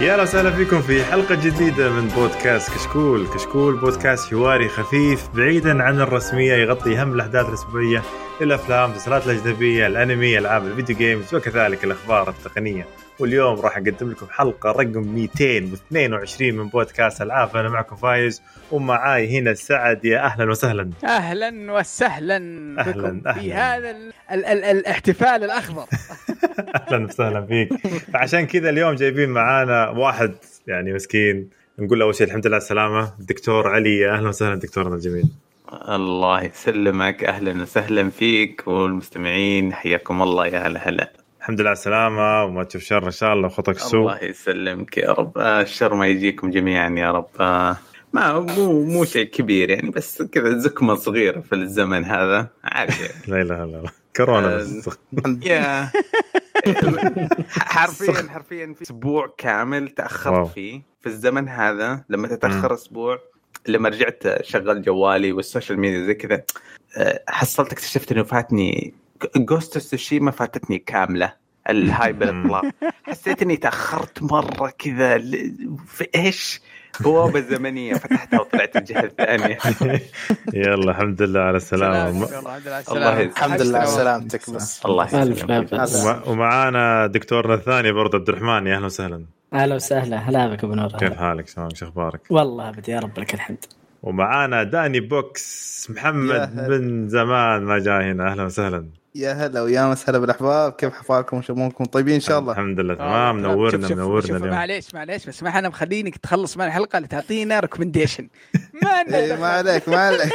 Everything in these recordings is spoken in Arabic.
يا وسهلا فيكم في حلقة جديدة من بودكاست كشكول. كشكول بودكاست حواري خفيف بعيدا عن الرسمية، يغطي أهم الأحداث الأسبوعية للأفلام، المسلسلات الأجنبية، الأنمي، ألعاب الفيديو جيمز، وكذلك الأخبار التقنية. واليوم راح أقدم لكم حلقة رقم 222 من بودكاست ألعاب. أنا معكم فايز ومعاي هنا سعد. يا أهلا وسهلا. أهلا وسهلا بكم في هذا الاحتفال الأخضر. أهلا وسهلا فيك. فعشان كذا اليوم جايبين معانا واحد يعني مسكين، نقول له أول شيء الحمد لله على السلامة، الدكتور علي. يا أهلا وسهلا دكتورنا الجميل. الله يسلمك، أهلا وسهلا فيك والمستمعين، حياكم الله. يا هلا. الحمد لله على السلامة وما تشوف شر إن شاء الله وخطك السوء. الله يسلمك يا رب، الشر ما يجيكم جميعا يا رب. ما مو شيء كبير يعني، بس كذا زكمة صغيرة في الزمن هذا عادي. لا إله إلا الله، كورونا بس. يا حرفيا في أسبوع كامل تأخرت فيه في الزمن هذا. لما تتأخر أسبوع، لما رجعت شغل جوالي والسوشيال ميديا زي كذا، حصلت اكتشفت إنه فاتني غوست اوف تسوشيما، فاتتني كاملة الهاي بالإطلاق. حسيت إني تأخرت مرة كذا في إيش بوابة زمنية، فتحتها وطلعت الجهة الثانية. يلا الحمد لله على السلامة. الحمد لله على سلامتك. بس الله يسلمك. ومعانا دكتورنا الثاني برضه عبد الرحمن. يا أهلا وسهلا. أهلا وسهلا. هلا بك أبو نور. كيف حالك؟ شو أخبارك؟ والله بدي يا رب لك الحمد. ومعانا داني بوكس محمد بن زمان ما جاء هنا. أهلا وسهلا. يا هلا ويا مسهلا بالأحباب، كيف حفاكم وشمونكم طيبين إن شاء الله؟ الحمد لله تمام. منورنا اليوم. معليش بس ما احنا مخلينك تخلص من الحلقة اللي تعطينا ريكومنديشن. ما عليك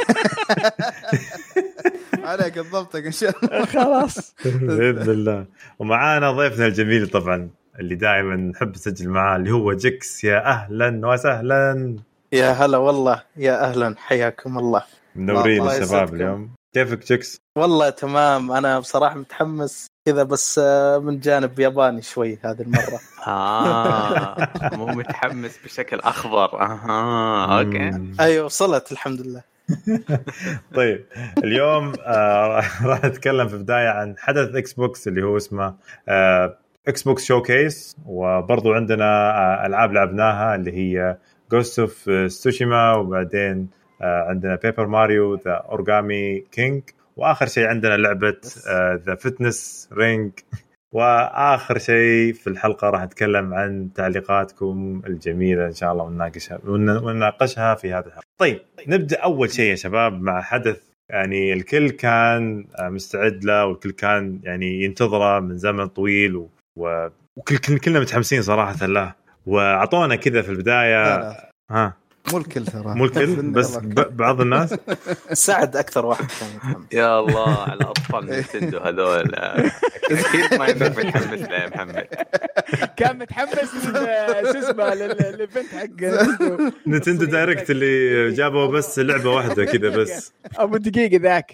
عليك ضبطك إن شاء الله. خلاص بإذن الله. ومعانا ضيفنا الجميل طبعا اللي دائما نحب نسجل معاه، اللي هو جيكس. يا أهلا وسهلا. يا هلا والله، يا أهلا، حياكم الله. منورين الشباب اليوم. كيفك جيكس؟ والله تمام. أنا بصراحة متحمس كذا، بس من جانب ياباني شوي هذه المرة. مو متحمس بشكل أخضر. أوكي. أيوة وصلت الحمد لله. طيب اليوم راح نتكلم في بداية عن حدث اكس بوكس اللي هو اسمه اكس بوكس شوكيس، وبرضو عندنا ألعاب لعبناها اللي هي Ghost of Tsushima، وبعدين عندنا بيبر ماريو ذا أورغامي كينج، وآخر شيء عندنا لعبة ذا فتنس رينج. وآخر شيء في الحلقة راح نتكلم عن تعليقاتكم الجميلة إن شاء الله ونناقشها في هذا الحلقة. طيب نبدأ أول شيء يا شباب مع حدث يعني الكل كان مستعد له، والكل كان يعني ينتظره من زمن طويل، وكلنا متحمسين صراحة له. وعطونا كذا في البداية مو الكل ترى، مو الكل بس بعض الناس. سعد أكثر واحد كان. يا الله على أطفال نينتندو هذول. أكيد ما ينفع متحمس له يا محمد. كان متحمس اسمه للبنت حق نينتندو دايركت اللي جابوا بس لعبة واحدة كذا بس. أبو دقيقة ذاك.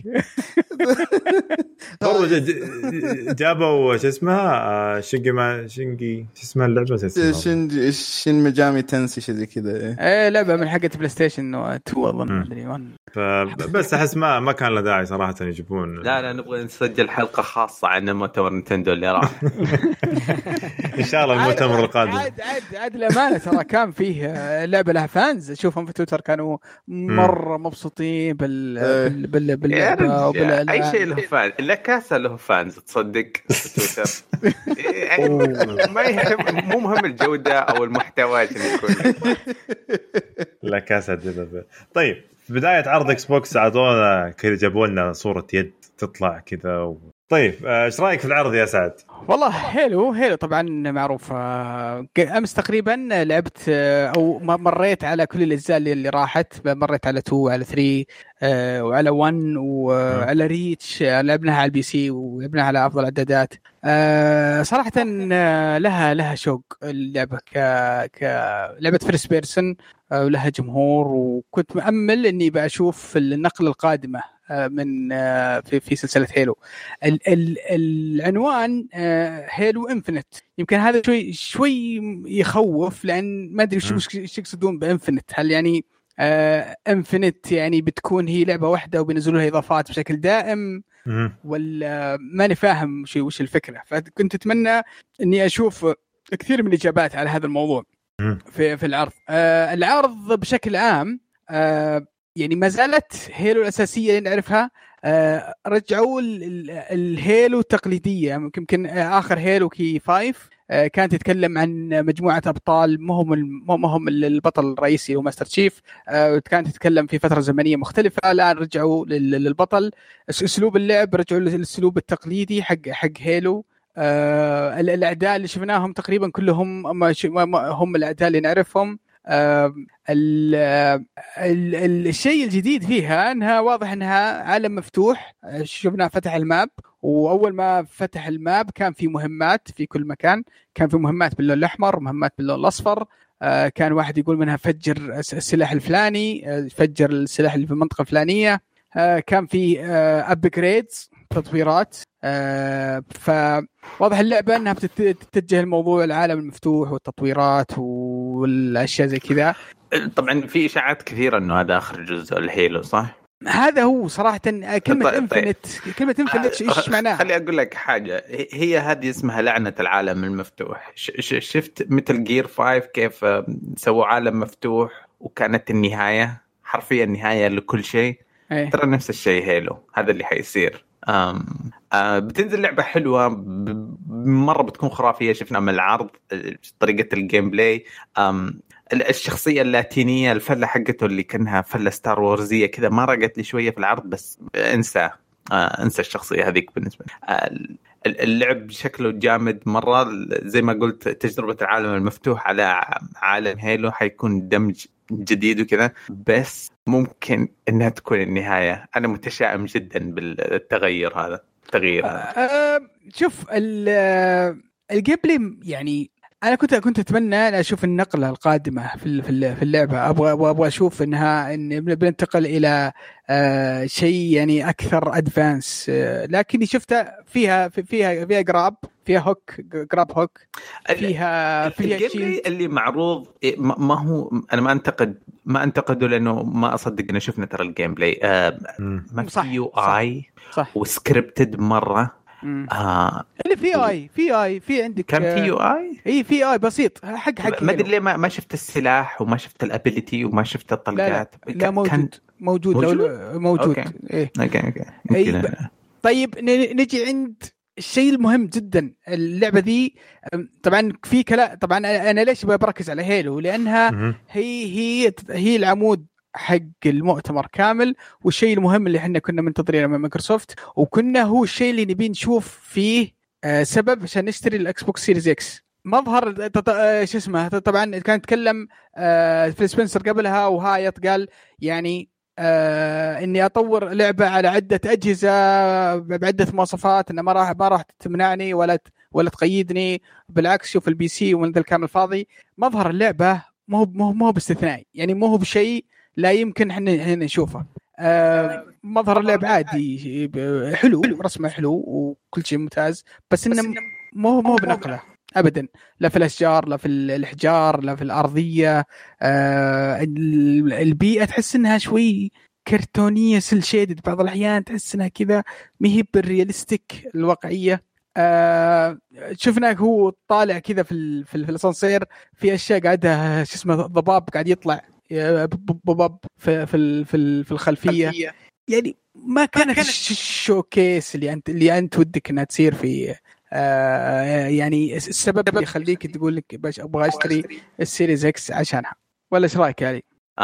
برضو جابوا شو اسمها شينجي شو اسمها اللعبة؟ شين ميجامي تنسي شيء زي كذا. لعبة من حقة بلاي ستيشن 2 أظن مدري 1. بس أحس ما كان له داعي صراحة يجيبون. لا نبغى نسجل حلقة خاصة عن مؤتمر نينتندو اللي راح. إن شاء الله المؤتمر القادم. عاد الأمانة ترى كان فيه لعبة لها فانز، أشوفهم في تويتر كانوا مرة مبسوطين باللعبة أي شيء له فانز. لا كاسة له فانز تصدق في تويتر. مو مهم الجودة أو المحتوى يكون. لا كاسة. طيب في بداية عرض اكس بوكس عطونا كذا، جابوا لنا صورة يد تطلع كذا طيب ايش رايك في العرض يا سعد؟ والله حلو طبعا معروف. امس تقريبا لعبت او مريت على كل الاجزاء اللي راحت، مريت على 2 على 3 وعلى 1 وعلى ريتش. لعبناها على البي سي ولعبناها على افضل اعدادات. صراحه لها شوق اللعبه كلعبه فيرست بيرسون، ولها جمهور، وكنت مأمل اني بشوف النقله القادمه من في سلسله هيلو. العنوان هيلو انفينيت، يمكن هذا شوي يخوف، لان ما ادري وش يقصدون بانفينيت. هل يعني انفينيت يعني بتكون هي لعبه واحده وبينزلوا لها اضافات بشكل دائم، ولا ماني فاهم وش الفكره؟ فكنت اتمنى اني اشوف كثير من الاجابات على هذا الموضوع. في العرض. العرض بشكل عام يعني ما زالت هيلو الأساسية اللي نعرفها. رجعوا الهيلو التقليدية. يمكن آخر هيلو كي 5 كانت تتكلم عن مجموعة أبطال ما هم البطل الرئيسي هو ماستر تشيف. كانت تتكلم في فترة زمنية مختلفة. الآن رجعوا للبطل. أسلوب اللعب رجعوا للأسلوب التقليدي حق هيلو. الأعداء اللي شفناهم تقريبا كلهم هم الأعداء اللي نعرفهم. الشيء الجديد فيها أنها واضح أنها عالم مفتوح. شفنا فتح الماب، وأول ما فتح الماب كان في مهمات في كل مكان. كان في مهمات باللون الأحمر، مهمات باللون الأصفر. كان واحد يقول منها فجر السلاح الفلاني، فجر السلاح اللي في المنطقة الفلانية. كان في أبجريدز، تطويرات. فواضح اللعبة أنها بتتجه الموضوع العالم المفتوح والتطويرات والأشياء زي كذا. طبعا في إشاعات كثيرة أنه هذا آخر جزء الهيلو، صح؟ هذا هو صراحة كلمة إنفينيت. كلمة إنفينيت إيش معناها؟ خلي أقول لك حاجة، هي هذه اسمها لعنة العالم المفتوح. شفت مثل جير 5 كيف سووا عالم مفتوح وكانت النهاية حرفيا النهاية لكل شيء. ترى نفس الشيء هيلو، هذا اللي حيصير. بتنزل لعبة حلوة مرة، بتكون خرافية. شفنا من العرض طريقة الجيم بلاي، الشخصية اللاتينية، الفلة حقته اللي كانها فلة ستار وورزية كذا، ما رقت لي شوية في العرض، بس انسى الشخصية هذيك. بالنسبة اللعب شكله جامد مرة. زي ما قلت، تجربة العالم المفتوح على عالم هيلو حيكون دمج جديد وكذا، بس ممكن انها تكون النهاية. انا متشائم جدا بالتغير هذا. شوف الجيم بلاي، يعني انا كنت اتمنى ان اشوف النقله القادمه في اللعبه. ابغى اشوف ان بننتقل الى شيء يعني اكثر ادفانس. لكني شفتها فيها جراب، فيها هوك، جراب هوك، فيها اللي معروض. ما هو انا ما انتقده لانه ما اصدق انه شفنا ترى الجيم بلاي ما في يو اي وسكريبتد مره. اللي في عندك كان في يو اي، اي في اي بسيط حق ما ادري ليه ما شفت السلاح وما شفت الابيليتي وما شفت الطلقات. لا موجود. أوكي. إيه. اوكي. طيب نجي عند الشيء المهم جدا. اللعبه ذي طبعا في كلام. طبعا انا ليش بركز على هيلو؟ لانها هي العمود حق المؤتمر كامل، والشيء المهم اللي احنا كنا منتظرينه من مايكروسوفت، وكنا هو الشيء اللي نبي نشوف فيه سبب عشان نشتري الاكس بوكس سيريز اكس. مظهر شو اسمه، طبعا كان يتكلم في سبنسر قبلها وهايط قال يعني اني اطور لعبه على عده اجهزه بعده مواصفات، انه ما راح تمنعني ولا تقيدني، بالعكس شوف البي سي ومن ذا الكامل فاضي. مظهر اللعبه مو باستثنائي، يعني مو هو بشيء لا يمكن احنا نشوفه. مظهر اللعب عادي حلو، رسمه حلو وكل شيء ممتاز، بس انه مو بنقله ابدا، لا في الاشجار لا في الاحجار لا في الارضيه. البيئه تحس انها شوي كرتونيه، سيل شيدد بعض الاحيان، تحس انها كذا مهي بالرياليستيك الواقعيه. شفناه هو طالع كذا في الاسانسير، في اشياء قاعده شو اسمه ضباب قاعد يطلع ضباب في الخلفيه. يعني ما كانت الشوكيس اللي انت ودك انها تصير في يعني السبب اللي يخليك تقول لك باش ابغى اشتري السيريز اكس عشانها. ولا ايش رايك يا علي؟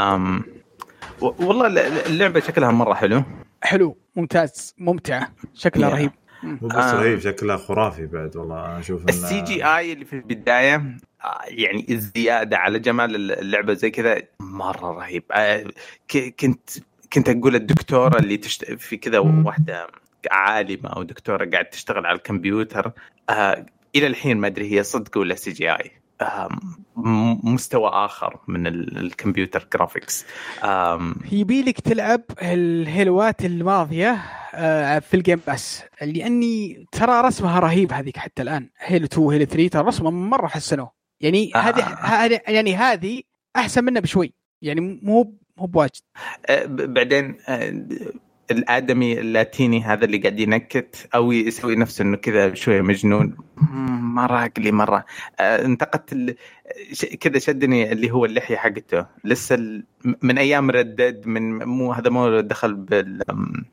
والله اللعبه شكلها مره حلو ممتاز، ممتعه، شكلها رهيب. مو بس رهيب، شكلها خرافي بعد. والله انا اشوف السي جي اي اللي في البدايه يعني الزياده على جمال اللعبه زي كذا مره رهيب. كنت اقول الدكتوره اللي في كذا واحده عالمه او دكتوره قاعد تشتغل على الكمبيوتر، الى الحين ما ادري هي صدق ولا سي جي اي. مستوى آخر من الكمبيوتر جرافيكس. يبيلك تلعب الهيلوات الماضية في الجيم باس، لأني ترى رسمها رهيب هذيك حتى الآن. هيلو 2 هيلو 3 ترى رسمها مرة حسنوه، يعني يعني هذه أحسن منها بشوي، يعني مو بواجد. بعدين الآدمي اللاتيني هذا اللي قاعد ينكت أو يسوي نفسه إنه كذا شوية مجنون، مرة عقلي مرة. انتقدت كذا شدني اللي هو اللحية حقته لسه من أيام ردد، من مو هذا مو دخل بال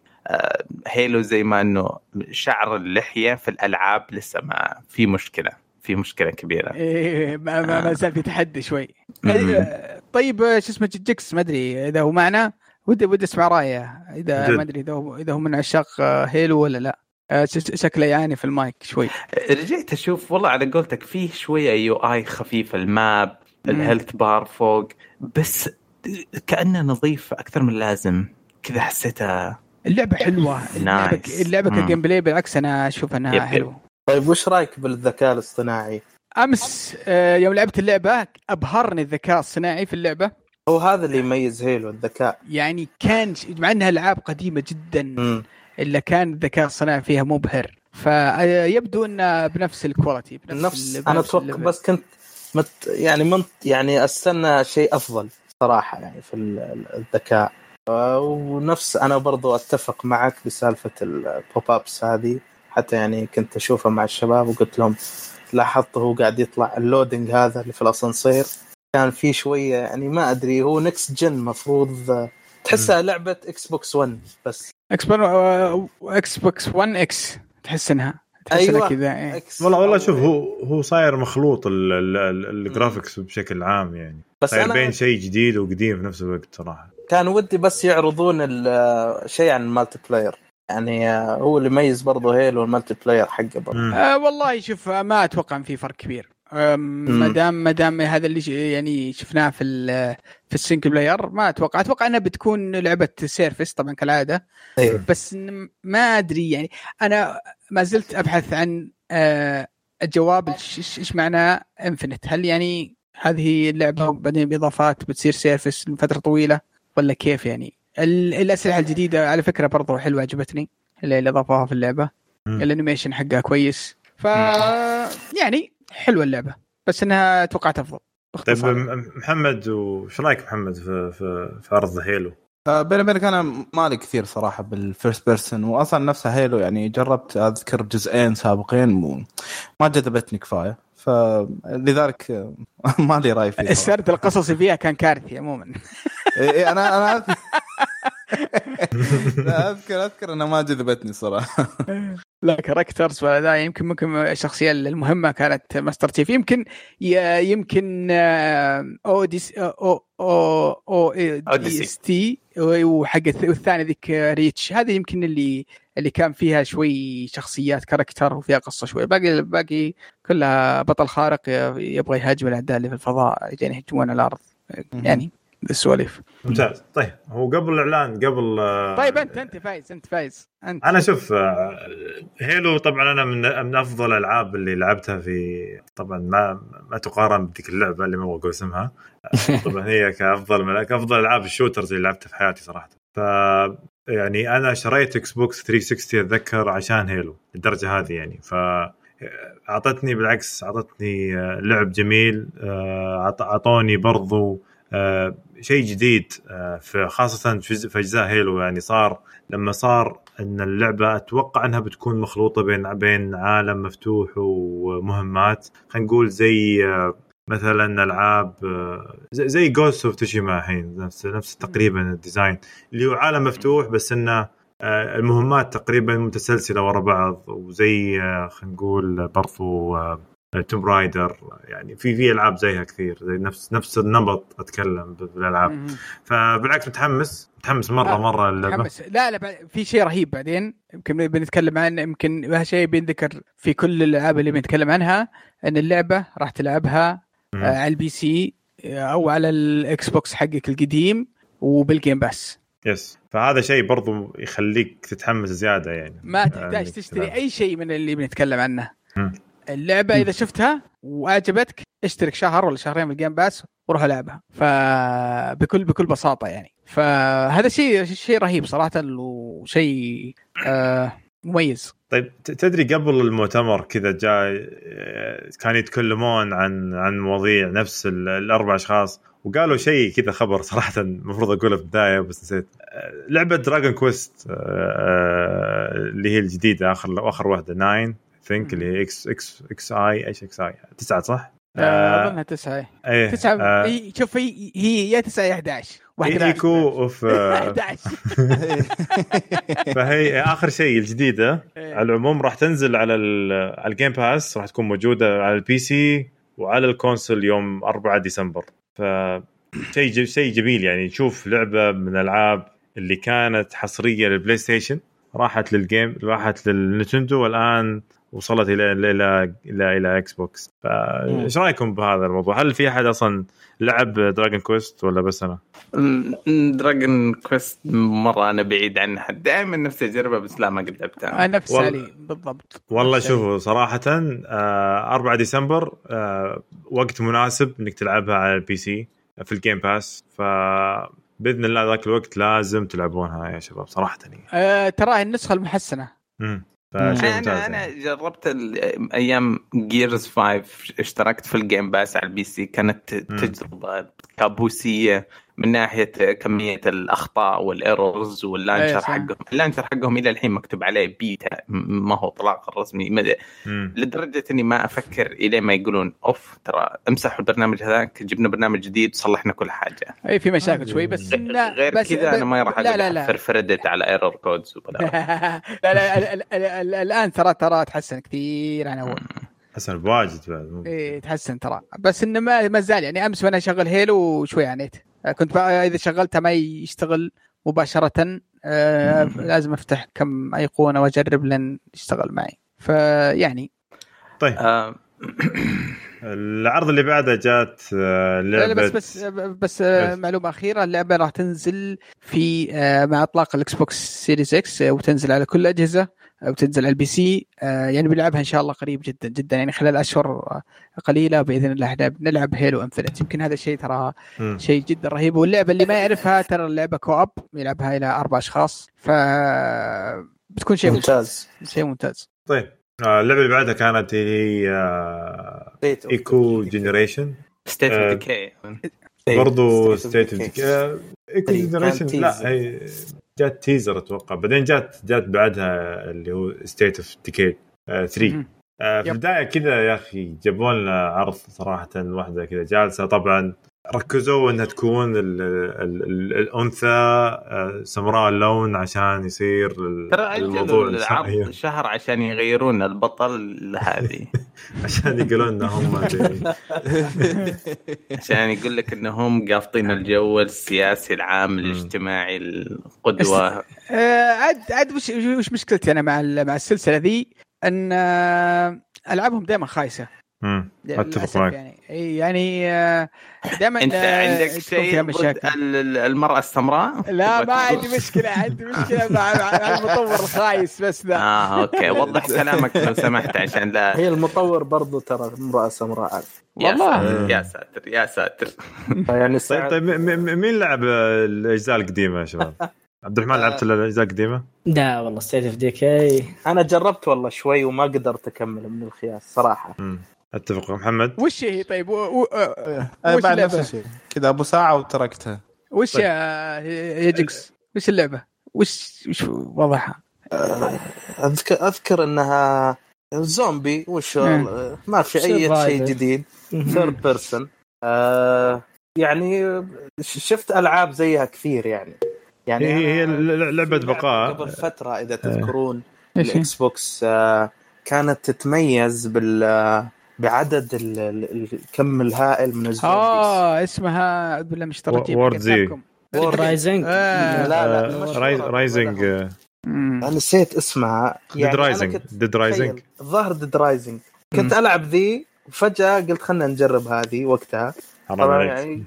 هيلو، زي ما إنه شعر اللحية في الألعاب لسه ما في مشكلة، في مشكلة كبيرة. إيه ما زال في تحدي شوي. طيب شو اسمه جيكس ما أدري إذا هو معنا، ودي أسمع رأيه إذا ما أدري إذا هو من عشاق هيلو ولا لا. شكله يعني في المايك شوي. رجعت أشوف والله على قولتك فيه شوية UI خفيف، الماب الهيلث بار فوق، بس كأنه نظيف أكثر من اللازم كذا، حسيتها. اللعبة حلوة، اللعبة كجيم بلاي بالعكس أنا أشوف أنها حلوة. طيب وش رأيك بالذكاء الاصطناعي؟ أمس يوم لعبت اللعبة أبهرني الذكاء الصناعي في اللعبة. هو هذا اللي يميز هيلو، الذكاء. يعني كان مع أنها ألعاب قديمة جدا إلا كان الذكاء الصناعي فيها مبهر، فيبدو أنه بنفس الكواليتي، بنفس أنا أتوقع، بس كنت يعني أستنى شيء أفضل صراحة يعني في الذكاء. ونفس أنا برضو أتفق معك بسالفة البوب أبس هذه، حتى يعني كنت أشوفها مع الشباب وقلت لهم لاحظته هو قاعد يطلع اللودينج هذا اللي في الأسانسير، كان فيه شوية يعني ما أدري هو نكست جن مفروض تحسها لعبة إكس بوكس 1 بس إكس بوكس 1 إكس تحس إنها أيوة كذا. والله شوف هو صاير مخلوط الجرافيكس بشكل عام يعني، بس صاير بين شيء جديد وقديم في نفس الوقت صراحة. كان ودي بس يعرضون الشيء عن المالتي بلاير، يعني هو اللي يميز برضه هيلو المالتي بلاير حقه برضه. والله شوف ما أتوقع أن في فرق كبير، ما دام هذا اللي يعني شفناه في السينجل بلاير، ما أتوقع أنها بتكون لعبة سيرفس طبعا كالعادة. بس ما أدري يعني، أنا ما زلت أبحث عن الجواب إيش معنى إنفينيت. هل يعني هذه اللعبة بعدين بإضافات بتصير سيرفس لفترة طويلة ولا كيف يعني؟ الأسلحة الجديدة على فكرة برضو حلوة، عجبتني اللي أضافوها في اللعبة. الانيميشن حقها كويس، يعني حلوة اللعبة، بس انها توقعت افضل. طيب محمد، وش رايك محمد في عرض هيلو؟ بيني وبينك انا مالي كثير صراحه بالفيرست بيرسون، واصلا نفسها هيلو يعني جربت اذكر جزئين سابقين ما جذبتني كفايه، فلذلك ما لي راي فيها. السرد القصصي فيها كان كارثي عموما. انا اذكر انها ما جذبتني صراحه. لا كاركترز ولا ذا، يمكن الشخصيه المهمه كانت ماستر تشيف، يمكن اوديسي وحق الثاني ذيك ريتش، هذه يمكن اللي كان فيها شوي شخصيات كاركتر وفيها قصه شوي. باقي كلها بطل خارق يبغى يهاجم الاعداء اللي في الفضاء يجين يهجمون على الارض يعني السواليف. ممتاز. طيب هو قبل الاعلان طيب انت فايز انت. انا شوف هيلو طبعا انا من افضل الالعاب اللي لعبتها في، طبعا ما تقارن بذيك اللعبه اللي ما اقول اسمها طبعا هي كافضل العاب الشوترز اللي لعبتها في حياتي صراحه. ف يعني انا شريت اكس بوكس 360 اتذكر عشان هيلو الدرجه هذه يعني، ف اعطتني بالعكس اعطتني لعب جميل، اعطوني برضو شيء جديد خاصة في أجزاء هيلو. يعني لما صار أن اللعبة أتوقع أنها بتكون مخلوطة بين عالم مفتوح ومهمات، خلينا نقول زي مثلا ألعاب زي Ghost of Tsushima الحين، نفس تقريبا الديزاين اللي هو عالم مفتوح، بس إنه المهمات تقريبا متسلسلة ورا بعض، وزي خلينا نقول برضو توم رايدر، يعني في العاب زيها كثير، زي نفس النمط اتكلم بالالعاب. فبالعكس متحمس مره اللعبه. لا في شيء رهيب بعدين يمكن بنتكلم عنه، يمكن هذا شيء بينذكر في كل الالعاب اللي بنتكلم عنها، ان اللعبه راح تلعبها على البي سي او على الاكس بوكس حقك القديم وبالجيم باس. يس، فهذا شيء برضو يخليك تتحمس زياده يعني، ما تحتاج تشتري اي شيء من اللي بنتكلم عنه. اللعبة إذا شفتها وأعجبتك اشترك شهر ولا شهرين من الجيم باس وروح لعبها، بكل بساطة يعني. فهذا شيء رهيب صراحة وشيء مميز. طيب تدري قبل المؤتمر كذا جاي كان يتكلمون عن مواضيع نفس الأربع أشخاص، وقالوا شيء كذا خبر صراحة المفروض أقوله في البداية بس نسيت. لعبة دراجون كويست اللي هي الجديدة آخر واحدة 9 اللي هي اكس اي 9 صح؟ اظنها 9. 9 شوف هي يا 9 يا 11 ايكو اوف 11. فهي اخر شيء الجديده على العموم راح تنزل على الجيم باس، راح تكون موجوده على البي سي وعلى الكونسول يوم 4 ديسمبر. شيء جميل يعني نشوف لعبه من الالعاب اللي كانت حصريه للبلاي ستيشن راحت للنينتندو والان وصلت الى اكس بوكس. فايش رايكم بهذا الموضوع؟ هل في احد اصلا لعب دراجون كويست ولا بس انا؟ دراجون كويست مره انا بعيد عنها، دائما نفسي اجربها بس لا ما قد لعبتها. نفس علي بالضبط. والله شوفوا صراحه 4 ديسمبر وقت مناسب انك تلعبها على البي سي في الجيم باس، فباذن الله ذاك الوقت لازم تلعبونها يا شباب صراحه. ترى النسخه المحسنه. أنا جربت أيام جيرز 5 اشتركت في الجيم باس على البي سي، كانت تجربة كابوسية من ناحية كمية الأخطاء والإيرورز واللانشر حقهم. اللانشر حقهم إلى الحين مكتوب عليه بيتا، ما هو طلاق الرسمي لدرجة إني ما أفكر إلى ما يقولون أوف ترى امسحوا البرنامج هذاك، جبنا برنامج جديد صلحنا كل حاجة. أي في مشاكل شوي بس غير كذا أنا ما راح فرفردت على إيرور كودز لا الآن ترى تحسن كثير عن أول. حسن بواجد بعد. إيه تحسن ترى، بس إنه ما زال يعني. أمس وأنا شغل هيلو وشوي عانيت، كنت بقى إذا شغلتها ما يشتغل مباشرة لازم أفتح كم أيقونة وأجرب لين يشتغل معي. فيعني طيب العرض اللي بعده جات لعبة بس معلومة أخيرة، اللعبة راح تنزل في مع إطلاق الإكس بوكس سيريز إكس وتنزل على كل الأجهزة وتنزل على البي سي. يعني بنلعبها إن شاء الله قريب جدا جدا، يعني خلال أشهر قليلة بإذن الله نلعب هيلو إنفينيت. يمكن هذا الشيء ترى شيء جدا رهيب. واللعبة اللي ما يعرفها ترى اللعبة كواب يلعبها إلى 4 أشخاص، فبتكون شيء ممتاز. شيء ممتاز. طيب اللعبة اللي بعدها كانت هي إيكو جينيريشن ستيت اوف ديكاي، برضو ستيت اوف ديكاي إيكو جينيريشن. لا هي جات تيزر اتوقع، بعدين جات بعدها اللي هو ستيت اوف ديكاي 3. في البداية كذا يا أخي جابوا لنا عرض صراحة واحدة كذا جالسة، طبعا ركزوا انها تكون الانثى سمراء اللون عشان يصير الموضوع شهر عشان يغيرون البطل هذه عشان يقولون انهم عشان يقول لك انهم قافطين الجو السياسي العام الاجتماعي القدوة. عاد وش مشكلتي انا مع السلسلة ذي ان العابهم دائما خايسة. اتفق معك يعني دائما انت عندك شيء المرأة السمراء؟ لا ما عندي مشكلة، عندي مشكلة مع المطور الخايس بس ذا. اوكي وضح كلامك لو سمحت عشان لا. هي المطور برضو ترى امرأة سمراء والله. يا ساتر يعني طيب مين لعب الاجزاء القديمة يا شباب؟ عبد الرحمن لعبت الاجزاء القديمة؟ لا والله ستيت اوف ديكاي انا جربت والله شوي وما قدرت اكمل من الخياس صراحة. اتفق محمد. وش هي طيب بعد نفس الشيء كذا ابو ساعة وتركتها. وش طيب. يا جكس وش اللعبة وش وضعها؟ اذكر انها زومبي وش ما في اي شيء جديد. ثيرد بيرسون يعني شفت العاب زيها كثير يعني هي لعبة بقاء قبل فترة إذا تذكرون الإكس بوكس كانت تتميز بعدد الكم الهائل من الزومبيز. اسمها بالله مشتركين وورد رايزنج. رايزنج أنا نسيت اسمها يعني ديد رايزنج الظاهر ديد رايزنج. كنت ألعب ذي وفجأة قلت خلنا نجرب هذه وقتها طبعا يعني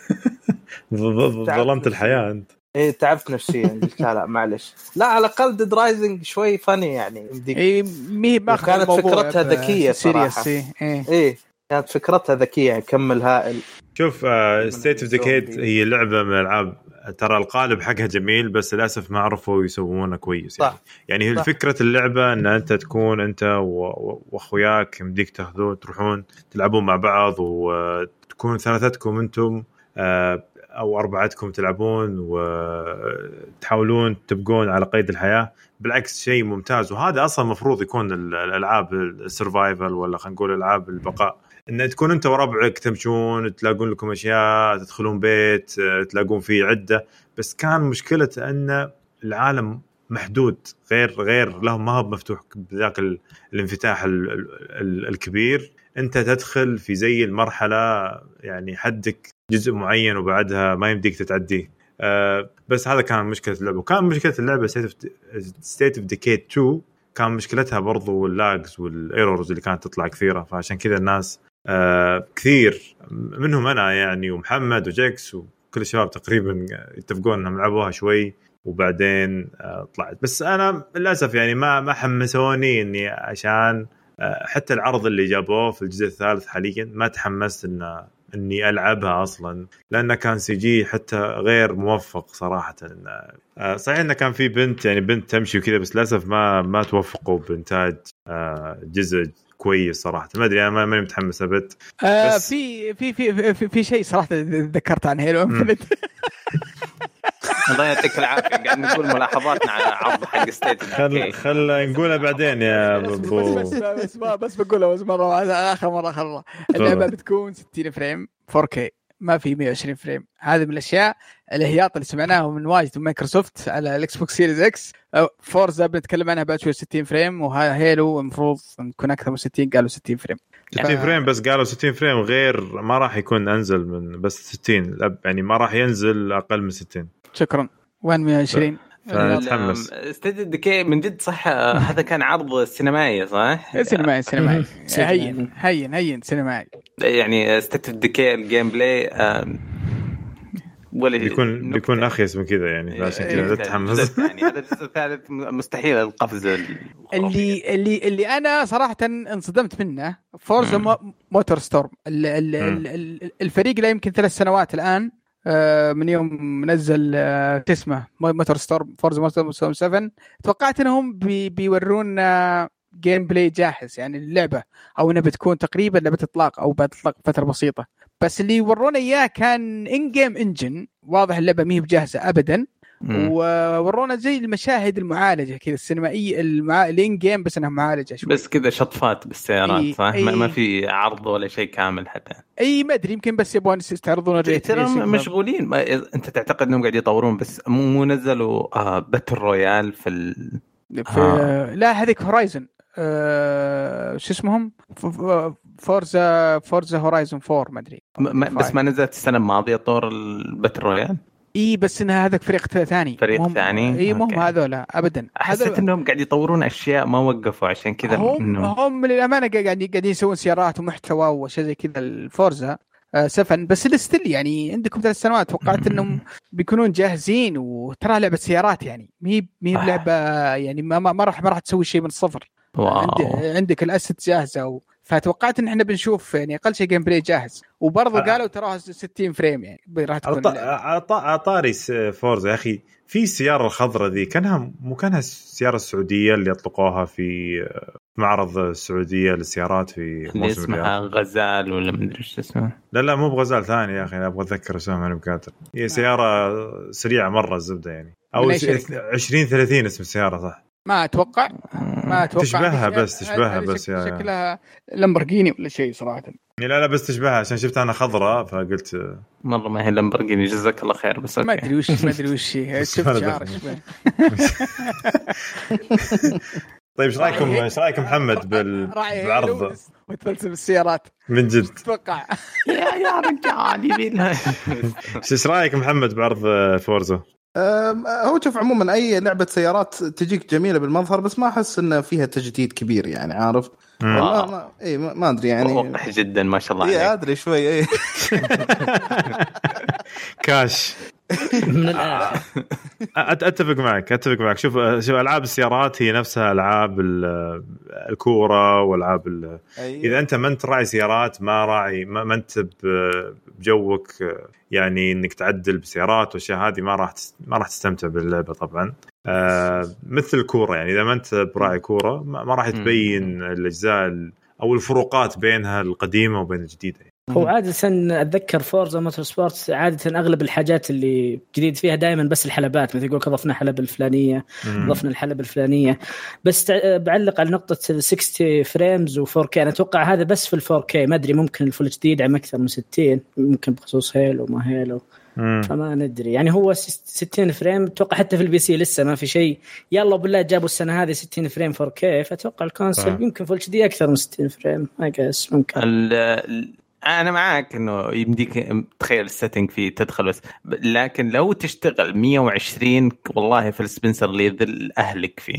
ظلمت الحياة أنت. إيه تعبت نفسيا قلت لا معلش لا على الأقل ديد رايزنج شوي فاني يعني. كانت فكرتها ذكية صراحة. إيه كانت فكرتها ذكية كمل هائل. شوف ستيت اوف ديكيد هي لعبة من الألعاب ترى القالب حقها جميل بس للأسف ما عرفوا يسوونه كويس يعني هي فكرة اللعبة أن أنت تكون أنت وأخوياك يمديك تاخذون تروحون تلعبون مع بعض وتكون ثلاثتكم أنتم أو أربعتكم تلعبون وتحاولون تبقون على قيد الحياة. بالعكس شيء ممتاز، وهذا أصلا مفروض يكون الألعاب السرفايفل ولا خلينا نقول ألعاب البقاء ان تكون انت وربعك تمشون تلاقون لكم اشياء، تدخلون بيت تلاقون فيه عده. بس كان مشكله ان العالم محدود، غير لهم ما هو مفتوح بذاك الانفتاح الكبير. انت تدخل في زي المرحله يعني حدك جزء معين وبعدها ما يمديك تتعديه. بس هذا كان مشكله اللعبه. وكان مشكله اللعبه ستيت اوف ديكي 2 كان مشكلتها برضو اللاجز والايرورز اللي كانت تطلع كثيره. فعشان كذا الناس كثير منهم انا يعني ومحمد وجيكس وكل الشباب تقريبا يتفقون انهم لعبوها شوي وبعدين طلعت. بس انا للاسف يعني ما حمسوني اني عشان حتى العرض اللي جابوه في الجزء الثالث حاليا ما تحمست اني العبها اصلا، لانه كان سي جي حتى غير موفق صراحه. صحيح انه كان في بنت تمشي وكذا، بس للاسف ما توفقوا بانتاج جزء كويس صراحه. ما ادري انا ما متحمس ابد. بس في شيء صراحه ذكرت عن هيلو انفنت. الله يعطيك العافيه، قاعد نقول ملاحظاتنا على عرض حق ستيت. خل نقولها بعدين يا ابو. بس بقولها بس مره اخر مره اللعبه بتكون 60 فريم 4K، ما في 120 فريم. هذه من الاشياء الهياط اللي سمعناه من واجد من مايكروسوفت على الاكس بوكس سيريز اكس. فورزا بنتكلم عنها بعد شوي 60 فريم، وهيلو المفروض نكون اكثر من 60، قالوا 60 فريم 60 فريم بس قالوا 60 فريم غير ما راح يكون انزل من بس 60 يعني ما راح ينزل اقل من 60. شكرا. وين 120 فنتحمس. ستيت ديكي من جد صح. هذا كان عرض سينمائي صح؟ سينمائي هين سينمائي. يعني ستيت ديكي الجيم بلاي ولا بيكون أخيس من كذا يعني. عشان كذا تتحمس. يعني هذا الجزء الثالث مستحيل القفز اللي أنا صراحة انصدمت منه فورزا موتور ستورم. الفريق لا يمكن 3 سنوات الآن من يوم نزل اسمه موتور ستورم فورزا موتور ستورم 7. توقعت انهم بيورونا جيم بلاي جاهز يعني اللعبه، او انها بتكون تقريبا لعبه اطلاق او بعد اطلاق فتره بسيطه. بس اللي ورونا اياه كان ان جيم انجن، واضح اللعبه ما هي بجاهزه ابدا. وورونا زي المشاهد المعالجه كذا السينمائيه الان جيم، بس انها معالجه شوي بس كذا شطفات بالسيارات صح. ما في عرض ولا شيء كامل حتى. ما ادري يمكن بس يبغون يستعرضون الريت. ترى مشغولين. انت تعتقد انهم قاعد يطورون بس مو نزلوا باتل رويال لا هذيك هورايزن شو اسمهم فورزا هورايزن 4 ما ادري بس ما نزلت السنه الماضيه طور الباتل رويال. بس ان هذاك فريق ثاني مهم هذولا ابدا. حسيت انهم قاعد يطورون اشياء ما وقفوا، عشان كذا هم للامانه قاعدين يسوون سيارات ومحتوى وشيء زي كذا الفورزا 7. بس الستيل يعني عندكم 3 سنوات توقعت انهم بيكونون جاهزين. وترى لعبه سيارات يعني مي بلعبه يعني ما راح تسوي شيء من الصفر. عندك الاسيت جاهزه فتوقعت ان احنا بنشوف يعني اقل شيء جيم بلاي جاهز. وبرضه قالوا تراها 60 فريم يعني راح تكون عطاري فورزا. يا اخي في السياره الخضراء ذي كانها السياره السعوديه اللي اطلقوها في معرض السعوديه للسيارات في موسم اسمها غزال ولا ما ادري ايش اسمها. لا مو بغزال ثاني يا اخي، ابغى اتذكر اسمها انا بقادر. هي سياره سريعه مره الزبده يعني، او 2030 اسم السياره صح. ما اتوقع تشبهها بس يعني شكلها لامبورغيني ولا شيء صراحه. لا بس تشبهها عشان شفتها انا خضراء فقلت مره ما هي لامبورغيني. جزاك الله خير. بس ما ادري وش شفت شعرك شوي. طيب ايش رايكم محمد بعرض وتفلسف السيارات من جد اتوقع يا رجال. ايش رايك محمد بعرض فورزا؟ هو شوف عموما اي لعبه سيارات تجيك جميله بالمظهر، بس ما احس انه فيها تجديد كبير يعني عارف. ما ادري يعني واضح جدا ما شاء الله عليك. ادري شوي كاش من الآخر. اتفق معك. شوف العاب السيارات هي نفسها العاب الكوره والعاب اذا انت ما انت راعي سيارات ما انت بجوك يعني انك تعدل بسيارات والاشياء هذه ما راح تستمتع باللعبه طبعا. مثل الكوره يعني اذا ما انت براعي كوره ما راح تبين الاجزاء او الفروقات بينها القديمه وبين الجديده. هو عادة أتذكر فورزا موتور سبورتس عادة أغلب الحاجات اللي جديد فيها دائما بس الحلبات، مثل يقول أضفنا حلب الفلانية أضفنا الحلب الفلانية. بس بعلق على نقطة 60 فريمز و4K، أنا أتوقع هذا بس في 4K، ما أدري ممكن الفول اتش دي يدعم أكثر من 60، ممكن بخصوص هيلو ما هيلو فما ندري. يعني هو 60 فريم أتوقع حتى في البي سي لسه ما في شيء، يلا بالله جابوا السنة هذه 60 فريم 4K، فأتوقع الكونسول يمكن فول اتش دي أكثر من 60 فريم أقاس ممكن. انا معاك انه يمديك تخيل السيتنج فيه تدخل بس، لكن لو تشتغل 120 والله في السبنسر اللي يذل اهلك فيه.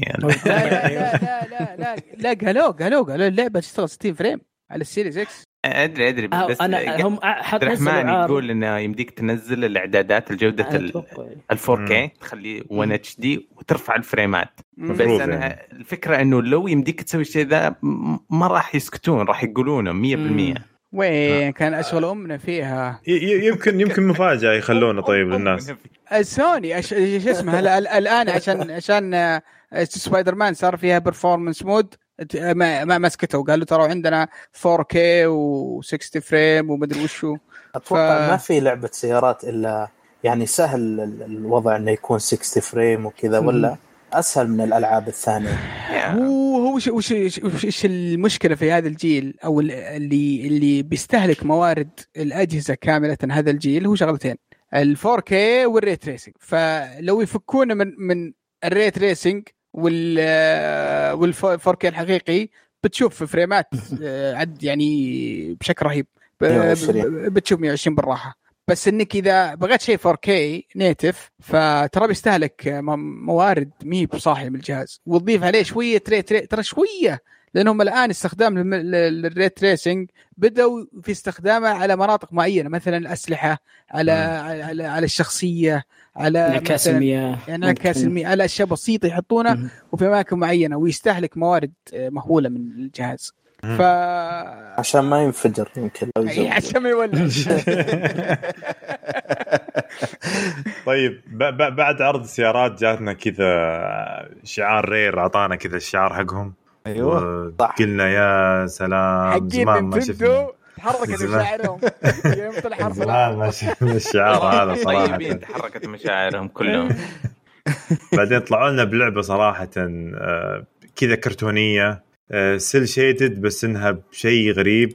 لا قالوا اللعبه تشتغل 60 فريم على السيريز اكس. ادري بس انا هم عبد الرحمن يقول انه يمديك تنزل الاعدادات الجوده ال 4K تخليه 1 HD وترفع الفريمات. بس انا الفكره انه لو يمديك تسوي شيء ذا ما راح يسكتون، راح يقولونه 100%. وين كان أسوأ الأمنا فيها؟ يمكن مفاجأة يخلونه طيب للناس. سوني شو اسمه الآن عشان سبايدر مان صار فيها برفورمانس مود، ما مسكته وقالوا ترى عندنا 4K و60 فريم ومدري وشو. أتوقع ما في لعبة سيارات إلا يعني سهل الوضع إنه يكون 60 فريم وكذا، ولا أسهل من الألعاب الثانية؟ هو وش المشكلة في هذا الجيل أو اللي بيستهلك موارد الأجهزة كاملة هذا الجيل؟ هو شغلتين، ال4K والريت ريسنج. فلو يفكونا من الريت ريسنج والفورك الحقيقي بتشوف فريمات عد يعني بشكل رهيب، بتشوف 120 بالراحة. بس انك اذا بغيت شيء 4K نيتف فترى بيستهلك موارد ميب صاحي من الجهاز، وتضيف عليه شوية ترى شوية، لأنهم الآن استخدام الريت ريسنج بدأوا في استخدامه على مناطق معينة، مثلا الأسلحة، على الشخصية، على كاس المياه، يعني كاس المياه، على أشياء بسيطة يحطونها وفي أماكن معينة، ويستهلك موارد مهولة من الجهاز. عشان ما ينفجر يمكن، عشان ما يولش. طيب بعد عرض السيارات جاتنا كذا شعار رير، عطانا كذا الشعار حقهم. ايوه قلنا يا سلام زمان ما شفنا تحركت مشاعرهم يوم طلع حرف زمان ما شفنا الشعار هذا صراحة. طيبين تحركت مشاعرهم كلهم. بعدين طلعوا لنا بلعبة صراحة كذا كرتونية، سيل شيدد، بس انها بشيء غريب،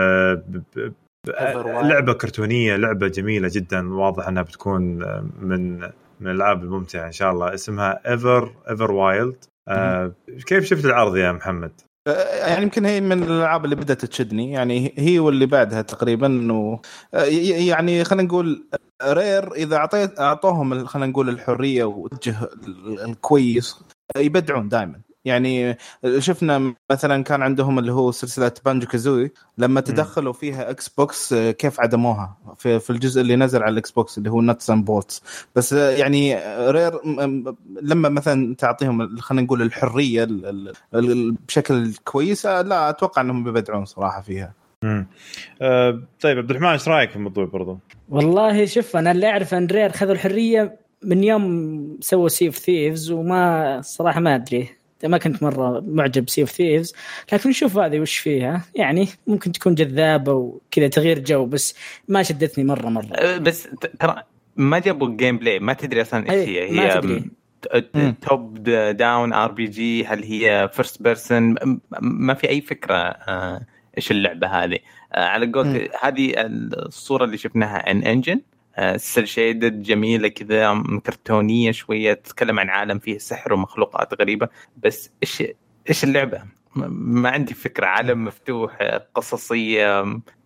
لعبة كرتونية، لعبة جميلة جدا، واضح انها بتكون من الالعاب الممتعة ان شاء الله. اسمها ايفر وايلد. كيف شفت العرض يا محمد؟ يعني يمكن هي من الالعاب اللي بدأت تشدني، يعني هي واللي بعدها تقريبا، انه يعني خلينا نقول رير اذا اعطوهم خلينا نقول الحرية ووجه الكويس يبدعون دائما. يعني شفنا مثلا كان عندهم اللي هو سلسلة بانجو كازوي، لما تدخلوا فيها اكس بوكس كيف عدموها في الجزء اللي نزل على الاكس بوكس اللي هو ناتس اند بولتس. بس يعني رير لما مثلا تعطيهم خلينا نقول الحرية بشكل كويس، لا اتوقع انهم بيبدعون صراحة فيها. طيب عبد الرحمن ايش رايك في الموضوع برضو؟ والله شوف، انا اللي اعرف ان رير خذوا الحرية من يوم سووا سيف ثيفز، وما صراحة ما ادري، ما كنت مرة معجب سيف ثيفز، لكن نشوف هذه وش فيها، يعني ممكن تكون جذابة وكذا تغيير جو، بس ما شدتني مرة. بس ترى ما جابوا الجيم بلاي، ما تدري أصلا إيش هي توب داون RPG، هل هي فيرست بيرسون، ما في أي فكرة إيش اللعبة هذه. على قولت هذه الصورة اللي شفناها ان انجن سيل شيدد جميلة كذا كرتونية شوية، تتكلم عن عالم فيه سحر ومخلوقات غريبة، بس إيش اللعبة؟ ما عندي فكرة. عالم مفتوح، قصصية.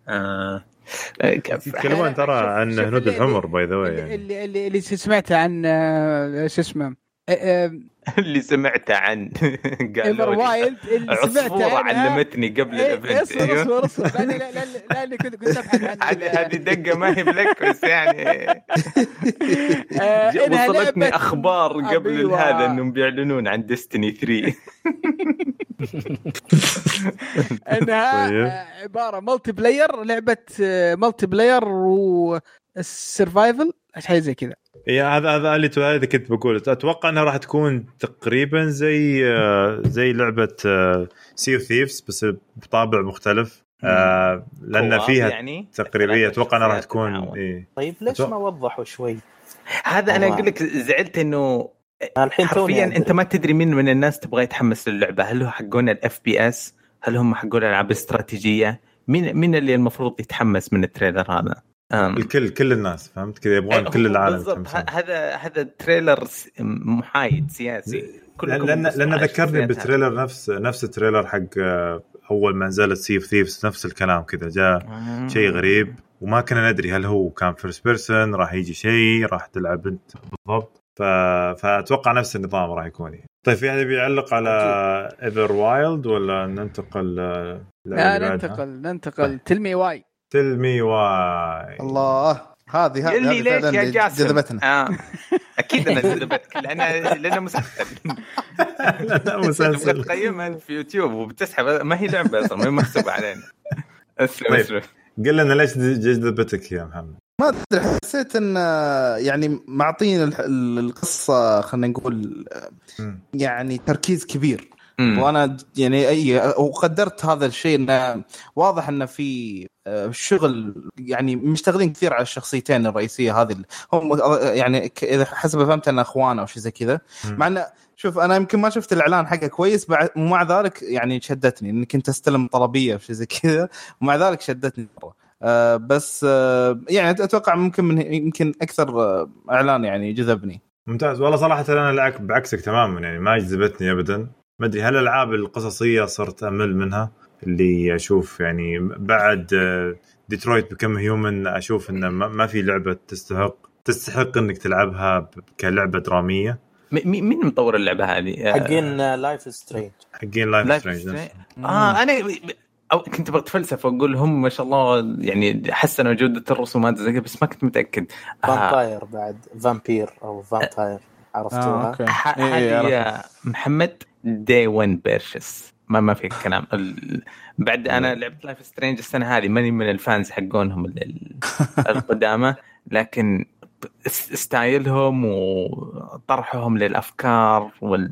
يتكلمون ترى عن هنود الحمر باي ذا واي، اللي سمعت عن شو اسمه اللي سمعت عن قالوا وايلد، اللي سمعت علمتني قبل الايفنت. اصبر لا كنت ابحث عن هذه دقه ما هي بلك، بس يعني وصلتني اخبار قبل هذا انهم بيعلنون عن ديستني 3. انها عباره مالتي بلاير، لعبه مالتي بلاير والسرفايفل شيء زي كذا. هذا اللي كنت بقول، اتوقع انها راح تكون تقريبا زي لعبه سي اوف ثيفز، بس بطابع مختلف. لان فيها يعني تقريبا اتوقع انها راح تكون إيه. طيب ليش ما وضحوا شوي؟ هذا انا اقول لك زعلت انه الحين حرفيا انت ما تدري مين من الناس تبغى يتحمس للعبه، هل هو حقون الاف بي اس، هل هم حقون العاب استراتيجيه، مين اللي المفروض يتحمس من التريلر هذا؟ كل الناس فهمت كذا يبغون كل العالم بالضبط. هذا تريلر محايد سياسي، لأن ذكرني بالتريلر نفس التريلر حق اول ما نزلت سي اوف ثيفز، نفس الكلام كذا جاء شيء غريب وما كنا ندري هل هو كان فيرست بيرسون راح يجي شيء راح تلعب انت بالضبط. فاتوقع نفس النظام راح يكون. طيب في احد بيعلق على ايفر وايلد ولا ننتقل؟ لا ننتقل تلمي واي الله هذه ليش يا جاسم جذبتنا. اكيد انا جذبتك لانه مسلسل مسلسل تقيمها في يوتيوب وبتسحب، ما هي لعبه اصلا، ما محسوبه علينا. طيب قل لنا ليش جذبتك يا محمد؟ ما ادري، حسيت ان يعني معطين القصه خلينا نقول يعني تركيز كبير، وانا يعني وقدرت هذا الشيء انه واضح انه في شغل يعني مشتغلين كثير على الشخصيتين الرئيسيه هذه، هم يعني اذا حسب فهمت ان اخوان او شيء زي كذا. مع انه شوف انا يمكن ما شفت الاعلان حقه كويس، ومع ذلك يعني شدتني اني كنت استلم طلبيه في شيء زي كذا، ومع ذلك شدتني بس يعني اتوقع يمكن اكثر اعلان يعني جذبني. ممتاز والله صراحه. انا بعكسك تماما، يعني ما جذبتني ابدا. ما ادري هل الالعاب القصصيه صرت امل منها، اللي اشوف يعني بعد ديترويت بكم هيومن اشوف انه ما في لعبه تستحق انك تلعبها كلعبه دراميه. مين مطور اللعبه هذه؟ حقين لايف سترينج. انا كنت بتفلسف واقول هم ما شاء الله يعني حسنوا جوده الرسومات زي، بس ما كنت متاكد. فامباير بعد فامبير او فامباير عرفتوها؟ يا محمد داي 1 بيرشس ما في كلام. بعد انا لعبت لايف سترينج السنه هذه، ماني من الفانز حقونهم القدامى، لكن ستايلهم وطرحهم للافكار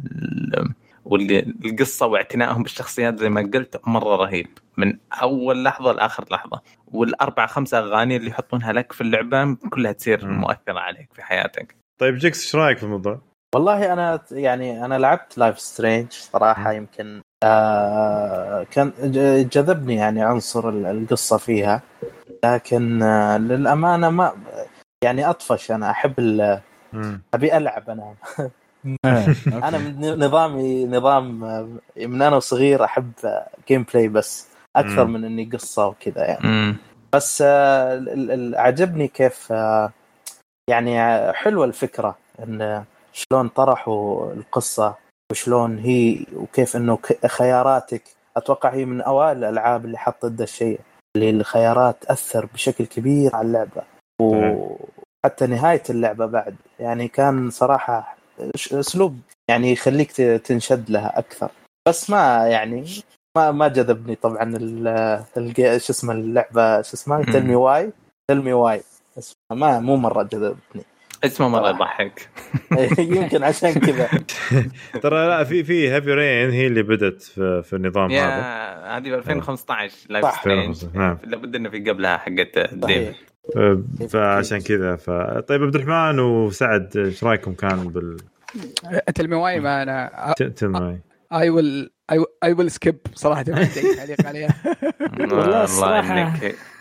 والقصه واعتنائهم بالشخصيات زي ما قلت مره رهيب من اول لحظه لاخر لحظه. وال4-5 اغاني اللي يحطونها لك في اللعبه كلها تصير مؤثره عليك في حياتك. طيب جيكس ايش رايك في الموضوع؟ والله انا لعبت لايف سترينج صراحه، يمكن كان جذبني يعني عنصر القصه فيها، لكن للامانه ما يعني اطفش. انا احب ابي العب انا من نظام من انا وصغير احب جيم بلاي بس اكثر من اني قصه وكذا يعني. بس عجبني كيف يعني حلوه الفكره ان شلون طرحوا القصه وشلون هي، وكيف انه خياراتك. اتوقع هي من اوائل الالعاب اللي حطت ذا الشيء، اللي الخيارات اثر بشكل كبير على اللعبه، وحتى نهايه اللعبه بعد يعني كان صراحه اسلوب يعني يخليك تنشد لها اكثر. بس ما يعني ما جذبني طبعا شو اسمه اللعبه، شو اسمها تلمي واي اسمها مو مره جذبتني، اسمه مرة يضحك. يمكن عشان كذا. ترى لا في هابي رين هي اللي بدت في النظام هذا، هذه 2015 لايف سترينج، لابد انه في قبلها حقت ديف، فعشان كذا. طيب عبد الرحمن وسعد ايش رايكم كان تلمي ما انا تلمي I will skip صراحه ما عندي تعليق عليها. والله الصراحه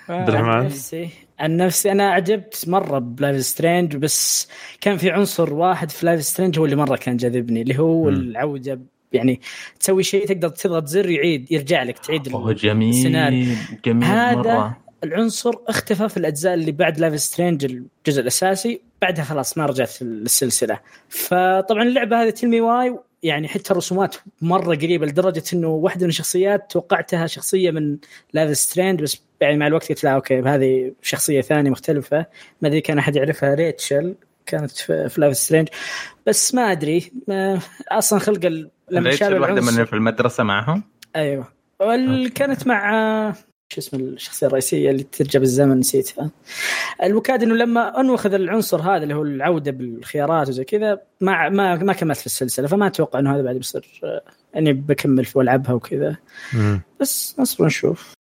عن نفسي أنا عجبت مرة بلايف سترينج، بس كان في عنصر واحد في لايف سترينج هو اللي مرة كان جذبني، اللي هو العودة، يعني تسوي شيء تقدر تضغط زر يرجع لك تعيد السيناريو. هذا مرة. العنصر اختفى في الأجزاء اللي بعد لايف سترينج الجزء الأساسي، بعدها خلاص ما رجعت السلسلة. فطبعا اللعبة هذه تلمي واي يعني حتى الرسومات مرة قريبة لدرجة إنه واحدة من الشخصيات توقعتها شخصية من لايف سترينج، بس يعني مع الوقت قلت لا أوكي هذه شخصية ثانية مختلفة. ما أدري كان أحد يعرفها، ريتشل كانت في لايف سترينج، بس ما أدري أصلا خلق لما ريتشل واحدة من في المدرسة معهم. أيوة كانت مع شو اسم الشخصية الرئيسية اللي ترجع بالزمن نسيتها. الوكاد إنه لما أنوخذ العنصر هذا اللي هو العودة بالخيارات وزي كذا ما كملت في السلسلة، فما أتوقع إنه هذا بعد بيصير أني بكمل في ألعبها وكذا. بس نصبر نشوف. طيب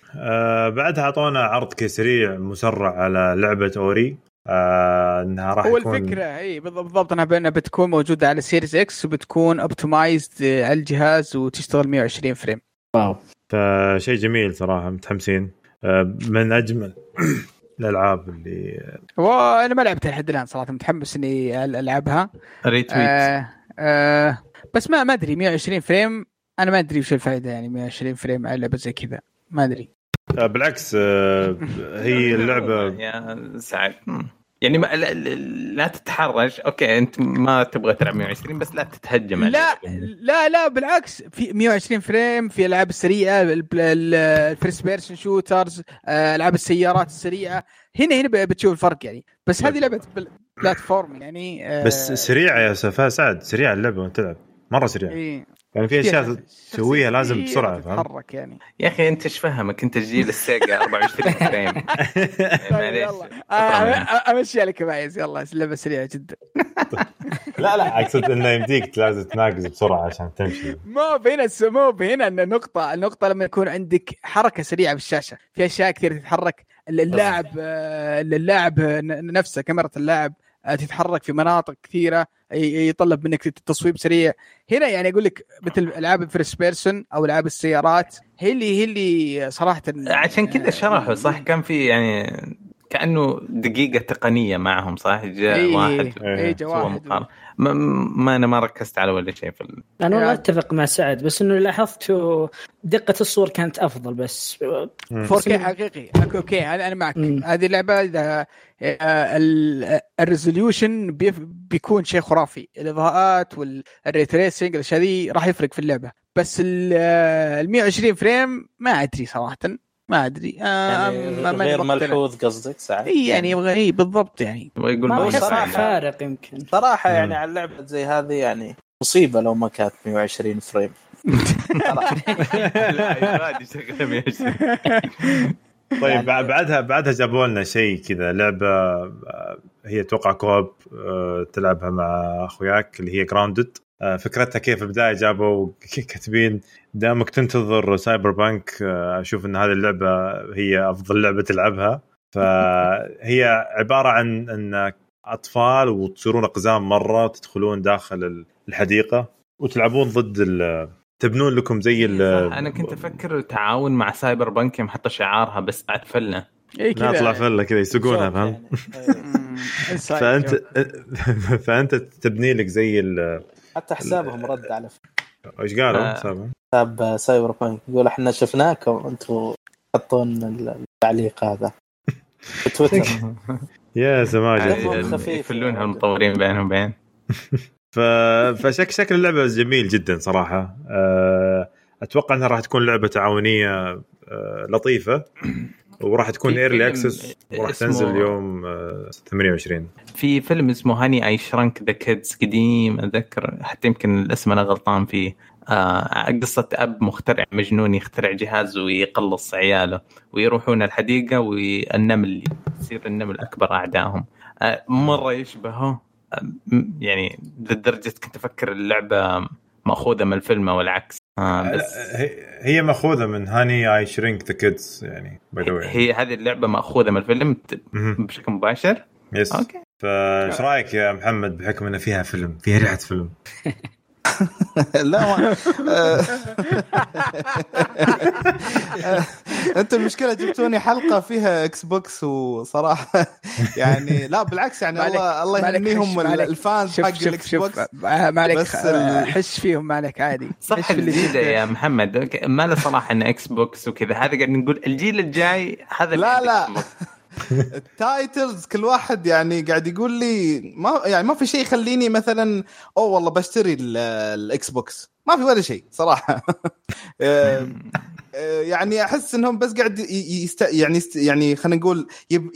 بعدها اعطونا عرض كسريع مسرع على لعبه اوري. انها راح هو يكون الفكره اي بالضبط انها بتكون موجوده على سيريز اكس وبتكون اوبتمايزد على الجهاز وتشتغل 120 فريم. واو فشيء جميل صراحه، متحمسين. من اجمل الالعاب اللي وانا ما لعبتها لحد الان صراحه، متحمس اني العبها. ريتويت. بس ما ادري 120 فريم، انا ما ادري وش الفائده يعني 120 فريم على لعبه زي كذا، ما ادري. بالعكس هي اللعبه يا سعد يعني لا تتحرج. اوكي انت ما تبغى تلعب 120 بس لا تتهجم. لا بالعكس، في 120 فريم في العاب السريعه، الفيرست بيرسون شوترز، العاب السيارات السريعه، هنا بتشوف الفرق يعني. بس هذه لعبه بلاتفورم يعني بس سريعه يا سعد، سريعه اللعبه وانت تلعب مره سريعه. إيه. يعني في اشياء تسويها لازم بسرعه، تتحرك يعني. يا اخي انت ايش فهمك؟ انت جيل السيجا 24 فريم. يلا امشي لك بايز، يلا اللعبه سريعه جدا. لا اقصد انه يمديك لازم تناقز بسرعه عشان تمشي. مو بهنا ان النقطه لما يكون عندك حركه سريعه بالشاشه، في اشياء كثير تتحرك. اللاعب نفسه، كاميرا اللاعب تتحرك في مناطق كثيره، يطلب منك التصويب سريع. هنا يعني اقول لك مثل العاب الفيرست بيرسون او العاب السيارات هي اللي صراحه عشان كذا شرحوا صح، كان في يعني كأنه دقيقة تقنية معهم صح. جاء واحد ما أنا ما ركزت على ولا شيء في أنا والله أتفق مع سعد، بس إنه لاحظت دقة الصور كانت أفضل. بس 4K حقيقي. أوكي أنا معك. هذه اللعبة إذا الريزوليوشن بيكون شيء خرافي، الإضاءات والريتريسينج الأشياء دي راح يفرق في اللعبة. بس 120 فريم ما أدري صراحة، ما ادري يعني غير ملحوظ قصدك ساعات؟ يعني يبغى بالضبط يعني يقول ما صراحه فارق يمكن صراحه يعني على اللعبه زي هذه يعني مصيبه لو ما كانت 120 فريم. طيب بعدها جابوا لنا شيء كذا، لعبه هي توقع كوب تلعبها مع اخوياك اللي هي جراوندد. فكرتها كيف البداية جابوا كاتبين دامك تنتظر سايبر بانك، أشوف أن هذه اللعبة هي أفضل لعبة تلعبها. فهي عبارة عن أن أطفال وتصيرون أقزام مرة، تدخلون داخل الحديقة وتلعبون ضد تبنون لكم زي أنا كنت أفكر تعاون مع سايبر بانك يوم حط شعارها بس بعد فلة نطلع فلة كذا يسوقونها فهم. فأنت تبني لك زي حتى حسابهم رد على ايش قالوا حساب سايبر بانك، يقول احنا شفناكم انتم تحطون التعليق هذا في تويتر. يا سماجة يفلونها المطورين بينهم بين. فشكل اللعبة جميل جدا صراحة. اتوقع انها راح تكون لعبة تعاونية لطيفة، وراح تكون ايرلي اكسس وراح تنزل يوم 28. في فيلم اسمه هاني اي شرانك ذا كيدز قديم اتذكر، حتى يمكن الاسم انا غلطان فيه. قصة اب مخترع مجنون يخترع جهاز ويقلص عياله ويروحون الحديقة والنمل يصير النمل اكبر اعدائهم. مرة يشبهه يعني لدرجة كنت افكر اللعبة مأخوذة من الفيلم والعكس. بس هي مأخوذة من هاني اي شرينك ذا كيدز يعني. هي هذه اللعبة مأخوذة من الفيلم بشكل مباشر. يس. اوكي. فايش رايك يا محمد بحكم انه فيها فيلم، فيها ريحة فيلم؟ لا انت المشكله جبتوني حلقه فيها اكس بوكس وصراحه يعني لا بالعكس يعني الله يهنيهم الفانز حق الاكس بوكس. ما عليك حش فيهم، ما عليك عادي. صح الجديد يا محمد ما له صلاح ان اكس بوكس وكذا، هذا قاعد نقول الجيل الجاي هذا. لا التايتلز كل واحد يعني قاعد يقول لي ما في شيء يخليني مثلا والله بشتري الاكس بوكس، ما في ولا شيء صراحه. يعني احس انهم بس قاعد يعني خلينا نقول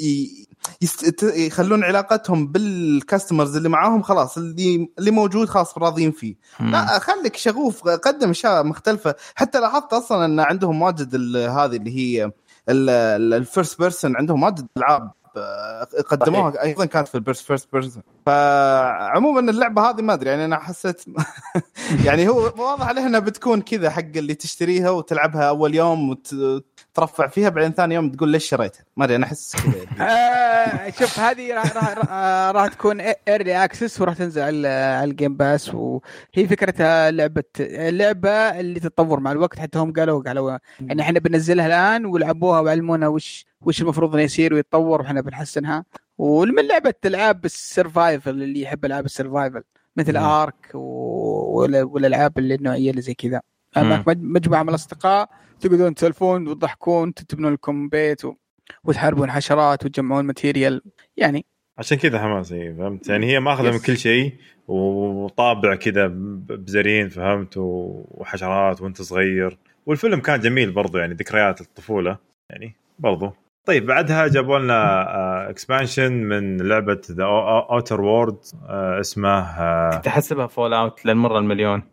يخلون علاقتهم بالكاستمرز اللي معاهم خلاص، اللي موجود خلاص راضيين فيه. لا خليك شغوف، قدم اشياء مختلفه. حتى لاحظت اصلا ان عندهم واجد هذه اللي هي الفيرست بيرسون، عندهم واجد العاب قدموها ايضا كانت في الفيرست بيرسون. فعموما اللعبه هذه ما ادري يعني انا حسيت يعني هو واضح عليها انها بتكون كذا حق اللي تشتريها وتلعبها اول يوم وترفع فيها بعدين ثاني يوم تقول ليش شريتها. ما ادري انا احس كذا. شوف هذه راح تكون ايرلي اكسس وراح تنزل على الجيم باس، وهي فكرتها اللعبه اللي تتطور مع الوقت. حتى هم قالوا يعني احنا بننزلها الان ولعبوها وعلمونا وش المفروض انه يصير ويتطور وإحنا بنحسنها. ومن لعبة العاب السرفايفل اللي يحب العاب السرفايفل مثل آرك والالعاب اللي النوعية اللي زي كذا، مجموعة من الأصدقاء تقعدون تسولفون وتضحكون تبنون لكم بيت وتحاربون حشرات وتجمعون ماتيريال يعني. عشان كذا حماسي فهمت يعني هي ماخذة من كل شيء وطابع كذا بزرين فهمت وحشرات وانت صغير. والفيلم كان جميل برضو يعني ذكريات الطفولة يعني برضو. طيب بعدها جابوا لنا اكسبانشن من لعبة The Outer Worlds اسمه تحسبها فول اوت للمرة المليون.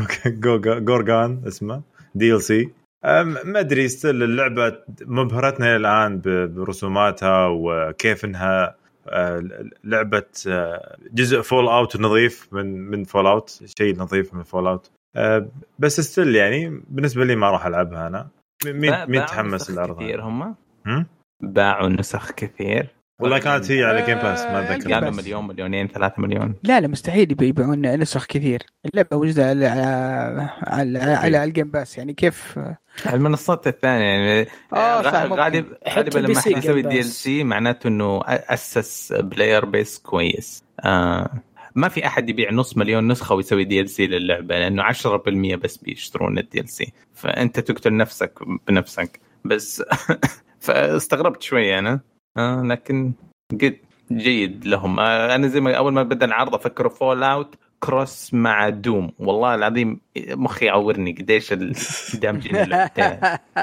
جورغان اسمه DLC. ما ادري ستيل اللعبة مبهرتنا الآن برسوماتها وكيف انها لعبة جزء فول اوت نظيف من فول اوت، شيء نظيف من فول اوت. بس ستيل يعني بالنسبة لي ما راح ألعبها أنا. مين تحمس العرض كثير هم باعوا نسخ كثير والله كانت هي على جيم باس ما أتذكر قالوا مليون مليونين 3 مليون. لا مستحيل يبيعون نسخ كثير. اللعبة وجودها على الجيم باس يعني كيف المنصات الثانية يعني غالبا لما حد يسوي DLC معناته انه اسس بلاير بيس كويس. ما في احد يبيع 500,000 نسخة ويسوي DLC للعبة لانه 10% بس بيشترون DLC، فانت تقتل نفسك بنفسك بس. فاستغربت شوية انا لكن جيد لهم. انا زي ما اول ما بدا العرض افكر فول اوت كروس مع دوم، والله العظيم مخي يعورني قديش الدمجين اللعبتين.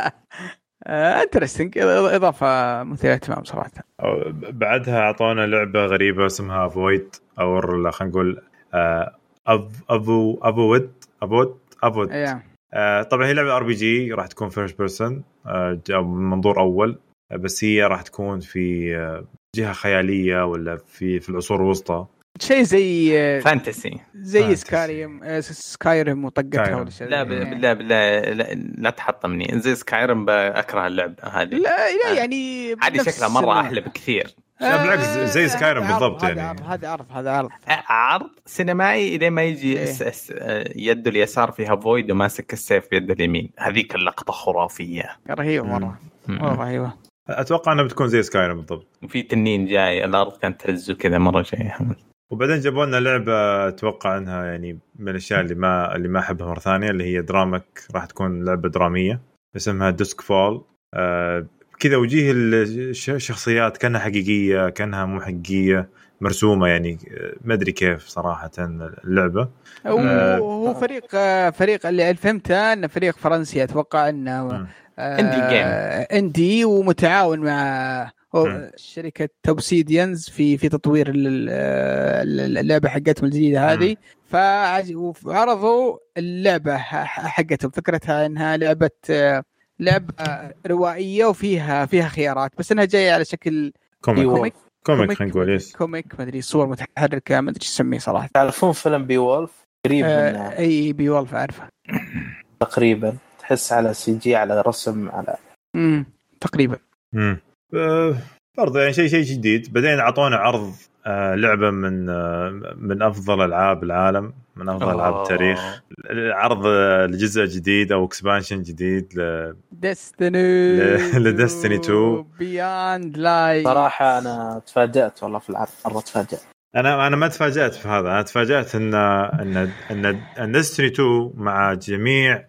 انترستنج، اضافه مثيره اهتمام صراحه. بعدها اعطونا لعبه غريبه اسمها فويد او خلينا نقول ابود. طبعا هي لعبه RPG راح تكون فيرست بيرسون منظور اول، بس هي راح تكون في جهه خياليه ولا في العصور الوسطى، شيء زي فانتسي زي سكايرم وطقتها ولا شيء. لا بالله لا تحطمني زي سكايرم، بكره اللعبه هذه. لا يعني هذه شكلها مره احلى بكثير. لا بالعكس زي سكايرم بالضبط يعني. هذا عرض سينمائي إذا ما يجي يده اليسار فيها فويد وماسك السيف بيده اليمين، هذيك اللقطه خرافيه رهيبه مره رهيبه. اتوقع انها بتكون زي سكايرم بالضبط، وفي تنين جاي الارض كانت تهز كذا مره شيء. وبعدين جابوا لنا لعبه اتوقع انها يعني من الاشياء اللي ما احبها مره ثانيه، اللي هي درامك، راح تكون لعبه دراميه اسمها دوسك فول. كذا وجيه الشخصيات كانها حقيقيه كانها مو حقيقيه، مرسومه يعني ما ادري كيف صراحه اللعبه. هو فريق اللي فهمته انه فريق فرنسي، اتوقع انه اندي ومتعاون مع شركة توبسيديانز في تطوير اللعبة حقتهم الجديدة هذه. فعرضوا اللعبة حقتهم، فكرتها انها لعبة روائية وفيها خيارات، بس انها جاية على شكل كوميك خلينا نقول كوميك ما ادري صور متحركة ما ادري ايش اسميه صراحة. تعرفون فيلم بي وولف قريب منه؟ اي بي وولف اعرفه تقريبا، تحس على CG على رسم على تقريبا. برضه يعني شيء جديد. بعدين اعطونا عرض لعبه من افضل العاب العالم، من افضل العاب التاريخ، عرض الجزء جديد او اكسبانشن جديد لدستني 2 بياند لايت. صراحه انا تفاجأت والله في العرض، مره تفاجأت. انا ما تفاجأت في هذا، انا تفاجأت ان دستني 2 مع جميع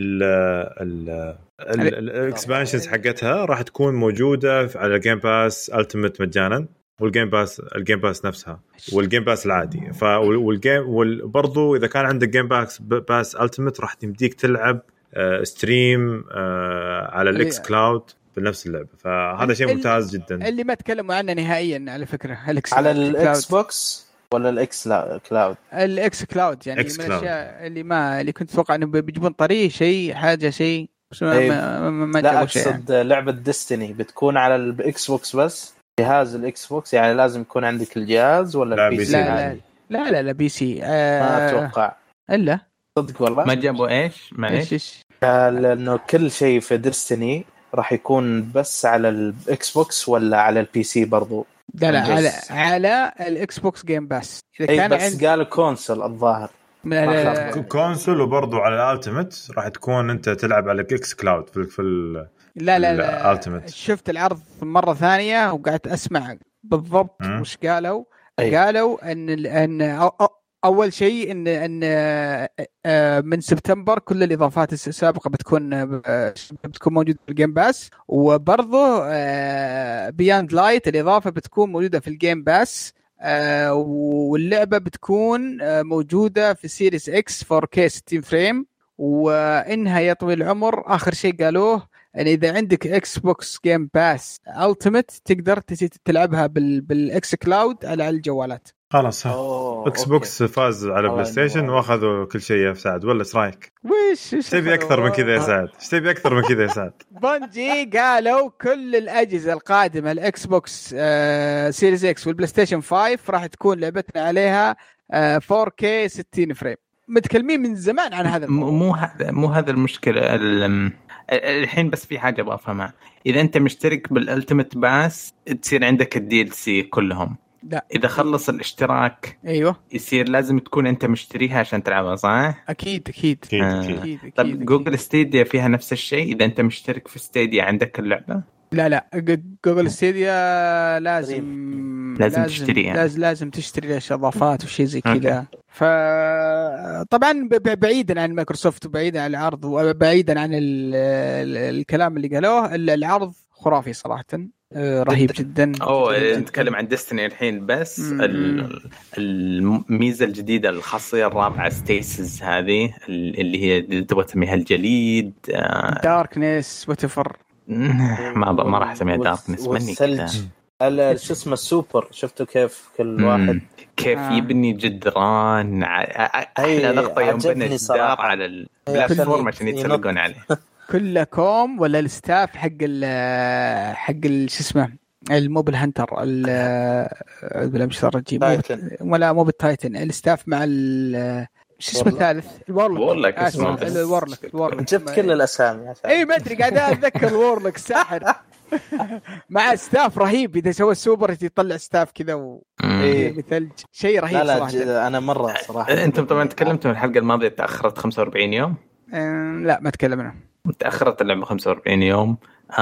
الاكسبانشنز حقتها راح تكون موجوده على جيم باس التيمت مجانا، والجيم باس نفسها والجيم باس العادي. وبرضو اذا كان عندك جيم باس التيمت راح تمديك تلعب ستريم على الاكس كلاود بنفس اللعبه، فهذا شيء ممتاز جدا. اللي ما تكلموا عنه نهائيا على فكره على الاكس بوكس ولا الاكس كلاود. الاكس كلاود يعني من الاشياء اللي كنت اتوقع انه بيجيبون طريق شيء بس ما لا اقصد لعبه ديستني بتكون على الاكس بوكس بس جهاز الاكس بوكس يعني لازم يكون عندك الجهاز ولا البي سي؟ لا بي سي. ما اتوقع الا صدق والله ما جابوا ايش قال انه كل شيء في ديستني راح يكون بس على الاكس بوكس ولا على البي سي برضو؟ لا على الاكس بوكس جيم باس. اذا كان بس قالوا كونسول الظاهر كونسول وبرضو على الالتيميت راح تكون انت تلعب على اكس كلاود في لا شفت العرض مرة ثانية وقعدت اسمع بالضبط وش قالوا. قالوا ان اول شيء ان من سبتمبر كل الاضافات السابقه بتكون موجوده في الجيم باس، وبرضه بياند لايت الاضافه بتكون موجوده في الجيم باس، واللعبه بتكون موجوده في سيريس اكس 4K 60 فريم، وانها يا طويل العمر اخر شيء قالوه ان اذا عندك اكس بوكس جيم باس التيمت تقدر تلعبها بالاكس كلاود على الجوالات. خلاص اكس بوكس فاز على بلاي ستيشن واخذوا كل شيء يا سعد، ولا ايش رايك؟ وش تبي اكثر من كذا يا سعد؟ ايش تبي اكثر من كذا يا سعد؟ بنجي قالوا كل الاجهزه القادمه الاكس بوكس سيريز اكس والبلاي ستيشن 5 راح تكون لعبتنا عليها 4K 60 فريم. متكلمين من زمان عن هذا مو هذا المشكله الحين، بس في حاجه ابغى افهمها. اذا انت مشترك بالالتيميت باس تصير عندك الدي ال سي كلهم. لا. اذا خلص الاشتراك ايوه يصير لازم تكون انت مشتريها عشان تلعبها صح؟ اكيد. طب جوجل ستيديا فيها نفس الشيء؟ اذا انت مشترك في ستيديا عندك اللعبه؟ لا جوجل ستيديا لازم تشتريها، لازم تشتري ليش اضافات وشيء زي كذا. فطبعا بعيدا عن مايكروسوفت وبعيدا عن العرض وبعيدا عن الكلام اللي قالوه، العرض خرافي صراحه، رهيب جدا. نتكلم عن ديستني الحين بس. الميزه الجديده الخاصيه الرابعه ستيسز هذه اللي هي تبغى تسميها الجليد داركنس واتفر، ما راح اسميها داركنس مني كذا. شو اسمه السوبر، شفتوا كيف كل واحد كيف يبني جدران. احلى لقطه يوم بنى جدار على البلاتفورم عشان يتسلقون عليه. كله كوم ولا الستاف حق شو اسمه الموبل هانتر ولا مش الرجيم ولا مو بالتايتن، الستاف مع شو اسمه الثالث الورلك. الورلك جبت كل الاسامي. اي ما ادري قاعد اتذكر الورلك الساحر مع ستاف رهيب. اذا سوى السوبر يطلع ستاف كذا مثل شيء رهيب. لا صراحه انا مره صراحه. انتم طبعا تكلمتوا الحلقه الماضيه تاخرت 45 يوم. لا ما تكلمنا، تأخرت اللعبة 45 يوم.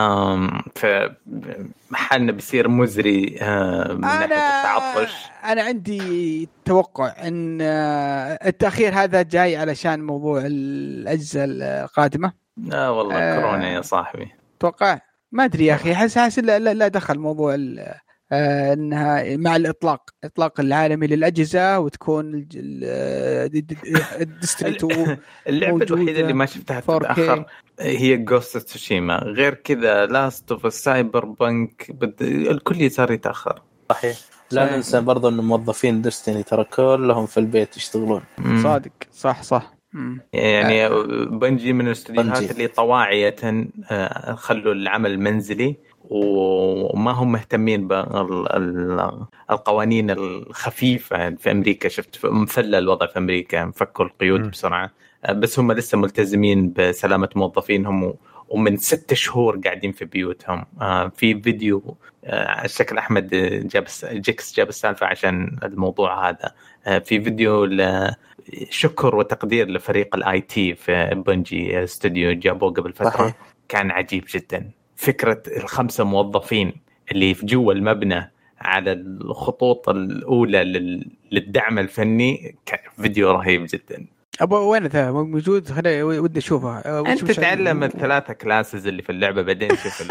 فمحلنا بيصير مزري من ناحية التعطش. أنا عندي توقع أن التأخير هذا جاي علشان موضوع الأجهزة القادمة. لا والله كورونا يا صاحبي. توقع ما أدري يا أخي، حاسس لا دخل موضوع انها مع اطلاق العالمي للاجهزه وتكون الديستريتو اللعبه الوحيده اللي ما شفتها تتاخر هي جوست تسوشيما. غير كذا لاست اوف سايبر بانك الكل صار يتاخر. صحيح. لا ننسى برضو ان موظفين ديستني ترى كلهم في البيت يشتغلون. صادق صح. يعني بنجي من الاستديوهات اللي طواعيه خلوا العمل المنزلي وما هم مهتمين بالقوانين الخفيفة في أمريكا. شفت مثل الوضع في أمريكا، مفكوا القيود بسرعة، بس هم لسه ملتزمين بسلامة موظفينهم ومن 6 شهور قاعدين في بيوتهم. في فيديو الشكل أحمد جاب السالفة عشان الموضوع هذا. في فيديو شكر وتقدير لفريق الآي تي في بنجي ستوديو جابوه قبل فترة. كان عجيب جدا. فكرة 5 موظفين اللي في جوا المبنى على الخطوط الأولى للدعم الفني، فيديو رهيب جدا. وين ذا موجود؟ خليني ودي أشوفه. أنت تتعلم 3 كلاسز اللي في اللعبة بعدين شوف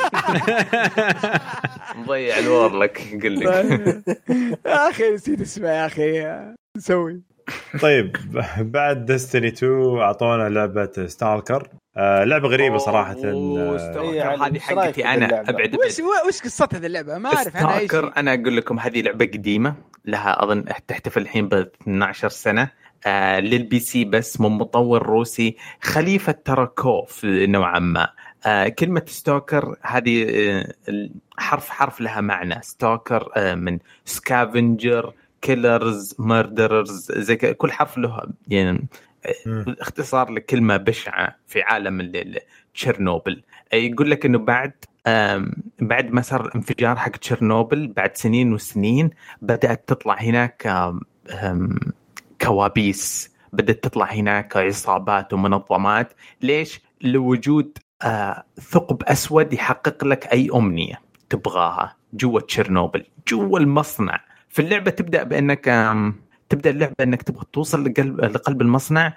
مضيع الورلك قل لك يا أخي نسيت اسمه يا أخي نسوي. طيب بعد ديستني 2 أعطونا لعبة ستالكر. لعبة غريبة صراحة. هذه حقتي أنا أبعد. وش قصة هذه اللعبة؟ ما أعرف أنا أي شيء. أنا أقول لكم هذه لعبة قديمة لها أظن تحتفل الحين ب 12 سنة. للبي سي بس من مطور روسي خليفة تراكوف نوعا ما. كلمة ستوكر هذه حرف لها معنى. ستوكر من سكافنجر، كيلرز، ميردررز، زي كل حرف له يعني اختصار لكلمة بشعة في عالم تشيرنوبل. يقول لك إنه بعد ما صار الانفجار حق تشيرنوبل، بعد سنين وسنين بدأت تطلع هناك كوابيس، بدأت تطلع هناك عصابات ومنظمات. ليش؟ لوجود ثقب أسود يحقق لك أي أمنية تبغاها جوا تشيرنوبل، جوا المصنع. في اللعبة تبدأ اللعبة أنك تبغى توصل لقلب المصنع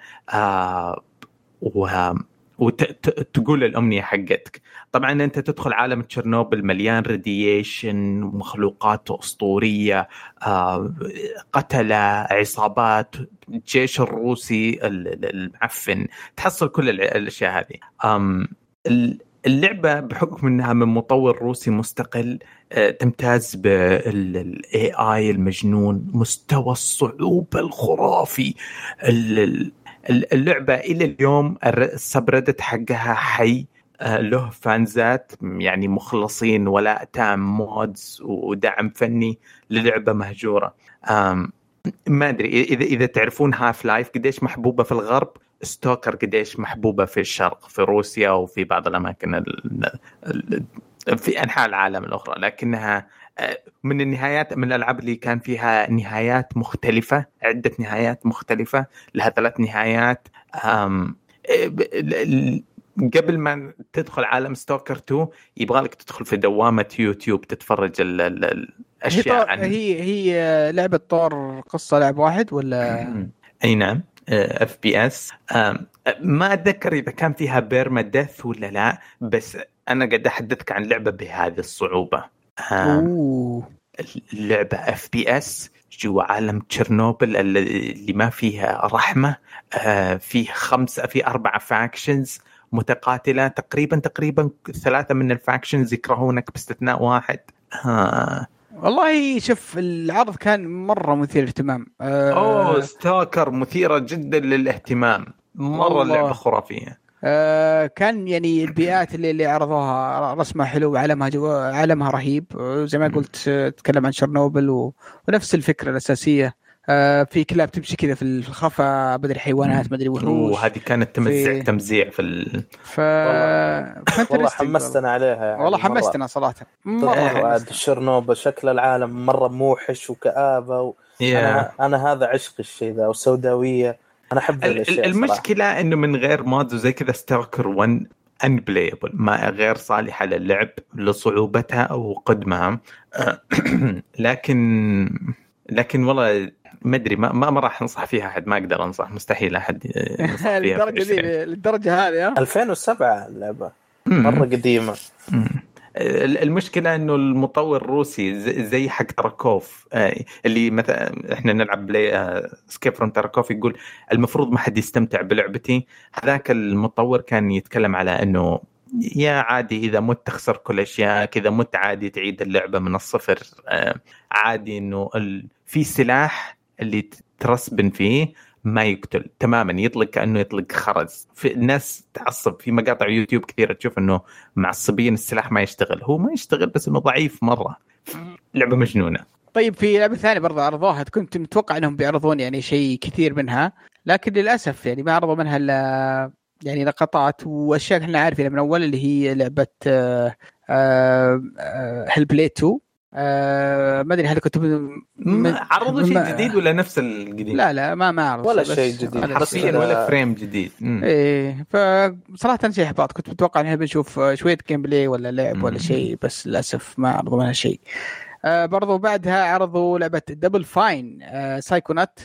وتقول الأمنية حقتك. طبعا أنت تدخل عالم تشيرنوبل مليان راديشن، مخلوقات أسطورية، قتلة، عصابات، الجيش الروسي المعفن، تحصل كل الأشياء هذه. اللعبة بحكم أنها من مطور روسي مستقل تمتاز بالAI المجنون، مستوى الصعوبة الخرافي. اللعبة إلى اليوم السبردت حقها حي، له فانزات يعني مخلصين، ولا أتام مودز ودعم فني للعبة مهجورة. ما أدري إذا تعرفون هاف لايف قديش محبوبة في الغرب، ستوكر قديش محبوبة في الشرق، في روسيا وفي بعض الأماكن في أنحاء العالم الأخرى. لكنها من النهايات، من الألعاب اللي كان فيها نهايات مختلفة، عدة نهايات مختلفة، لها 3 نهايات. قبل ما تدخل عالم ستوكر 2 يبغالك تدخل في دوامة يوتيوب تتفرج الأشياء عنه. هي لعبة طور قصة لعب واحد ولا؟ أي نعم، FPS. ما أتذكر إذا كان فيها بيرما ديث ولا لا، بس أنا قد أحدثك عن لعبة بهذه الصعوبة. اللعبة FPS جوا عالم تشيرنوبل اللي ما فيها رحمة. فيه 4 فاكشنز متقاتلة، تقريبا 3 من الفاكشنز يكرهونك باستثناء واحد. والله شوف، العرض كان مرة مثير اهتمام. ستوكر مثيرة جدا للاهتمام، مرة اللعبة خرافية. كان يعني البيئات اللي عرضوها رسمها حلو، وعالمها رهيب زي ما قلت. تكلم عن شرنوبل ونفس الفكرة الأساسية. في كلاب تمشي كذا في الخفا، بدري حيوانات، مدري وحوش، وهذه كانت تمزيع والله حمستنا عليها يعني. والله حمستنا صراحة. شرنوبل شكل العالم مرة موحش وكآبة أنا هذا عشق الشيء ذا، وسوداوية. أنا أحب الأشياء. المشكلة صراحة إنه من غير مودز وزي كذا ستوكر 1 unplayable، ما غير صالحة للعب لصعوبتها أو قدمها. لكن والله ما أدري، ما راح أنصح فيها أحد، ما أقدر أنصح، مستحيل أحد ينصح فيها. للدرجة هذه 2007 اللعبة، مرة قديمة. المشكلة إنه المطور الروسي زي حق تراكوف، اللي مثلا إحنا نلعب سكيب فروم تراكوف، يقول المفروض ما حد يستمتع بلعبتي. هذاك المطور كان يتكلم على إنه يا عادي إذا مت تخسر كل أشياء، إذا مت عادي تعيد اللعبة من الصفر. عادي إنه في سلاح اللي ترسبن فيه ما يقتل تماما، يطلق كأنه يطلق خرز. في الناس تعصب في مقاطع يوتيوب كثيرة تشوف انه معصبين السلاح ما يشتغل، هو ما يشتغل بس انه ضعيف مرة. لعبة مجنونة. طيب في لعبة ثانية برضه عرضوها، كنت متوقع انهم بيعرضون يعني شيء كثير منها، لكن للأسف يعني ما عرضوا منها يعني لقطات واشياء احنا عارفينها من اول، اللي هي لعبة هيل بلاي 2. ما ادري هل كنت عرضوا شيء جديد ولا نفس القديم؟ لا ما عرضوا ولا شيء جديد حرفيا، ولا فريم جديد. ايه، فصراحه شيء احباط. كنت متوقع انه بنشوف شويه جيم بلاي ولا لعب ولا شيء، بس للاسف ما عرضوا منها شيء. برضو بعدها عرضوا لعبه دبل فاين سايكونات.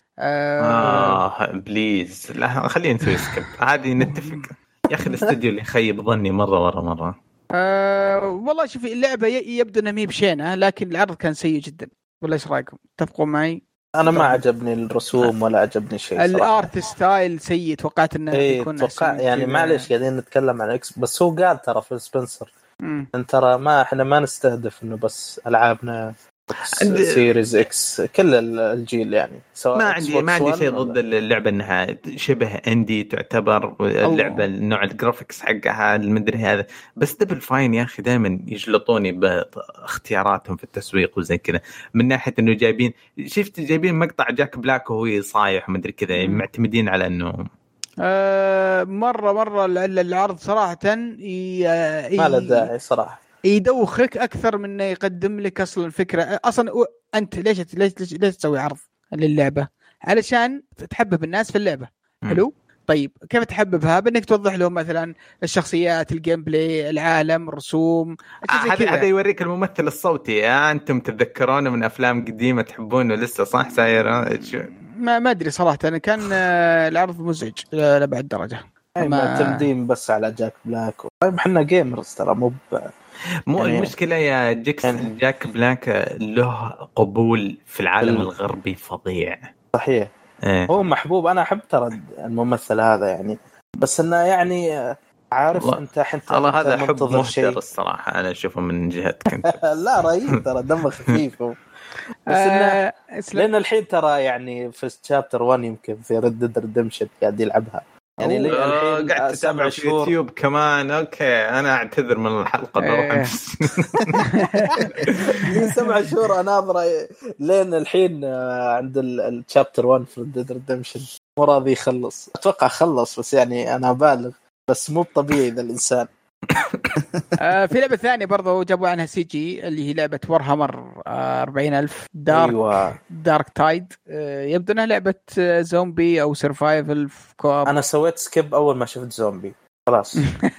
بليز لا خلينا نسوي سكيب، عادي نتفق يا اخي. الاستوديو اللي خيب ظني مره. والله شوف، اللعبة يبدو انها مي بشينة، لكن العرض كان سيء جدا. ولا ايش رايكم؟ تتفقون معي؟ انا ما عجبني الرسوم ولا عجبني شيء. الارت ستايل سيء، توقعت انه يكون احسن يعني. معليش قاعدين نتكلم عن اكس، بس هو قال ترى في سبنسر انت ترى احنا ما نستهدف انه بس العابنا سيريز اكس كل الجيل يعني. سواء ما عندي شيء ضد اللعبه انها شبه اندي تعتبر اللعبه نوع الجرافيكس حقها المدري هذا، بس دبل فاين يا اخي دائما يجلطوني باختياراتهم في التسويق وزي كذا، من ناحيه انه جايبين مقطع جاك بلاك وهو يصايح ومدري كذا، معتمدين على انه مرة العرض صراحة ما له داعي صراحة، يدوخك أكثر من إنه يقدم لك أصلا الفكرة. أصلا أنت ليش تسوي عرض للعبة؟ علشان تحبب الناس في اللعبة. حلو. طيب كيف تحببها؟ بأنك توضح لهم مثلا الشخصيات، الجيم بلاي، العالم، الرسوم. هذا يوريك الممثل الصوتي. أنتم تتذكرونه من أفلام قديمة تحبونه لسه صح ساير؟ ما أدري صراحة، أنا كان العرض مزعج لبعد درجة. معتمدين بس على جاك بلاك. طيب احنا جيمرز ترى مو يعني المشكلة يا جاك بلاك له قبول في العالم الغربي فظيع. صحيح. هو محبوب، أنا أحب ترى الممثل هذا يعني، بس إنه يعني عارف أنت الله هذا حب مهدر الصراحة أنا أشوفه من جهتك. لا رهيب ترى دمه خفيف. بس إنه لأن الحين ترى يعني في شابتر 1 يمكن في ريد ريدمشن قاعد يلعبها يعني الحين قاعد تتابع في يوتيوب كمان. اوكي انا اعتذر من الحلقه بروح 7 شهور اناظره لين الحين عند الشابتر 1 في ريد ريدمشن مو راضي يخلص. اتوقع خلص بس يعني انا بالغ، بس مو طبيعي ذا الانسان. في لعبة ثانية برضو جابوا عنها سي جي اللي هي لعبة وارهامر 40,000 دارك تايد. يبدو انها لعبة زومبي او سيرفايفل كوب. انا سويت سكيب اول ما شفت زومبي خلاص.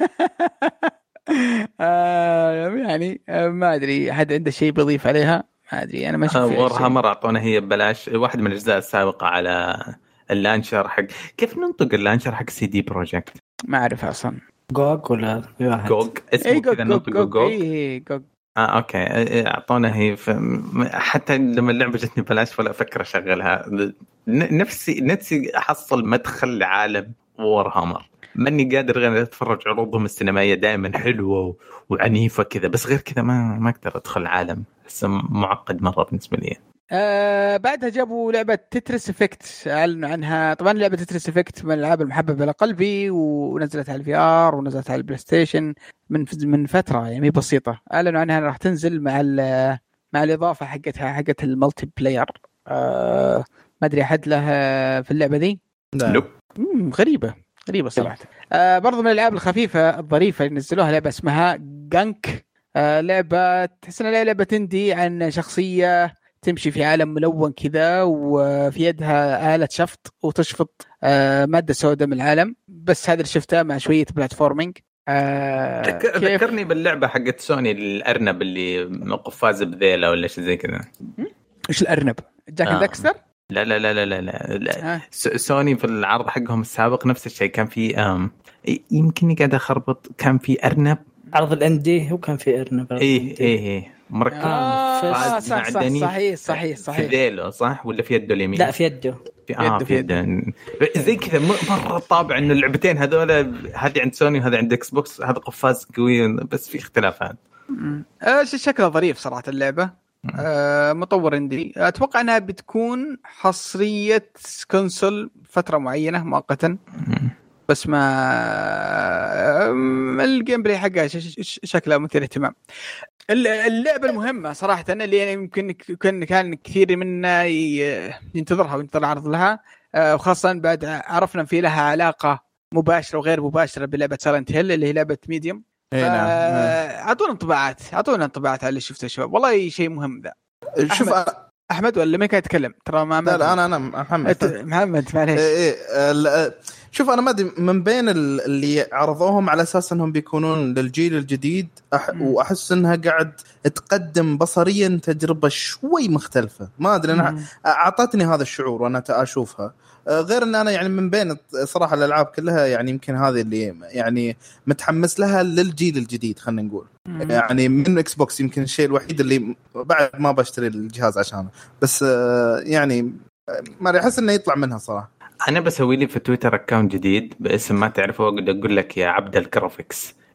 يعني ما ادري حد عنده شيء بيضيف عليها؟ ما ادري انا ما شفت. وارهامر اعطونا هي ببلاش واحد من الاجزاء السابقة على اللانشر حق، كيف ننطق اللانشر حق سي دي بروجكت؟ ما اعرف اصلا. جوج ولا جوج اسمه كذا نطق جوج. جوج. اوكي اعطونا هي حتى لما اللعبه جتني بلاش ولا افكر اشغلها. نفسي احصل مدخل لعالم وورهامر، ماني قادر غير اتفرج عروضهم السينمائيه دائما حلوه وعنيفه كذا، بس غير كذا ما اقدر ادخل عالم، بس معقد مره بالنسبه لي. بعدها جابوا لعبة تتريس إفكت، أعلنوا عنها. طبعا لعبة تتريس إفكت من الألعاب المحببة لقلبي، ونزلت على الفي آر ونزلت على البلاي ستيشن من فترة يعني بسيطة. أعلنوا عنها راح تنزل مع الإضافة حقت الملتي بلاير. ما أدري أحد له في اللعبة دي؟ لا. غريبة صراحة. برضو من الألعاب الخفيفة الظريفة اللي نزلوها لعبة اسمها جانك. لعبة تحس إنها لعبة تندي عن شخصية تمشي في عالم ملون كذا، وفي يدها آلة شفط وتشفط مادة سوداء من العالم. بس هذا اللي شفته مع شوية بلاتفورمينج. ذكرني باللعبة حقت سوني الأرنب اللي قفاز بذيلة ولا شيء زي كذا. إيش الأرنب؟ جاك داكستر؟ لا. سوني في العرض حقهم السابق نفس الشيء، كان في يمكن قاعد أخربط، كان في أرنب عرض الاندي وكان في أرنب. إيه مركب صحيح في ذيله صح ولا في يده اليمين؟ لا في يده. في يده زي كذا مرة طابع إنه اللعبتين هذول، هذه عند سوني وهذا عند إكس بوكس، هذا قفاز قوي بس في اختلافات. شكله ظريف صراحة اللعبة. مطور اندي، اتوقع انها بتكون حصرية كونسول فترة معينة مؤقتا، بس ما الجيم بلاي حقها شكلها مثير اهتمام. اللعبة المهمة صراحة اللي يمكن كان كثير منا ينتظرها وينتظر عرض لها، وخاصة بعد عرفنا في لها علاقة مباشرة وغير مباشرة بلعبة سايلنت هيل اللي هي لعبة ميديوم. اعطونا انطباعات على اللي شفته شباب. والله شيء مهم ذا. شوف احمد ولا مين كان يتكلم؟ ترى ما لا انا محمد معليش. شوف انا ما ادري من بين اللي عرضوهم على اساس انهم بيكونون للجيل الجديد، واحس انها قاعد تقدم بصريا تجربه شوي مختلفه. ما ادري انا اعطتني هذا الشعور وانا اشوفها، غير ان انا يعني من بين صراحه الالعاب كلها يعني يمكن هذه اللي يعني متحمس لها للجيل الجديد خلينا نقول. يعني من اكس بوكس يمكن الشيء الوحيد اللي بعد ما بشتري الجهاز عشانه، بس يعني ما احس انه يطلع منها صراحه. انا بسوي لي في تويتر اكاونت جديد باسم ما تعرفه، اقول لك يا عبد الجرافيكس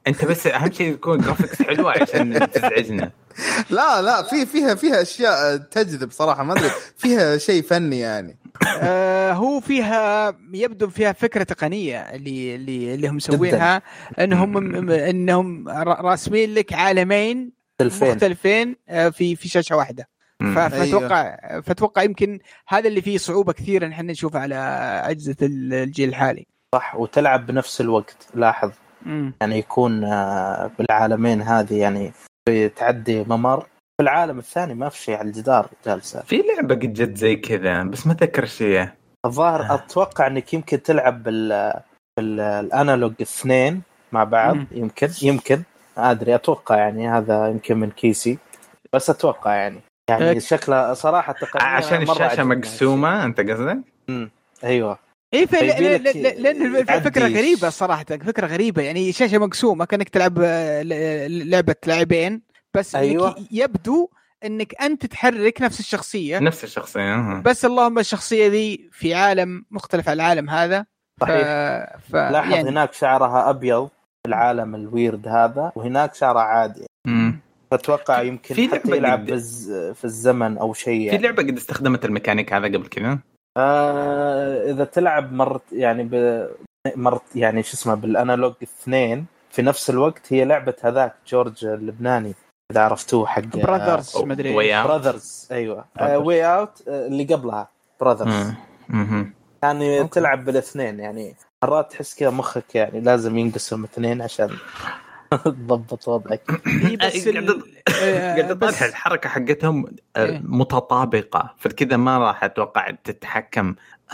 انت بس اهم شيء يكون جرافيكس حلوه عشان تزعجنا. لا فيها اشياء تجذب صراحه، ما ادري فيها شيء فني يعني. هو فيها يبدو فيها فكره تقنيه اللي هم مسوينها، انهم راسمين لك عالمين مختلفين في شاشه واحده. فتوقع يمكن هذا اللي فيه صعوبه كثير نحن نشوفه على اجهزه الجيل الحالي. صح، وتلعب بنفس الوقت. لاحظ يعني يكون بالعالمين هذه يعني تعدي ممر في العالم الثاني ما في شيء على الجدار جالسه. في لعبه قد جت زي كذا بس ما اتذكر شيء. الظاهر اتوقع انك يمكن تلعب بالانالوج 2 مع بعض. يمكن ادري، اتوقع يعني هذا يمكن من كيسي، بس اتوقع يعني شكله صراحه تقنيه عشان الشاشه مقسومه. انت قصدك؟ ايوه ايه لان الفكره غريبه صراحه، فكره غريبه يعني شاشه مقسومه كانك تلعب لعبه لاعبين بس. أيوة. يبدو انك انت تحرك نفس الشخصيه بس اللهم الشخصيه ذي في عالم مختلف عن العالم هذا. لاحظ يعني هناك شعرها ابيض في العالم الويرد هذا، وهناك شعرها عادي. فتوقع يمكن حتى يلعب في الزمن او شيء يعني. في لعبه قد استخدمت الميكانيك هذا قبل كذا. اذا تلعب مرت يعني مرت يعني شو اسمه بالانالوج 2 في نفس الوقت، هي لعبه هذاك جورج اللبناني اذا عرفتوه حق براذرز ما ادري براذرز. ايوه واي اوت اللي قبلها براذرز. يعني تلعب بالاثنين يعني مرات تحس كذا مخك يعني لازم ينقسم اثنين عشان تضبط وضعك. بس قاعد الحركه حقتهم متطابقه، فكذا ما راح اتوقع تتحكم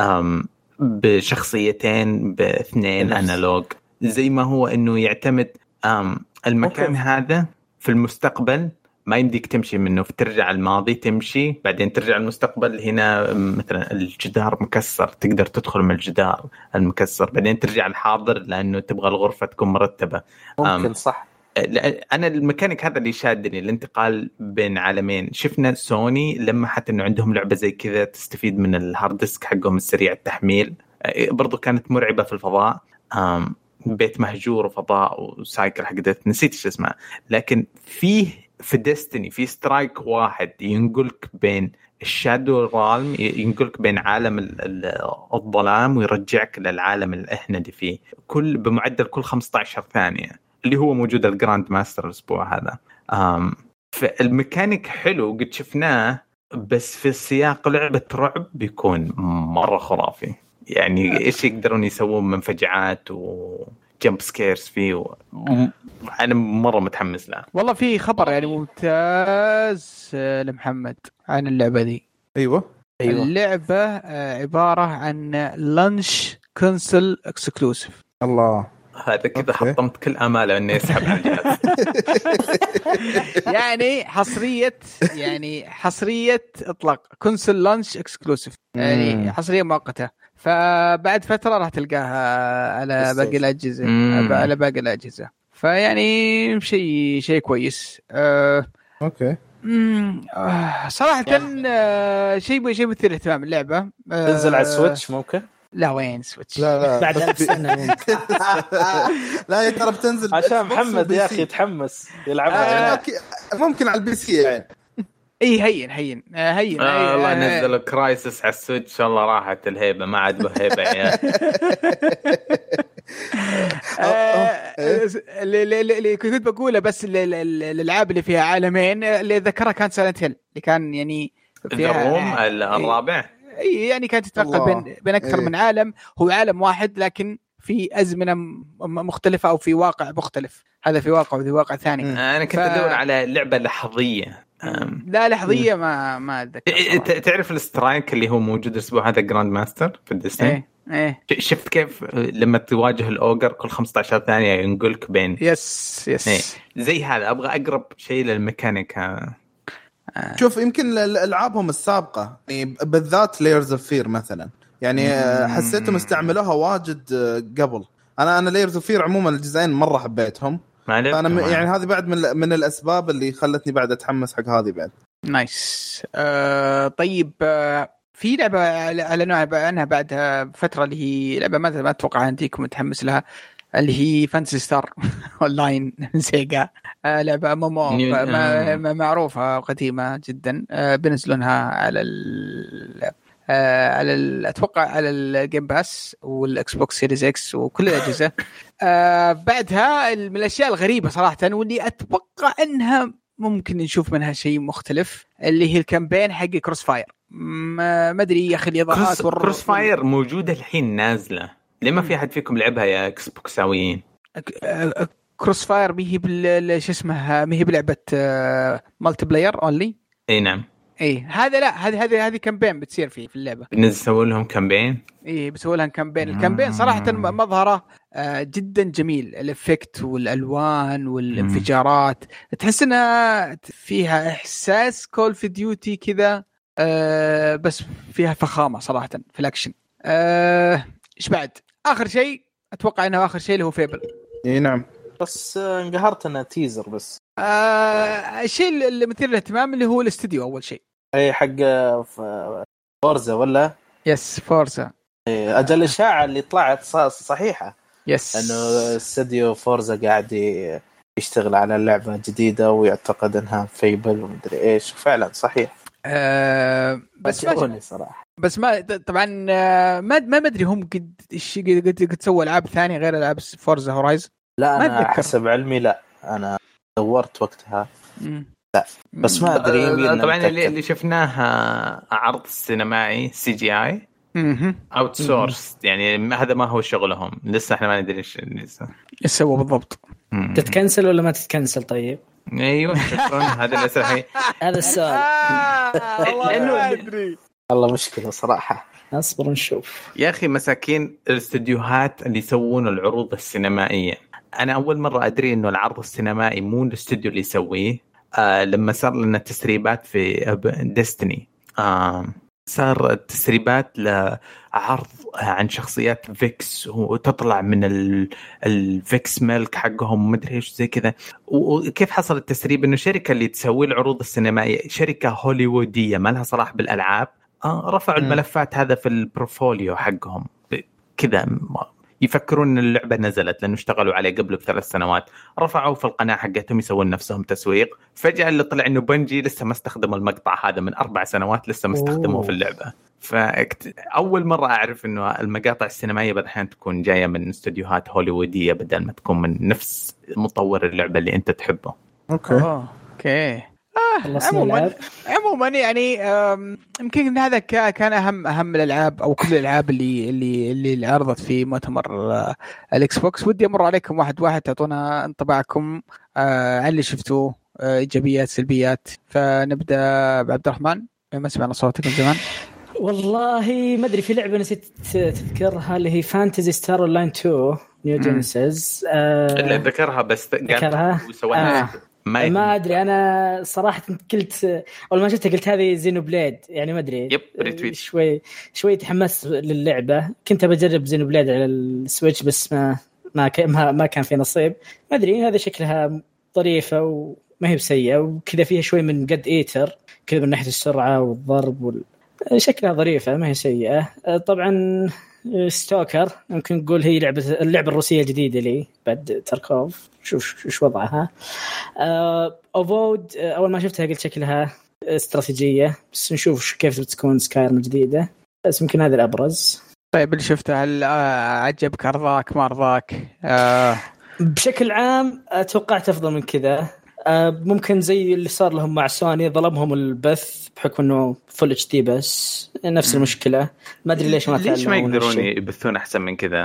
بشخصيتين باثنين انالوج زي ما هو انه يعتمد المكان هذا في المستقبل ما يمديك تمشي منه، فترجع الماضي تمشي بعدين ترجع المستقبل. هنا مثلا الجدار مكسر تقدر تدخل من الجدار المكسر، بعدين ترجع الحاضر لأنه تبغى الغرفة تكون مرتبة. ممكن صح. أنا الميكانيك هذا اللي شادني، الانتقال بين عالمين. شفنا سوني لما حتى إنه عندهم لعبة زي كذا تستفيد من الهارد ديسك حقهم السريع التحميل، برضو كانت مرعبة في الفضاء. بيت مهجور وفضاء وسايكل حق نسيت ايش اسمها، لكن في ديستني في سترايك واحد ينقلك بين الشادو رالم، ينقلك بين عالم الظلام ويرجعك للعالم اللي احنا دي فيه بمعدل كل 15 ثانية، اللي هو موجود الجراند ماستر الاسبوع هذا. فالميكانيك حلو قد شفناه، بس في السياق لعبة رعب بيكون مرة خرافي. يعني ايش يقدرون يسوون من فجعات وجمب سكيرز فيه انا مره متحمس له. والله في خبر يعني ممتاز لمحمد عن اللعبه دي. ايوه اللعبه عباره عن لانش كونسول اكسكلوسيف. الله، هذا كذا حطمت كل اماله انه يسحب على الجهاز. يعني حصريه اطلاق كونسول لانش اكسكلوسيف، يعني حصريه مؤقته، فبعد فتره راح تلقاها على باقي الاجهزه. فيعني شيء كويس. اوكي. صراحه شيء مثير اهتمام اللعبه. تنزل على السويتش ممكن؟ لا وين سويتش؟ لا بعد 1000 سنه. لا ترى بتنزل عشان محمد يا اخي يتحمس يلعبها. ممكن على البي سي يعني. اي هين الله نزل كرايسس على السويتش ان شاء الله راحت الهيبه، ما عاد به هيبه يا اللي كنت بقوله بس الالعاب اللي فيها عالمين اللي ذكرها كانت سايلنت هيل اللي كان يعني فيها الرابع. يعني كانت تتنقل بين اكثر من عالم، هو عالم واحد لكن في أزمنة مختلفة أو في واقع مختلف، هذا في واقع وذي واقع ثاني. أنا كنت أدور على لعبة لحظية. لا لحظية ما أتذكر. تعرف السترايك اللي هو موجود الأسبوع هذا جراند ماستر في الديستني؟ إيه. شفت كيف لما تواجه الأوجر كل 15 ثانية ينقلك بين يس إيه. زي هذا أبغى أقرب شيء للميكانيك هذا. شوف يمكن الألعابهم السابقة يعني بالذات Layers of Fear مثلا يعني حسيتهم استعملوها واجد قبل. أنا Layers of Fear عموما الجزئين مرة حبيتهم، فأنا يعني هذه بعد من الأسباب اللي خلتني بعد أتحمس حق هذه بعد. نايس. طيب في لعبة على نوع عنها بعد فترة اللي هي لعبة ما أتوقع أنتيكم متحمس لها، اللي هي فانتسي ستار اونلاين سيجا. لعبه معروفه قديمه جدا. بينزلونها على اتوقع على الجيم باس والاكس بوكس سيريز اكس وكل الاجهزه. بعدها من الاشياء الغريبه صراحه واللي اتوقع انها ممكن نشوف منها شيء مختلف اللي هي الكامبين حق كروس فاير. ما ادري يا اخي الاضاءات كروس فاير موجوده الحين نازله. لما في احد فيكم لعبها يا اكس بوكساويين؟ كروس فاير ما هي شو اسمها، ما هي بلعبه مالتي بلاير اونلي. اي نعم. اي هذا لا هذه كامبين بتصير في اللعبه. بنسوي لهم كامبين. اي بيسوي لهم كامبين. الكامبين صراحه مظهره جدا جميل. الافكت والالوان والانفجارات تحس انها فيها احساس كول اوف ديوتي كذا. بس فيها فخامه صراحه في الاكشن. ايش بعد اخر شيء؟ اتوقع انه اخر شيء اللي هو فيبل. اي نعم بس انقهرت انه تيزر بس. الشيء اللي مثير للاهتمام اللي هو الاستديو اول شيء. اي حق فورزا ولا يس فورزا. اجل الاشاعه اللي طلعت صحيحه. يس انه استديو فورزا قاعد يشتغل على لعبه جديده ويعتقد انها فيبل ومدري ايش. فعلا صحيح. بس ما صراحه. بس ما طبعا ما ادري هم قد سووا العاب ثانيه غير العاب فورزا هورايزن. لا انا حسب علمي لا انا دورت وقتها لا بس ما ادري. طبعا اللي شفناها عرض سينمائي CGI اوت سورس يعني هذا ما هو شغلهم لسه. احنا ما ندري ايش يسووا بالضبط. تتكنسل ولا ما تتكنسل؟ طيب ايوه هذا الاسئله. هذا السؤال. لانه والله مشكله صراحه. اصبر نشوف يا اخي مساكين الاستديوهات اللي يسوون العروض السينمائيه. انا اول مره ادري انه العرض السينمائي مو الاستوديو اللي يسويه. لما صار لنا تسريبات في ديستني صار تسريبات لعرض عن شخصيات فيكس وتطلع من الفيكس ميلك حقهم ومدري ايش زي كذا. وكيف حصل التسريب؟ انه شركه اللي تسوي العروض السينمائيه شركه هوليووديه ما لها صلاح بالالعاب رفعوا الملفات هذا في البروفوليو حقهم كذا. يفكرون ان اللعبه نزلت لانه اشتغلوا عليه قبل ب3 سنوات. رفعوا في القناه حقتهم يسوون نفسهم تسويق. فجاه اللي طلع انه بنجي لسه ما استخدموا المقطع هذا من 4 سنوات لسه ما استخدموه في اللعبه. فاول مره اعرف انه المقاطع السينمائيه بعض الاحيان تكون جايه من استوديوهات هوليووديه بدل ما تكون من نفس مطور اللعبه اللي انت تحبه. اوكي. عموما يعني يمكن ان هذا كان اهم الالعاب او كل الالعاب اللي عرضت في مؤتمر الاكس بوكس. ودي امر عليكم واحد تعطونا انطباعكم عن اللي شفتوه، ايجابيات سلبيات. فنبدا بعبد الرحمن. ما سمعنا صوتك من زمان. والله ما ادري في لعبه نسيت تذكرها اللي هي فانتزي ستار اونلاين 2 نيو جينيسيس. اللي ذكرها بس ذكرها ما ادري. انا صراحه قلت اول ما شفتها قلت هذه زينو بليد يعني ما ادري. شوي تحمست للعبه. كنت بجرب زينو بليد على السويتش بس ما كان في نصيب. ما ادري هذا شكلها ظريفه وما هي بسيئه وكذا فيها شوي من قد ايتر كذا من ناحيه السرعه والضرب شكلها ظريفه ما هي سيئه. طبعا ستوكر ممكن نقول هي اللعبة الروسية الجديدة لي بعد تاركوف. شوف إيش وضعها. أوفود أول ما شفتها قلت شكلها استراتيجية بس نشوف كيف بتكون سكايرم الجديدة. بس ممكن هذا الأبرز. طيب اللي شفته هل عجبك أرضاك ما أرضاك؟ بشكل عام توقعت أفضل من كذا. ممكن زي اللي صار لهم مع سوني ظلمهم البث بحكم انه فل اتش دي بس نفس المشكله. ما ادري ليش ما يقدرون يبثون احسن من كذا.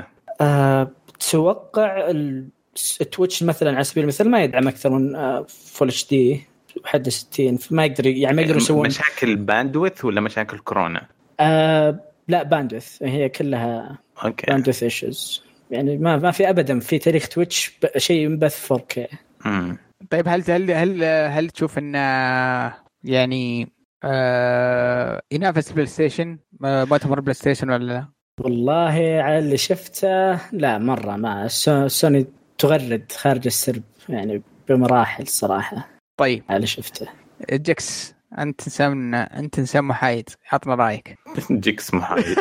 توقع التويتش مثلا على سبيل المثال ما يدعم اكثر من فل اتش دي وحد 60 فما يقدر يعني ما يقدروا يسوون. مشاكل باندويث ولا مشاكل كورونا؟ لا باندويث هي كلها باندويث ايشوز يعني ما في ابدا في تاريخ تويتش شيء ينبث 4K. طيب هل تشوف ان يعني ينافس بلاي ستيشن مؤتمر بلاي ستيشن ولا لا؟ والله على اللي شفته لا مرة ما سوني تغرد خارج السرب يعني بمراحل صراحة. طيب على اللي شفته جكس انت انسان محايد، عطنا رايك. جيكس محايد.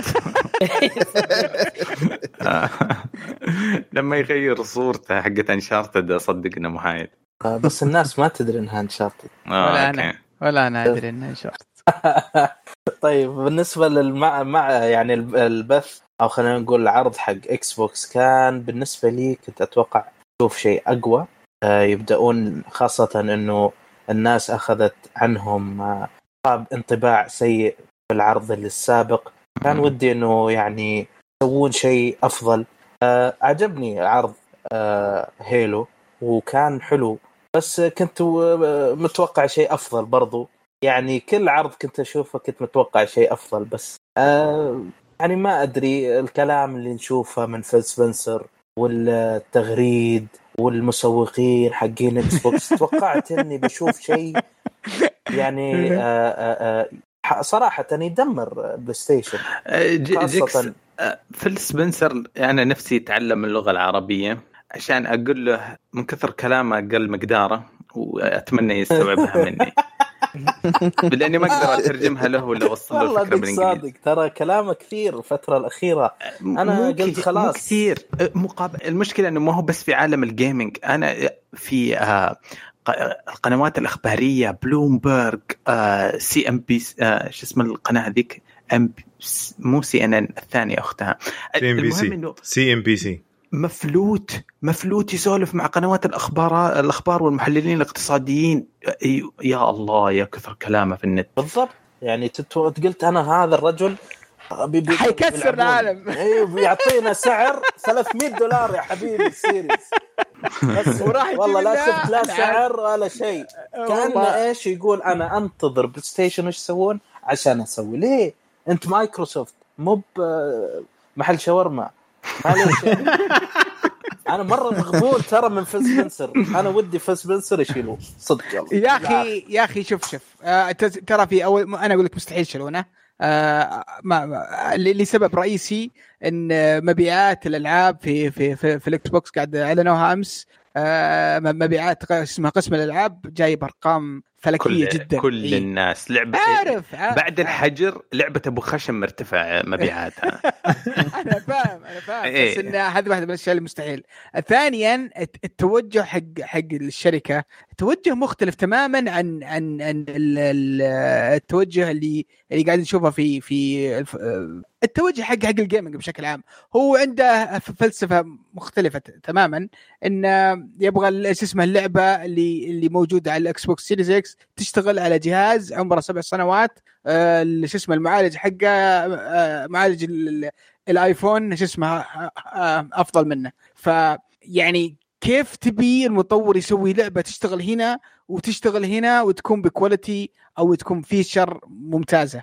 لما يغير صورته حقت انشارتد اصدقنا محايد. بس الناس ما تدري انها انشارتد. ولا انا ادري انها انشارتد. طيب بالنسبه مع يعني البث او خلينا نقول العرض حق اكس بوكس، كان بالنسبه لي كنت اتوقع اشوف شيء اقوى. يبدأون خاصه انه الناس اخذت عنهم انطباع سيء في العرض السابق. كان ودي انه يعني يسوون شيء افضل. عجبني عرض هيلو وكان حلو، بس كنت متوقع شيء افضل برضو. يعني كل عرض كنت اشوفه كنت متوقع شيء افضل، بس يعني ما ادري الكلام اللي نشوفه من فيل سبنسر والتغريد والمسوقين حقين اكس بوكس توقعت اني بشوف شيء يعني صراحة يدمر بلاي ستيشن. جيكس فيل سبنسر أنا نفسي يتعلم اللغة العربية عشان أقول له من كثر كلامه قل مقداره، وأتمنى يستوعبها مني. لأني ما أقدر أترجمها له ولا أوصل له الفكرة بالإنجليزي. صادق ترى كلامه كثير الفترة الأخيرة. أنا قلت خلاص كثير مقابل. المشكلة إنه ما هو بس في عالم الجيمينج، أنا في القنوات الإخبارية بلومبرج، سي ام بي، شو اسم القناة هذيك، مو سي ان ان الثانية أختها، سي ام بي سي. مفلوت يسولف مع قنوات الأخبار والمحللين الاقتصاديين. يا الله يا كثر كلامه في النت. بالضبط، يعني قلت أنا هذا الرجل حيكسر العالم. بيعطينا سعر $300 يا حبيبي السيريز. بس والله لا شفت لا سعر ولا شيء. كان ايش يقول انا انتظر بلاي ستيشن وش يسوون عشان اسوي. ليه انت مايكروسوفت مو محل شاورما؟ معليش انا مره مغبون ترى من فيل سبنسر. انا ودي فيل سبنسر يشيلوه صدق. يا اخي شوف ترى في اول انا اقول لك مستحيل يشيلونه. لسبب رئيسي ان مبيعات الالعاب في الاكس بوكس قاعد اعلنوها امس. مبيعات اسمها قسم الالعاب جايب ارقام فلكيه جدا. كل الناس لعبه بعد الحجر لعبه ابو خشم مرتفع مبيعاتها. انا فاهم بس ان هذا واحد من الاشياء المستحيل. ثانيا التوجه حق الشركه توجه مختلف تماما عن التوجه اللي قاعد نشوفه في التوجه حق الجيمنج بشكل عام. هو عنده فلسفه مختلفه تماما، ان يبغى اسمها اللعبه اللي موجوده على الاكس بوكس سيريز اكس تشتغل على جهاز عمره 7 سنوات. شو اسمه المعالج حقه معالج الايفون شو اسمه افضل منه. فيعني كيف تبي المطور يسوي لعبه تشتغل هنا وتشتغل هنا وتكون بكواليتي او تكون فيشر ممتازه؟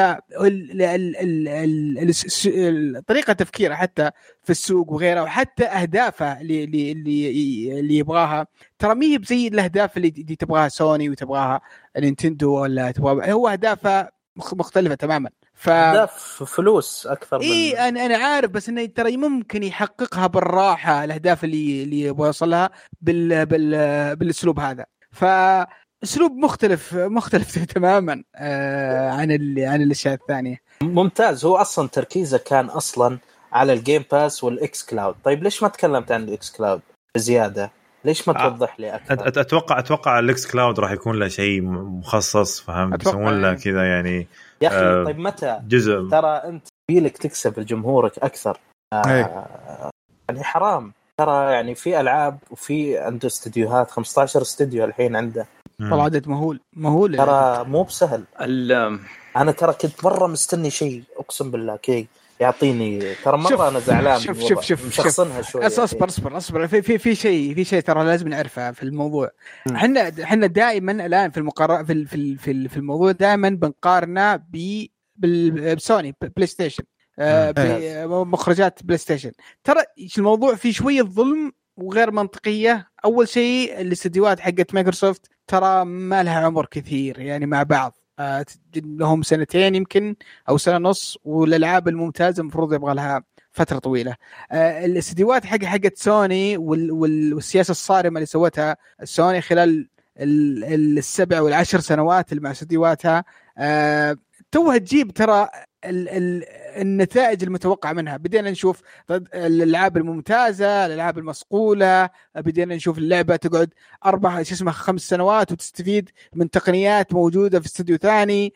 طريقة تفكيره حتى في السوق وغيره، وحتى أهدافه اللي يبغاها ترى ميه بزي الأهداف اللي تبغاها سوني وتبغاها نينتندو ولا تبغاها. هو أهدافه مختلفة تماما. أهداف فلوس أكثر من أنا عارف، بس إنه ترى ممكن يحققها بالراحة الأهداف اللي يبغى يوصلها بالأسلوب هذا. اسلوب مختلف تماما عن الاشياء الثانيه. ممتاز. هو اصلا تركيزه كان اصلا على الجيم باس والاكس كلاود. طيب ليش ما تكلمت عن الاكس كلاود بزياده؟ ليش ما توضح لي اكثر؟ اتوقع الاكس كلاود راح يكون له شيء مخصص، فهم يسوون له كذا يعني. يا اخي طيب متى جزء ترى انت فيلك تكسب الجمهورك اكثر. يعني حرام ترى. يعني في العاب وفي عنده استديوهات 15 استديو الحين عنده. والله عدد مهول ترى مو بسهل. انا ترى كنت مره مستني شيء اقسم بالله كي يعطيني. ترى مره انا زعلان. شوف مشخصنها شويه. اصبر في شيء ترى لازم نعرفه في الموضوع. احنا دائما الان في الموضوع دائما بنقارنه بسوني بلاي ستيشن، بمخرجات بلاي ستيشن. ترى الموضوع فيه شويه ظلم وغير منطقية. أول شيء الاستديوهات حقت مايكروسوفت ترى ما لها عمر كثير يعني مع بعض. لهم 2 يمكن أو 1.5 سنة، والألعاب الممتازة المفروض يبغى لها فترة طويلة. الاستديوهات حقت سوني والسياسة الصارمة اللي سوتها سوني خلال السبع والعشر سنوات اللي مع استديوهاتها توها تجيب ترى النتائج المتوقعة منها. بدينا نشوف الألعاب الممتازة، الألعاب المصقولة، بدينا نشوف اللعبة تقعد 5 سنوات وتستفيد من تقنيات موجودة في استوديو ثاني.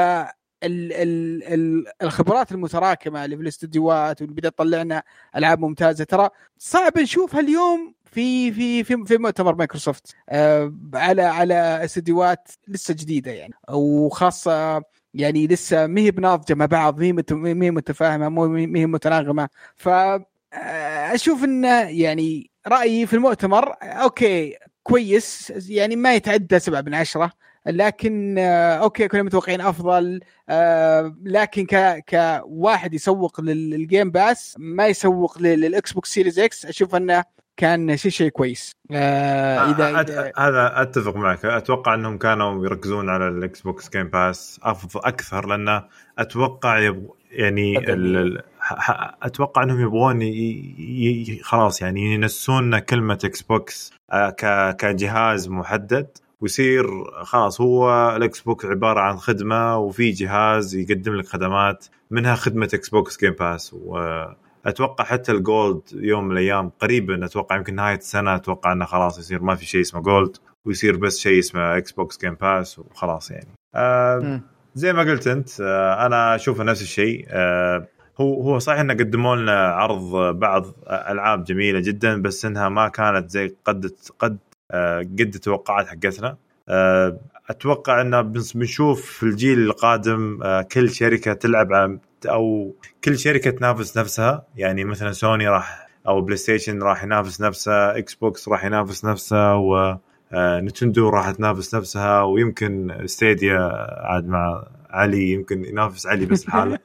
الخبرات المتراكمة اللي في الاستديوهات والبداية طلعنا ألعاب ممتازة ترى صعب نشوفها اليوم في مؤتمر مايكروسوفت على استديوهات لسه جديدة يعني، وخاصة يعني لسه مهي بناضجة مع بعض، مهي متفاهمة، مهي متناغمة. فأشوف إن يعني رأيي في المؤتمر أوكي كويس يعني ما يتعدى 7/10، لكن أوكي كنا متوقعين أفضل. لكن كواحد يسوق للجيم باس ما يسوق للإكس بوكس سيريز إكس، أشوف أنه كان شيء كويس. إذا هذا أتفق معك. أتوقع أنهم كانوا يركزون على الإكس بوكس جيم باس أكثر، لأنه أتوقع يعني أتوقع أنهم يبغون خلاص يعني ينسون كلمة إكس بوكس كجهاز محدد، ويصير خلاص هو الإكس بوكس عبارة عن خدمة، وفي جهاز يقدم لك خدمات منها خدمة إكس بوكس جيم باس. وأتوقع حتى الجولد يوم من الأيام قريبا، أتوقع يمكن نهاية السنة، أتوقع أنه خلاص يصير ما في شيء اسمه جولد، ويصير بس شيء اسمه إكس بوكس جيم باس وخلاص يعني. زي ما قلت أنت، أنا أشوف نفس الشيء. هو صحيح إنه قدموا لنا عرض بعض ألعاب جميلة جدا، بس إنها ما كانت زي قد توقعات حقتنا. أتوقع إنه بنشوف في الجيل القادم كل شركة تلعب أو كل شركة تنافس نفسها. يعني مثلا سوني راح، أو بلاي ستيشن راح ينافس نفسه، إكس بوكس راح ينافس نفسه، ونتندو راح تنافس نفسها، ويمكن ستيديا عاد مع علي يمكن ينافس علي بس الحالة.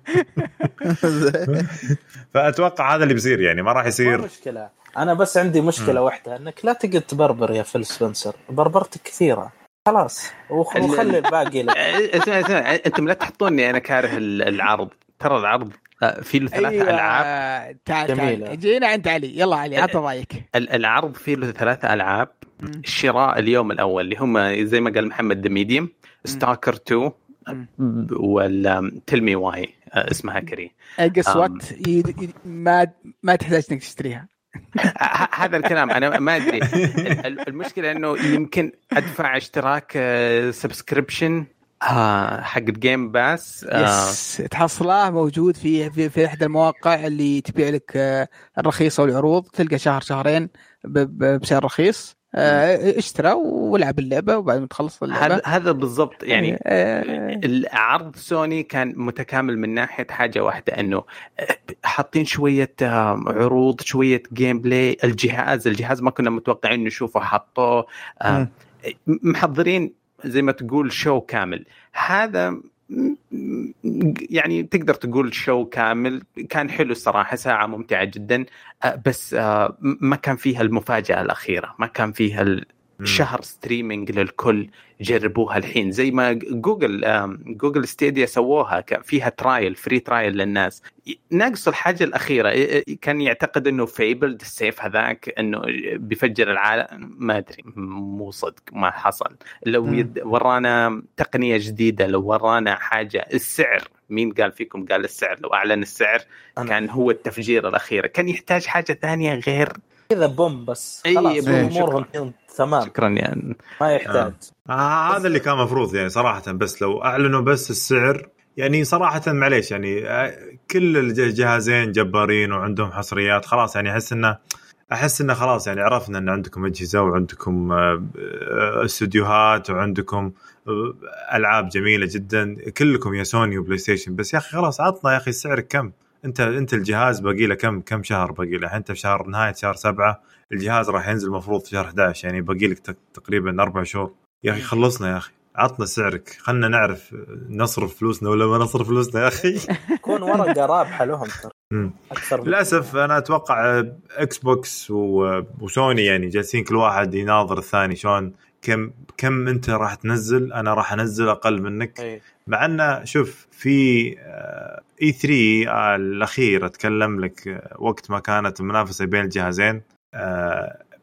فأتوقع هذا اللي بيصير، يعني ما راح يصير مشكلة. أنا بس عندي مشكلة واحدة، أنك لا تقعد تبربر يا فيل سبنسر، بربرتك كثيرة خلاص، وخلي الباقي لك. اسمع أنتم لا تحطوني أنا كاره العرض، ترى العرض فيه له 3 ألعاب. تعال جينا عند علي، يلا علي عطى رأيك. العرض فيه له 3 ألعاب. الشراء اليوم الأول اللي هم زي ما قال محمد The Medium، ستاكر 2، ولا تلمي واي اسمها كري. قصوت ما تحتاج انك تشتريها. هذا الكلام انا ما ادري. المشكله انه يمكن ادفع اشتراك سبسكريبشن حق الجيم باس. تحصله موجود في احدى المواقع اللي تبيع لك الرخيصه والعروض، تلقى شهرين بسعر رخيص. اشترى والعب اللعبة وبعد ما تخلص اللعبة. هذا بالضبط يعني. العرض سوني كان متكامل من ناحية حاجة واحدة، انه حاطين شوية عروض، شوية جيم بلاي. الجهاز ما كنا متوقعين نشوفه، حطوه محضرين زي ما تقول شو كامل. هذا يعني تقدر تقول شو كامل. كان حلو الصراحة، ساعة ممتعة جدا، بس ما كان فيها المفاجأة الأخيرة، ما كان فيها شهر ستريمينج للكل. جربوها الحين زي ما جوجل ستيديا سووها، كان فيها فري ترايل للناس. ناقص الحاجة الأخيرة. كان يعتقد أنه فيبلد السيف هذاك أنه بيفجر العالم، ما أدري، مو صدق، ما حصل. لو ورانا تقنية جديدة، لو ورانا حاجة. السعر، مين قال فيكم قال السعر؟ لو أعلن السعر كان هو التفجير الأخير. كان يحتاج حاجة ثانية غير كذا بوم بس. خلاص أمورهم تمام. شكرا يعني. ما يحتاج. هذا اللي كان مفروض يعني صراحة. بس لو أعلنوا بس السعر يعني صراحة معليش يعني كل الجهازين جبارين وعندهم حصريات خلاص. يعني أحس إنه خلاص يعني عرفنا إن عندكم أجهزة وعندكم استوديوهات وعندكم ألعاب جميلة جدا كلكم يا سوني وبلاي ستيشن. بس يا أخي خلاص عطنا يا أخي السعر كم. أنت الجهاز باقي له كم شهر باقي له. أنت في نهاية شهر 7 الجهاز راح ينزل مفروض في شهر 11، يعني باقي لك تقريبا 4 شهور. يا أخي خلصنا يا أخي، عطنا سعرك، خلنا نعرف نصرف فلوسنا ولا ما نصرف فلوسنا يا أخي. كون ورقة رابحة لهم للأسف. أنا أتوقع إكس بوكس وسوني يعني جالسين كل واحد يناظر الثاني شلون كم أنت راح تنزل، أنا راح أنزل أقل منك. مع أنه شوف في E3 الأخير أتكلم لك وقت ما كانت المنافسة بين الجهازين،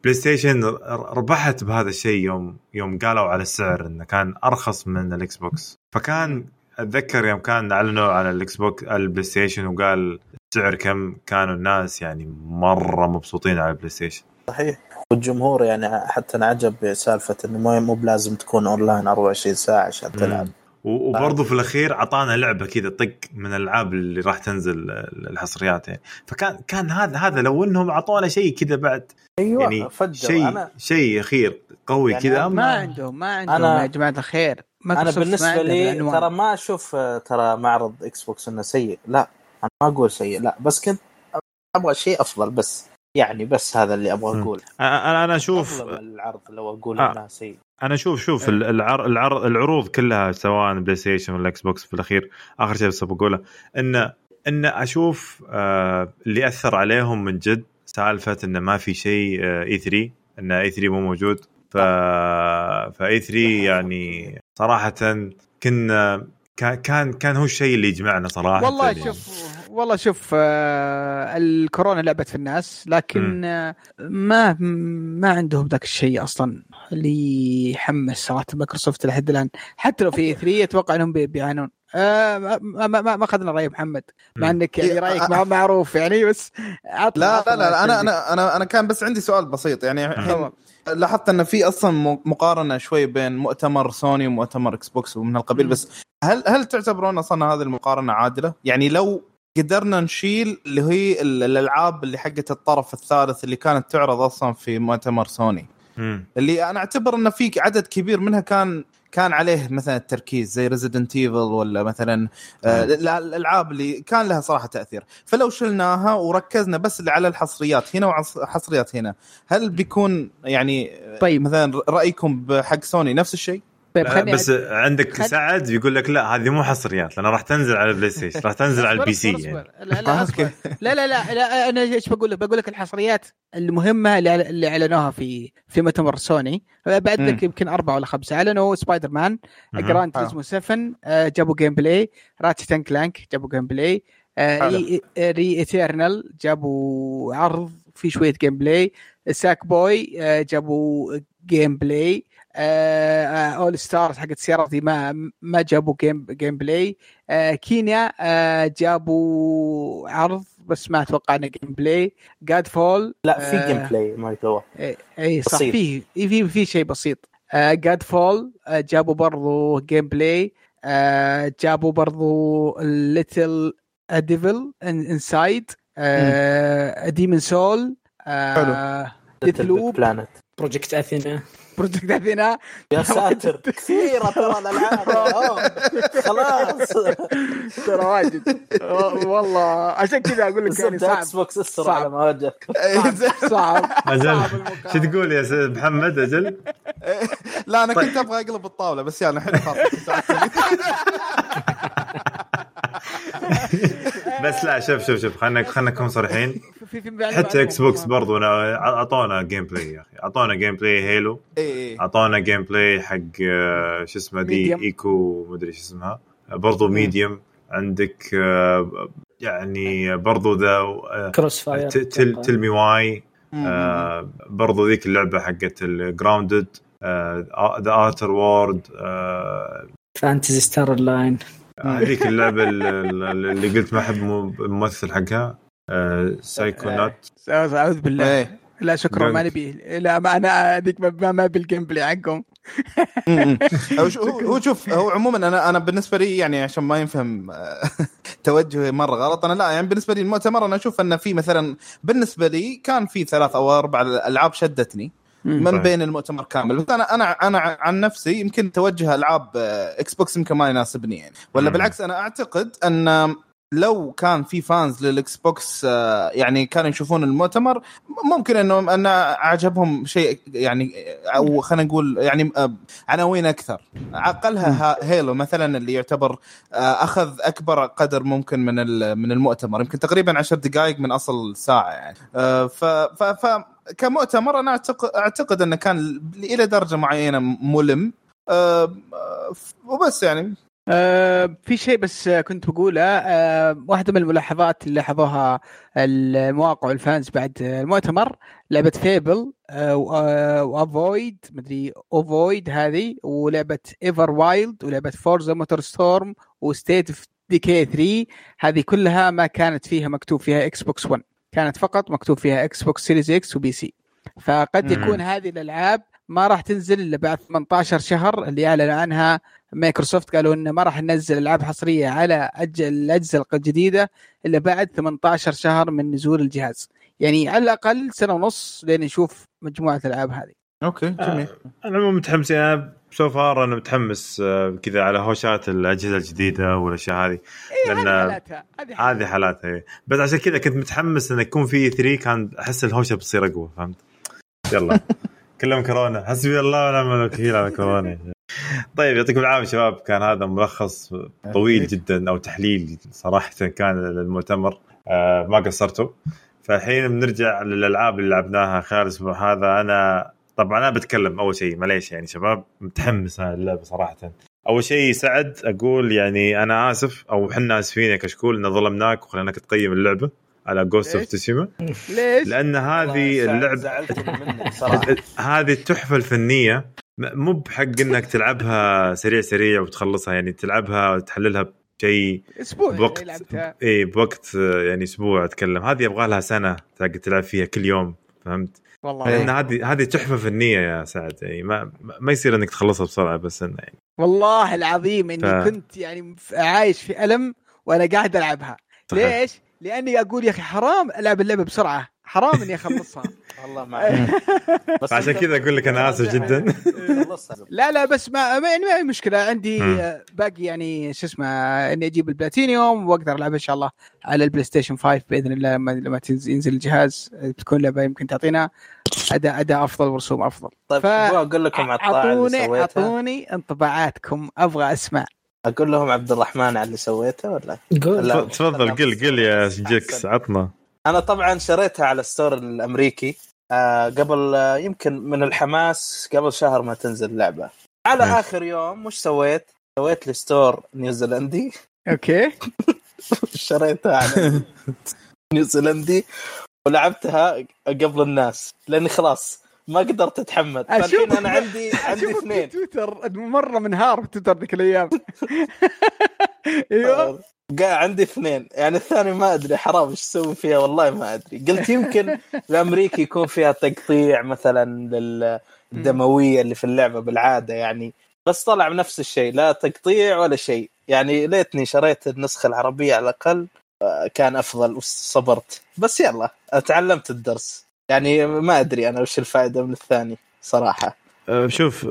بلاي ستيشن ربحت بهذا الشيء يوم قالوا على السعر انه كان ارخص من الاكس بوكس. فكان اتذكر يوم كان اعلنوا على الاكس بوكس البلاي ستيشن وقال السعر كم، كانوا الناس يعني مره مبسوطين على البلاي ستيشن. صحيح. والجمهور يعني حتى انعجب بسالفه انه مو بلازم تكون اونلاين 24 ساعه عشان تلعب. وبرضه في الاخير عطانا لعبه كذا طق من الالعاب اللي راح تنزل الحصريات يعني. فكان هذا لو انهم عطونا شيء كذا بعد أيوة يعني شيء اخير قوي يعني كذا. ما عندهم يا جماعه الخير. انا بالنسبه لي ترى ما اشوف ترى معرض اكس بوكس انه سيء، لا انا ما اقول سيء، لا بس كنت ابغى شيء افضل، بس يعني بس هذا اللي ابغى اقول. انا اشوف العرض لو اقول انه سيء. انا شوف العروض كلها سواء بلاي ستيشن ولا اكس بوكس في الاخير اخر شيء بس بقوله ان اشوف اللي اثر عليهم من جد سالفه انه ما في شيء اي 3، ان اي 3 مو موجود. اي 3 يعني صراحه كان هو الشيء اللي يجمعنا صراحه. والله شوف الكورونا لعبت في الناس، لكن ما عندهم ذاك الشيء اصلا اللي يحمس صراحه مايكروسوفت لحد الان. حتى لو في 3 اتوقع انهم بيعانون. ما اخذنا راي محمد مع انك يعني رايك معروف يعني، بس لا انا كان بس عندي سؤال بسيط يعني. لاحظت ان في اصلا مقارنه شوي بين مؤتمر سوني ومؤتمر اكس بوكس ومن هالقبيل، بس هل تعتبرون اصلا هذه المقارنه عادله؟ يعني لو قدرنا نشيل اللي هي الالعاب اللي حقت الطرف الثالث اللي كانت تعرض اصلا في مؤتمر سوني، اللي انا اعتبر ان في عدد كبير منها كان عليه مثلا التركيز زي ريزيدنت ايفل ولا مثلا الالعاب اللي كان لها صراحه تاثير، فلو شلناها وركزنا بس اللي على الحصريات هنا وحصريات هنا، هل بيكون يعني طيب مثلا رايكم بحق سوني نفس الشيء؟ بس عندك سعد يقول لك لا هذه مو حصريات لأنها راح تنزل على البلاي ستيشن، راح تنزل على البي سي يعني. لا انا ايش بقول لك الحصريات المهمه اللي اعلنوها في مؤتمر سوني بعد لك يمكن 4 ولا 5 اعلنوا سبايدر مان، جراند توريزمو 7 جابوا جيم بلاي، راتشت اند كلانك جابوا جيم بلاي، ري إترنال جابوا عرض في شويه جيم بلاي، ساك بوي جابوا جيم بلاي، اول ستارز حقت السيارات دي ما جابوا جيم بلاي، كينيا جابوا عرض بس ما اتوقع انه جيم بلاي، جاد فول لا في جيم بلاي ما يتوقع اي صح في شيء بسيط. جاد فول جابوا برضو جيم بلاي، جابوا برضو ليتل ديفل انسايد، ديمن سول، ديثلوب، بلانت، بروجكت اثينا يا ساتر كثيرة ترى الألعاب خلاص ترى واجد والله. عشان كذا أقول لك يعني صعب. اكس بوكس السرعة على ما وجهك صعب شو تقول يا سيد محمد؟ أجل لا أنا كنت أبغى أقلب الطاولة بس يعني الحين خلاص. بس لا شوف خلنا نكون صريحين، حتى اكس بوكس برضو اعطونا جيم بلاي يا اخي، اعطونا جيم بلاي هيلو، اعطونا جيم بلاي حق شو اسمه دي ايكو مدري شو اسمها برضو ميديوم، عندك يعني برضو ذا كروس فاير تل مي واي، برضو ذيك اللعبه حقت الجراوندد، ذا ارتر وورد، فانتزي ستار لاين، هذيك اللعبة اللي قلت ما أحب الممثل حقها، سايكونات. أعوذ بالله لا شكرا ما نبي، لا ما أنا هذيك ما بالجيم بلاي حقهم. هو شوف هو عموما أنا بالنسبة لي يعني عشان ما ينفهم توجهي مرة غلط، أنا لا يعني بالنسبة لي المؤتمر أنا أشوف أن في مثلا بالنسبة لي كان في 3 أو 4 ألعاب شدتني من بين المؤتمر كامل، بس انا عن نفسي يمكن توجه العاب اكس بوكس يمكن ما يناسبني يعني، ولا بالعكس انا اعتقد ان لو كان في فانز للاكس بوكس يعني كانوا يشوفون المؤتمر ممكن انه ان عجبهم شيء يعني، او خلينا نقول يعني عناوين اكثر، عقلها هيلو مثلا اللي يعتبر اخذ اكبر قدر ممكن من المؤتمر، يمكن تقريبا 10 دقائق من اصل ساعه يعني. ف كمؤتمر انا اعتقد انه كان الى درجه معينه ملم وبس يعني في شيء بس كنت بقوله. واحدة من الملاحظات اللي لاحظوها المواقع والفانز بعد المؤتمر، لعبة فيبل وافويد مدري اوفويد هذه، ولعبة ايفر وايلد، ولعبة فورزا موتور ستورم، وستيت اوف ديكي 3، هذه كلها ما كانت فيها مكتوب فيها اكس بوكس 1، كانت فقط مكتوب فيها اكس بوكس سيريز اكس وبي سي. فقد يكون هذه الالعاب ما راح تنزل الا بعد 18 شهر اللي اعلن عنها مايكروسوفت. قالوا انه ما راح ننزل العاب حصريه على الاجهزه الجديده الا بعد 18 شهر من نزول الجهاز، يعني على الاقل سنه ونص لين نشوف مجموعه الالعاب هذه. اوكي جميل. انا متحمس، انا سو فار انا متحمس كذا على هوشات الاجهزه الجديده والاشياء هذه، لان هذه حالاتها. بس عشان كذا كنت متحمس ان يكون في 3، كان احس الهوشه بتصير اقوى، فهمت؟ يلا كلهم كورونا، حسبي الله ونعم الوكيل على كورونا. طيب يعطيكم العافيه شباب، كان هذا ملخص طويل جدا او تحليل صراحه كان للمؤتمر، ما قصرتوا. فالحين بنرجع للالعاب اللي لعبناها خلال الاسبوع هذا. انا طبعا انا بتكلم اول شيء، معليش يعني شباب متحمس على اللعبه صراحه. اول شيء سعد اقول يعني انا اسف او حنا اسفين يا كشكول ان ظلمناك وخليناك تقيم اللعبه على جوست اوف تسوشيما. ليش؟ لان هذه اللعبه هذه التحفه الفنيه، مو بحق انك تلعبها سريع وتخلصها، يعني تلعبها وتحللها بشيء اسبوع بوقت بوقت يعني اسبوع. اتكلم هذه يبغى لها سنه تلعب فيها كل يوم، فهمت؟ والله لان هذه تحفه فنيه يا سعد، يعني ما يصير انك تخلصها بسرعه. بس انه يعني والله العظيم اني كنت يعني عايش في ألم وانا قاعد العبها. ليش؟ لاني اقول يا اخي حرام العب اللعبه بسرعه، حرام اني اخلصها. والله ما بس عشان كذا اقول لك انا اسف جدا. لا بس ما اي مشكله عندي. باقي يعني شو اسمه اني اجيب البلاتينيوم واقدر العب ان شاء الله على البلاي ستيشن 5 باذن الله. لما ينزل الجهاز تكون لعبه يمكن تعطينا اداء افضل ورسوم افضل. طيب اقول لكم على الطاعه اللي سويتها، اعطوني انطباعاتكم، ابغى اسمع. اقول لهم عبد الرحمن على اللي سويته ولا؟ تفضل قل يا جيكس عطنا. انا طبعا شريتها على الستور الامريكي قبل يمكن من الحماس قبل شهر ما تنزل اللعبه. على اخر يوم وش سويت الستور نيوزيلندي. اوكي شريتها على نيوزيلندي ولعبتها قبل الناس لاني خلاص ما قدرت اتحمل. فالحين انا عندي اثنين. تويتر مره منهار تويتر ذيك الايام. ايوه عندي اثنين، يعني الثاني ما ادري حرام ايش اسوي فيها، والله ما ادري. قلت يمكن الامريكي يكون فيها تقطيع مثلا للدمويه اللي في اللعبه بالعاده يعني، بس طلع بنفس الشيء، لا تقطيع ولا شيء. يعني ليتني شريت النسخه العربيه على الاقل، كان افضل وصبرت. بس يلا اتعلمت الدرس، يعني ما ادري انا وش الفائده من الثاني صراحه. شوف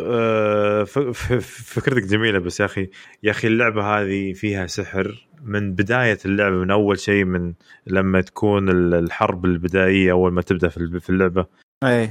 فكرتك جميله، بس يا اخي اللعبه هذه فيها سحر من بدايه اللعبه، من اول شيء، من لما تكون الحرب البدائيه اول ما تبدا في اللعبه. اي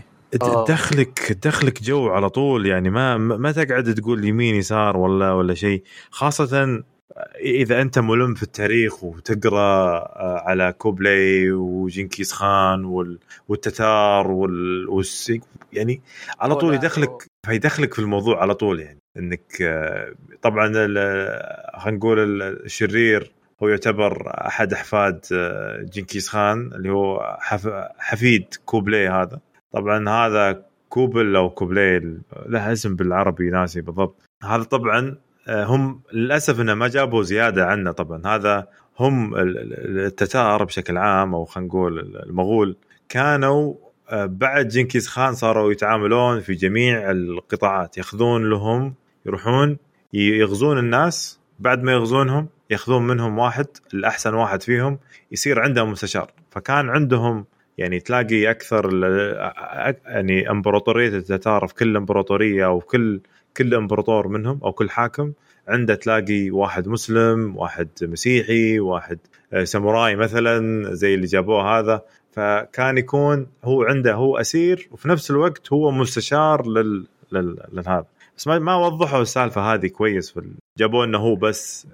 دخلك جو على طول، يعني ما تقعد تقول يمين يسار ولا شيء. خاصه إذا أنت ملم في التاريخ وتقرأ على كوبلاي وجنكيز خان والتتار يعني على طول يدخلك في الموضوع على طول. يعني أنك طبعا خلينا نقول الشرير هو يعتبر أحد أحفاد جنكيز خان اللي هو حفيد كوبلاي. هذا طبعا هذا كوبل أو كوبلاي له اسم بالعربي ناسي بالضبط. هذا طبعا هم للأسف إنه ما جابوا زيادة عنه. طبعا هذا هم التتار بشكل عام، أو خلينا نقول المغول، كانوا بعد جنكيز خان صاروا يتعاملون في جميع القطاعات، يأخذون لهم، يروحون يغزون الناس، بعد ما يغزونهم يأخذون منهم واحد، الأحسن واحد فيهم يصير عندهم مستشار. فكان عندهم يعني تلاقي أكثر يعني إمبراطورية التتار في كل إمبراطورية أو كل امبراطور منهم او كل حاكم عنده تلاقي واحد مسلم، واحد مسيحي، واحد ساموراي مثلا زي اللي جابوه هذا. فكان يكون هو عنده هو اسير وفي نفس الوقت هو مستشار لهذا. بس ما وضحوا السالفه هذه كويس. جابوه انه هو بس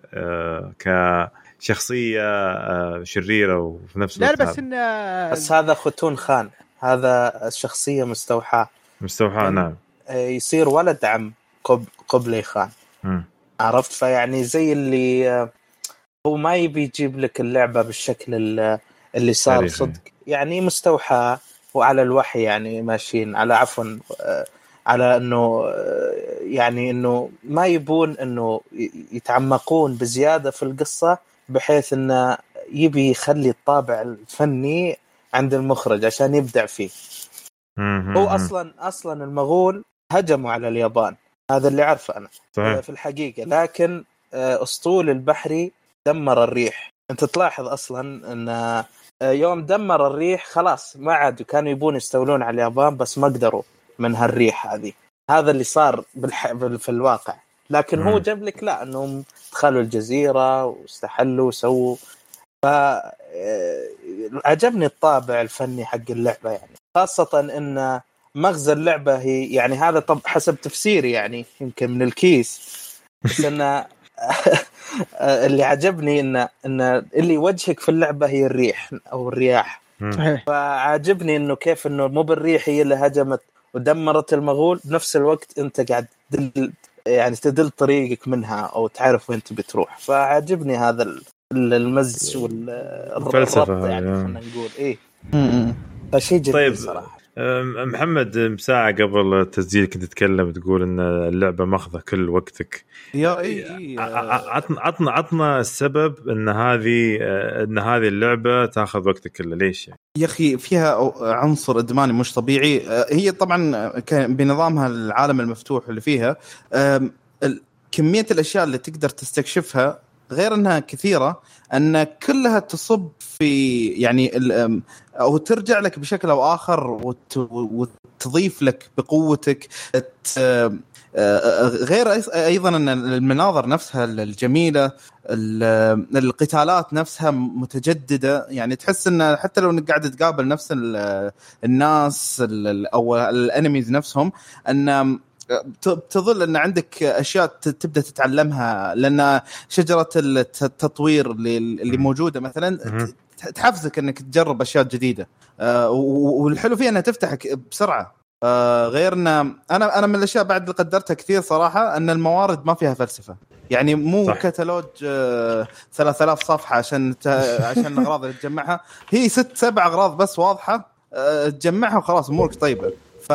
كشخصيه شريره وفي نفس الوقت بس هذا ختون خان، هذا الشخصيه مستوحاه نعم. يصير ولد عم قبلي خان. عرفت. فيعني زي اللي هو ما يبي يجيب لك اللعبة بالشكل اللي صار صدق، يعني مستوحى وعلى الوحي، يعني ماشيين على عفوا على انه يعني انه ما يبون انه يتعمقون بزيادة في القصة، بحيث انه يبي يخلي الطابع الفني عند المخرج عشان يبدع فيه. هو اصلا المغول هجموا على اليابان، هذا اللي عارفه انا في الحقيقة، لكن اسطول البحري دمر الريح. انت تلاحظ اصلا ان يوم دمر الريح خلاص ما عادوا، كانوا يبون يستولون على اليابان بس ما قدروا من هالريح هذه. هذا اللي صار في الواقع. لكن هو جاب لك لا انهم دخلوا الجزيرة واستحلوا وسووا. فعجبني الطابع الفني حق اللعبة، يعني خاصة ان مغزى اللعبة هي يعني هذا طب حسب تفسيري يعني يمكن من الكيس، بس ان اللي عجبني ان اللي يوجهك في اللعبة هي الريح او الرياح. فعجبني انه كيف انه مو بالريح هي اللي هجمت ودمرت المغول، بنفس الوقت انت قاعد يعني تدل طريقك منها او تعرف وين تبي تروح. فعجبني هذا المزج والربط يعني خلينا نقول ايه. فشيء جميل طيب صراحة. محمد مساعة قبل التسجيل كنت تتكلم تقول ان اللعبة ماخذة كل وقتك. عطنا السبب ان هذه اللعبة تاخذ وقتك كله ليش يعني؟ يا اخي فيها عنصر ادماني مش طبيعي. هي طبعا بنظامها العالم المفتوح اللي فيها كمية الاشياء اللي تقدر تستكشفها غير انها كثيرة، ان كلها تصب في يعني او ترجع لك بشكل او اخر وتضيف لك بقوتك. غير ايضا ان المناظر نفسها الجميلة، القتالات نفسها متجددة، يعني تحس ان حتى لو انك قاعد تقابل نفس الناس او الانميز نفسهم، ان تظل ان عندك اشياء تبدا تتعلمها، لان شجره التطوير اللي موجوده مثلا تحفزك انك تجرب اشياء جديده. والحلو فيها انها تفتحك بسرعه. غير ان انا من الاشياء بعد اللي قدرتها كثير صراحه ان الموارد ما فيها فلسفه، يعني مو كتالوج 3000 صفحه عشان الاغراض اللي تجمعها، هي 6-7 اغراض بس واضحه تجمعها وخلاص امورك طيبه.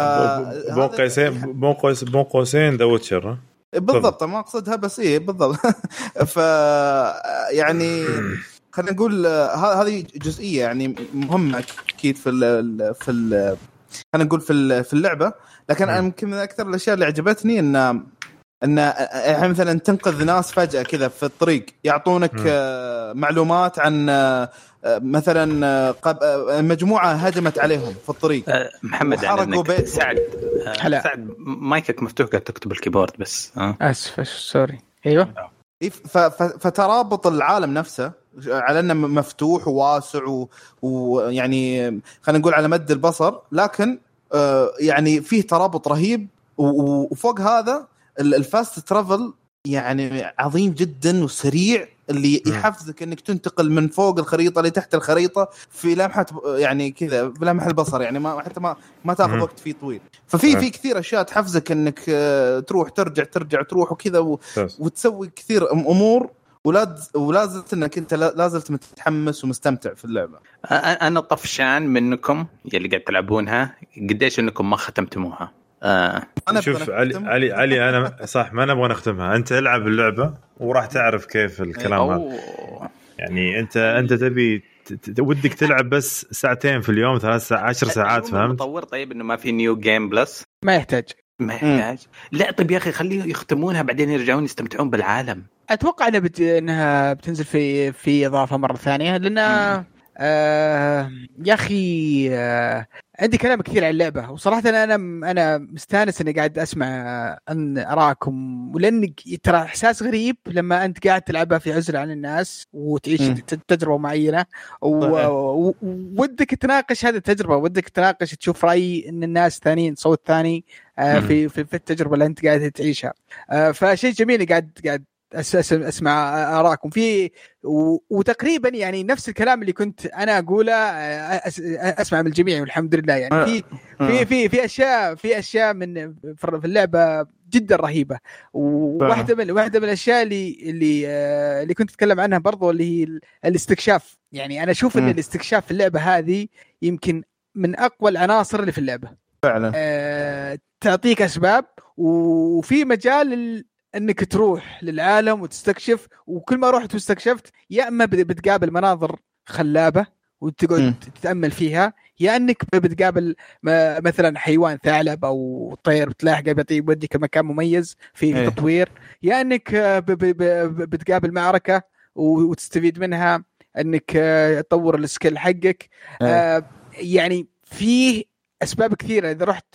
بون قوسين ذا ويتشر بالضبط، ما اقصدها بس ايه بالضبط. ف يعني خلينا نقول هذه جزئيه يعني مهمه اكيد في خلينا نقول في اللعبه. لكن يمكن من اكثر الاشياء اللي عجبتني ان مثلا تنقذ ناس فجاه كذا في الطريق، يعطونك معلومات عن مثلا مجموعة هجمت عليهم في الطريق. محمد يعني سعد مايكك مفتوح قاعد تكتب الكيبورد بس اسف سوري. ايوه فترابط العالم نفسه على انه مفتوح وواسع ويعني خلينا نقول على مد البصر، لكن يعني فيه ترابط رهيب. وفوق هذا الفاست ترافل يعني عظيم جدا وسريع، اللي يحفزك انك تنتقل من فوق الخريطه لتحت الخريطه في لمحه يعني كذا بلمح البصر، يعني ما حتى ما تاخذ وقت فيه طويل. ففي كثير اشياء تحفزك انك تروح ترجع تروح وكذا وتسوي كثير امور، ولازلت انك انت لازلت متحمس ومستمتع في اللعبه. انا طفشان منكم يلي قاعد تلعبونها، قديش انكم ما ختمتموها. أنا شوف علي أنا صح ما نبغى نختمها. أنت العب اللعبة وراح تعرف كيف الكلام هذا. يعني أنت تبي ودك تلعب بس 2 ساعات في اليوم 10 ساعات فهمت؟ مطور طيب إنه ما في نيو جيم بلس ما يحتاج. لا طيب يا أخي خليه يختمونها بعدين يرجعون يستمتعون بالعالم. أتوقع أنها بتنزل في إضافة مرة ثانية، لأن يا أخي عندي كلام كثير عن اللعبة، وصراحة أنا مستانس إني قاعد أسمع أن أراكم، ولأنك ترى إحساس غريب لما أنت قاعد تلعبها في عزلة عن الناس وتعيش تجربة معينة ودك تناقش هذه التجربة، ودك تناقش تشوف رأي إن الناس ثانيين صوت ثاني في التجربة اللي أنت قاعد تعيشها. فشيء جميل قاعد اسمع آراءكم في وتقريبا يعني نفس الكلام اللي كنت انا اقوله اسمع من الجميع والحمد لله. يعني في اشياء من في اللعبه جدا رهيبه. وواحده من الاشياء اللي كنت اتكلم عنها برضو اللي هي الاستكشاف. يعني انا اشوف ان الاستكشاف في اللعبه هذه يمكن من اقوى العناصر اللي في اللعبه فعلا. تعطيك اسباب وفي مجال انك تروح للعالم وتستكشف، وكل ما رحت واستكشفت يا اما بتقابل مناظر خلابه وتقعد تتامل فيها، يا انك بتقابل مثلا حيوان ثعلب او طير بتلاحقه بيوديك مكان مميز في تطوير، يا انك بتقابل معركه وتستفيد منها انك تطور السكيل حقك. يعني فيه اسباب كثيره. اذا رحت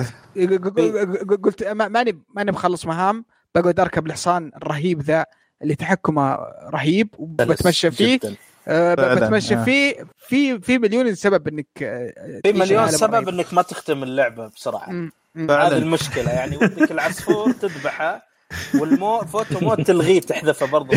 قلت ماني بخلص مهام، بقعد اركب الحصان الرهيب ذا اللي تحكمه رهيب وبتمشى فيه بتمشى فيه في مليون سبب انك في مليون سبب انك ما تختم اللعبه بسرعه. هذه المشكله. يعني ودك العصفور تذبحه والفوتو مود تلغيه تحذفه برضه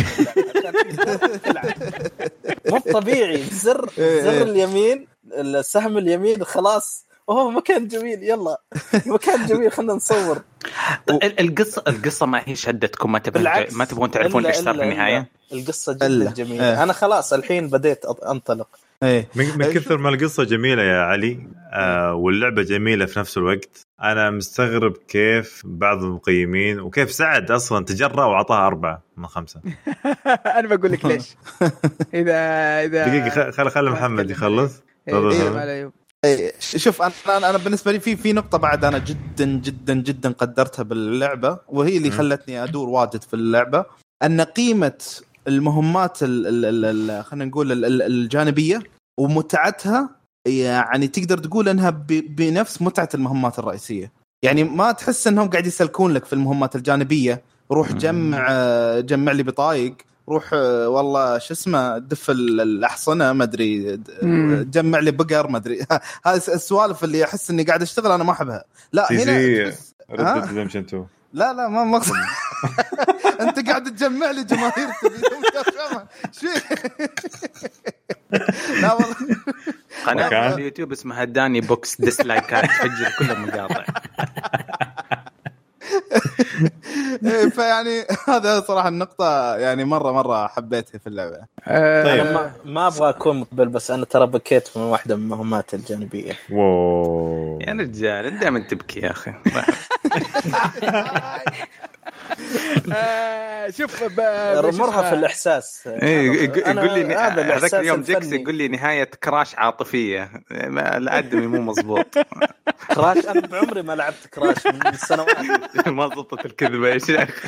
مو طبيعي. زر اليمين السهم اليمين خلاص مكان جميل، يلا مكان جميل خلنا نصور. القصة ما هي شدتكم؟ ما تبغون تعرفون ايش صار في النهاية؟ القصة جدا جميلة. أنا خلاص الحين بديت أنطلق. من كثر ما القصة جميلة يا علي واللعبة جميلة في نفس الوقت، أنا مستغرب كيف بعض المقيمين وكيف سعد أصلا تجرأ وعطاها 4 من 5. أنا بقول لك ليش. إذا دقيقة خلي محمد يخلص. شوف انا بالنسبه لي في نقطه بعد انا جدا جدا جدا قدرتها باللعبه، وهي اللي خلتني ادور واجد في اللعبه، ان قيمه المهمات خلينا نقول الجانبيه ومتعتها. يعني تقدر تقول انها بنفس متعه المهمات الرئيسيه. يعني ما تحس انهم قاعد يسلكون لك في المهمات الجانبيه، روح جمع لي بطايق، روح والله شو اسمه دف الأحصنة ما أدري، جمع لي بقر ما أدري. هذه السوالف اللي أحس إني قاعد أشتغل أنا ما أحبها. لا هنا ردت Redemption 2. لا ما أقصد. أنت قاعد تجمع لي جماهير شيء. لا والله. قناة على اليوتيوب اسمها داني بوكس ديسلايكات تفجر كل المقاطع. فيعني هذا صراحة النقطة يعني مرة حبيتها في اللعبة. طيب. أنا ما أبغى أكون مقبل، بس أنا ترى بكيت من واحدة من المهمات الجانبية. يا رجال أنت دائما تبكي يا أخي. شوف مرهف الإحساس. يقول لي هذاك اليوم جكس يقول لي نهاية كراش عاطفية، الأدمي مو مزبوط. كراش أنا بعمري ما لعبت كراش من سنوات. ما ضبطت الكذبة يا شيخ.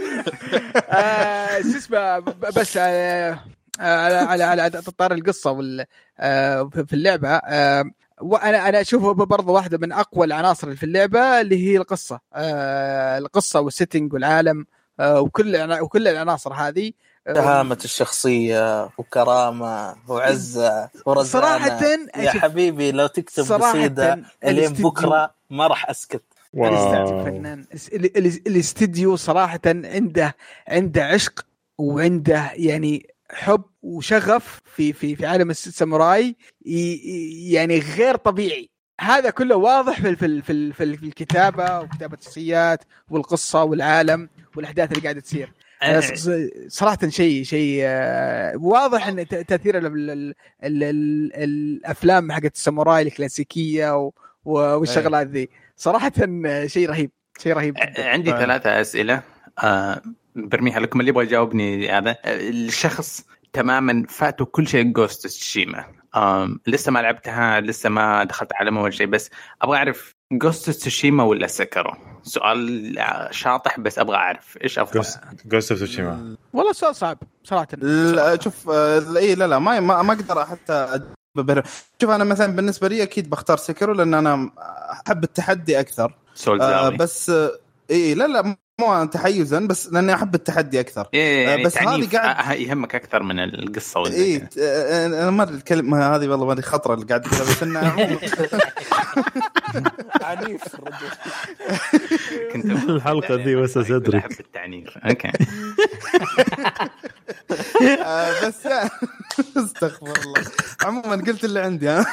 شو اسمه بس على تطار القصة في اللعبة. وأنا أشوفه برضو واحدة من أقوى العناصر في اللعبة اللي هي القصة والسيتنج والعالم وكل العناصر هذه. شهامة الشخصية وكرامة وعزة ورزانة. صراحة يا حبيبي لو تكتب قصيدة الين بكرة ما راح أسكت. فنان الاستديو صراحة عنده عشق وعنده يعني حب وشغف في عالم الساموراي يعني غير طبيعي. هذا كله واضح في الكتابة وكتابة الشخصيات والقصة والعالم والأحداث اللي قاعدة تصير. صراحة شيء واضح ان تأثير الافلام حقت الساموراي الكلاسيكية والشغلات ذي صراحة شيء رهيب جدا. عندي 3 أسئلة برميها لكم، اللي يبغى يجاوبني هذا الشخص تماما فاتوا كل شيء Ghost of Tsushima. لسه ما لعبتها، لسه ما دخلت عالمها ولا شيء، بس أبغى أعرف Ghost of Tsushima ولا سكرو. سؤال شاطح بس أبغى أعرف إيش أفضل. Ghost of Tsushima والله سؤال صعب صراحة. لا شوف لا ما أقدر حتى شوف أنا مثلا بالنسبة لي أكيد بختار سكرو، لأن أنا أحب التحدي أكثر. بس لا مو تحيزا، بس لاني احب التحدي اكثر. بس هذه قاعد يهمك اكثر من القصه انا ما الكلمه هذه والله ما ادري خطره اللي قاعد تقولها عنيف الرجل. كنت الحلقه دي بس ادري احب التعنيف. اوكي بس استغفر الله. عموما قلت اللي عندي. انا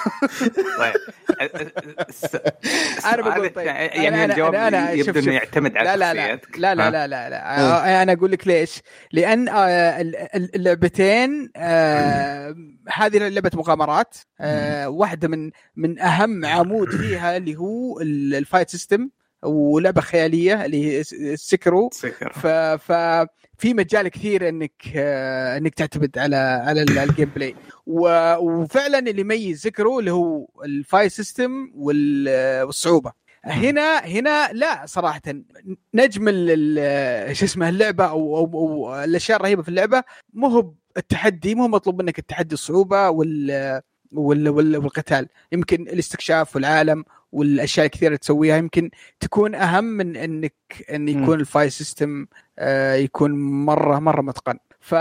بقول طيب يعني الجواب يبدو انه يعتمد على شخصيتك. لا انا اقول لك ليش. لان اللعبتين هذه لعبه مغامرات. واحده من اهم عمود فيها اللي هو الفايت سيستم، ولعبه خياليه اللي هي سكرو. ففي مجال كثير انك تعتمد على الجيم بلاي. وفعلا اللي يميز سكرو اللي هو الفايت سيستم والصعوبه. هنا لا صراحه نجم شو اسمه اللعبه او الاشياء الرهيبه في اللعبه مو هو التحدي، مو مطلوب منك التحدي، الصعوبه والقتال. يمكن الاستكشاف والعالم والاشياء الكثيره تسويها يمكن تكون اهم من ان يكون الفايل سيستم يكون مره متقن.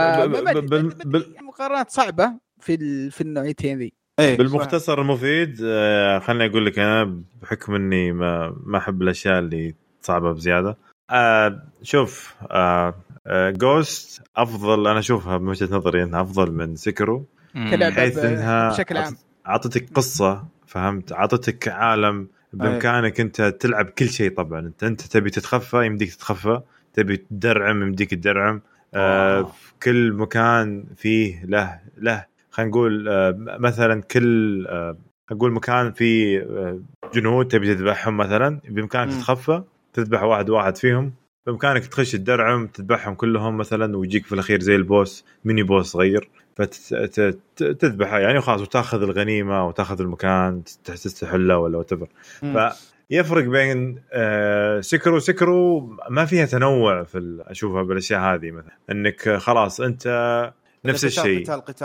مقارنات صعبه في النوعيتين ذي. بالمختصر المفيد خليني اقول لك انا بحكم اني ما احب الاشياء اللي صعبه بزياده. شوف جوست افضل، انا اشوفها من وجهه نظري انها افضل من سيكرو، حيث انها بشكل عام عطتك قصه، فهمت، عطتك عالم بامكانك انت تلعب كل شيء. طبعا انت تبي تتخفى يمديك تتخفى، تبي تدرعم يمديك تدرعم. في كل مكان فيه له خلينا نقول مثلا كل نقول مكان فيه جنود تبي تذبحهم مثلا، بامكانك تتخفى تذبح واحد فيهم، بامكانك تخش الدرعم تذبحهم كلهم مثلا، ويجيك في الاخير زي البوس ميني بوس صغير فتذبحه يعني وخلاص، وتاخذ الغنيمه وتاخذ المكان تستحله ولا وتفر. فيفرق بين سكرو ما فيها تنوع في اشوفها بالاشياء هذه، مثلا انك خلاص انت نفس الشيء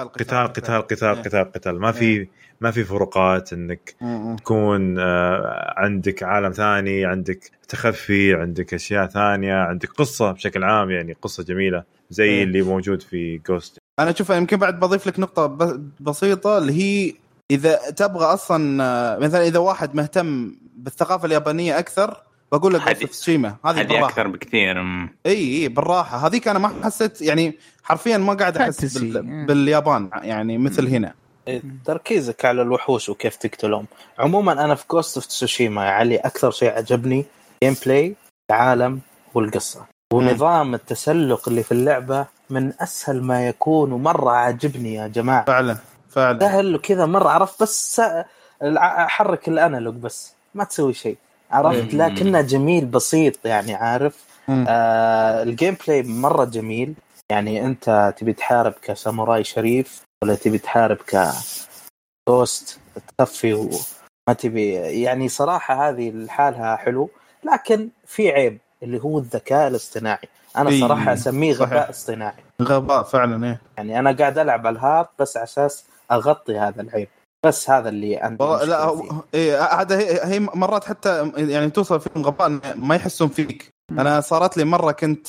قتال ما في فروقات، انك تكون عندك عالم ثاني، عندك تخفي، عندك اشياء ثانيه، عندك قصه بشكل عام، يعني قصه جميله زي اللي موجود في جوست. انا اشوف يمكن بعد بضيف لك نقطه بسيطه اللي هي اذا تبغى اصلا مثلا اذا واحد مهتم بالثقافه اليابانيه اكثر بقول لك في تسوشيما هذه اكثر بكثير. اي بالراحه هذيك انا ما حسيت يعني حرفيا ما قاعد احس باليابان يعني مثل هنا. تركيزك على الوحوش وكيف تقتلهم. عموما انا في جوست اوف تسوشيما علي اكثر شيء عجبني جيم بلاي، العالم والقصه ونظام التسلق اللي في اللعبه من اسهل ما يكون، ومره عجبني يا جماعه. فعلا سهل وكذا مره، عرفت بس احرك الانالوج بس ما تسوي شيء، عرفت، لكنه جميل بسيط يعني، عارف. الجيم بلاي مرة جميل، يعني انت تبي تحارب كساموراي شريف ولا تبي تحارب كوست تخفي وما تبي، يعني صراحة هذه الحالها حلو، لكن في عيب اللي هو الذكاء الاصطناعي. انا صراحة اسميه غباء اصطناعي، غباء فعلا. ايه يعني انا قاعد العب على الهارد بس اساس اغطي هذا العيب، بس هذا اللي عندي. لا هذا هي مرات حتى يعني توصل فيهم غباء ما يحسون فيك. انا صارت لي مره كنت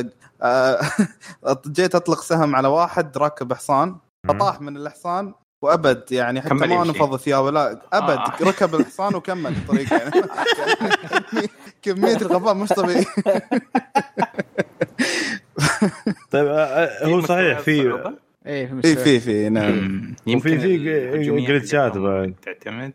جيت اطلق سهم على واحد راكب حصان، فطاح من الحصان وابد يعني حتى ما نفض ثيابه، لا ابد ركب الحصان وكمل الطريق يعني كميه الغباء مش طبيعي. طيب هو صحيح في نعم يمكن في جلتشات تعتمد.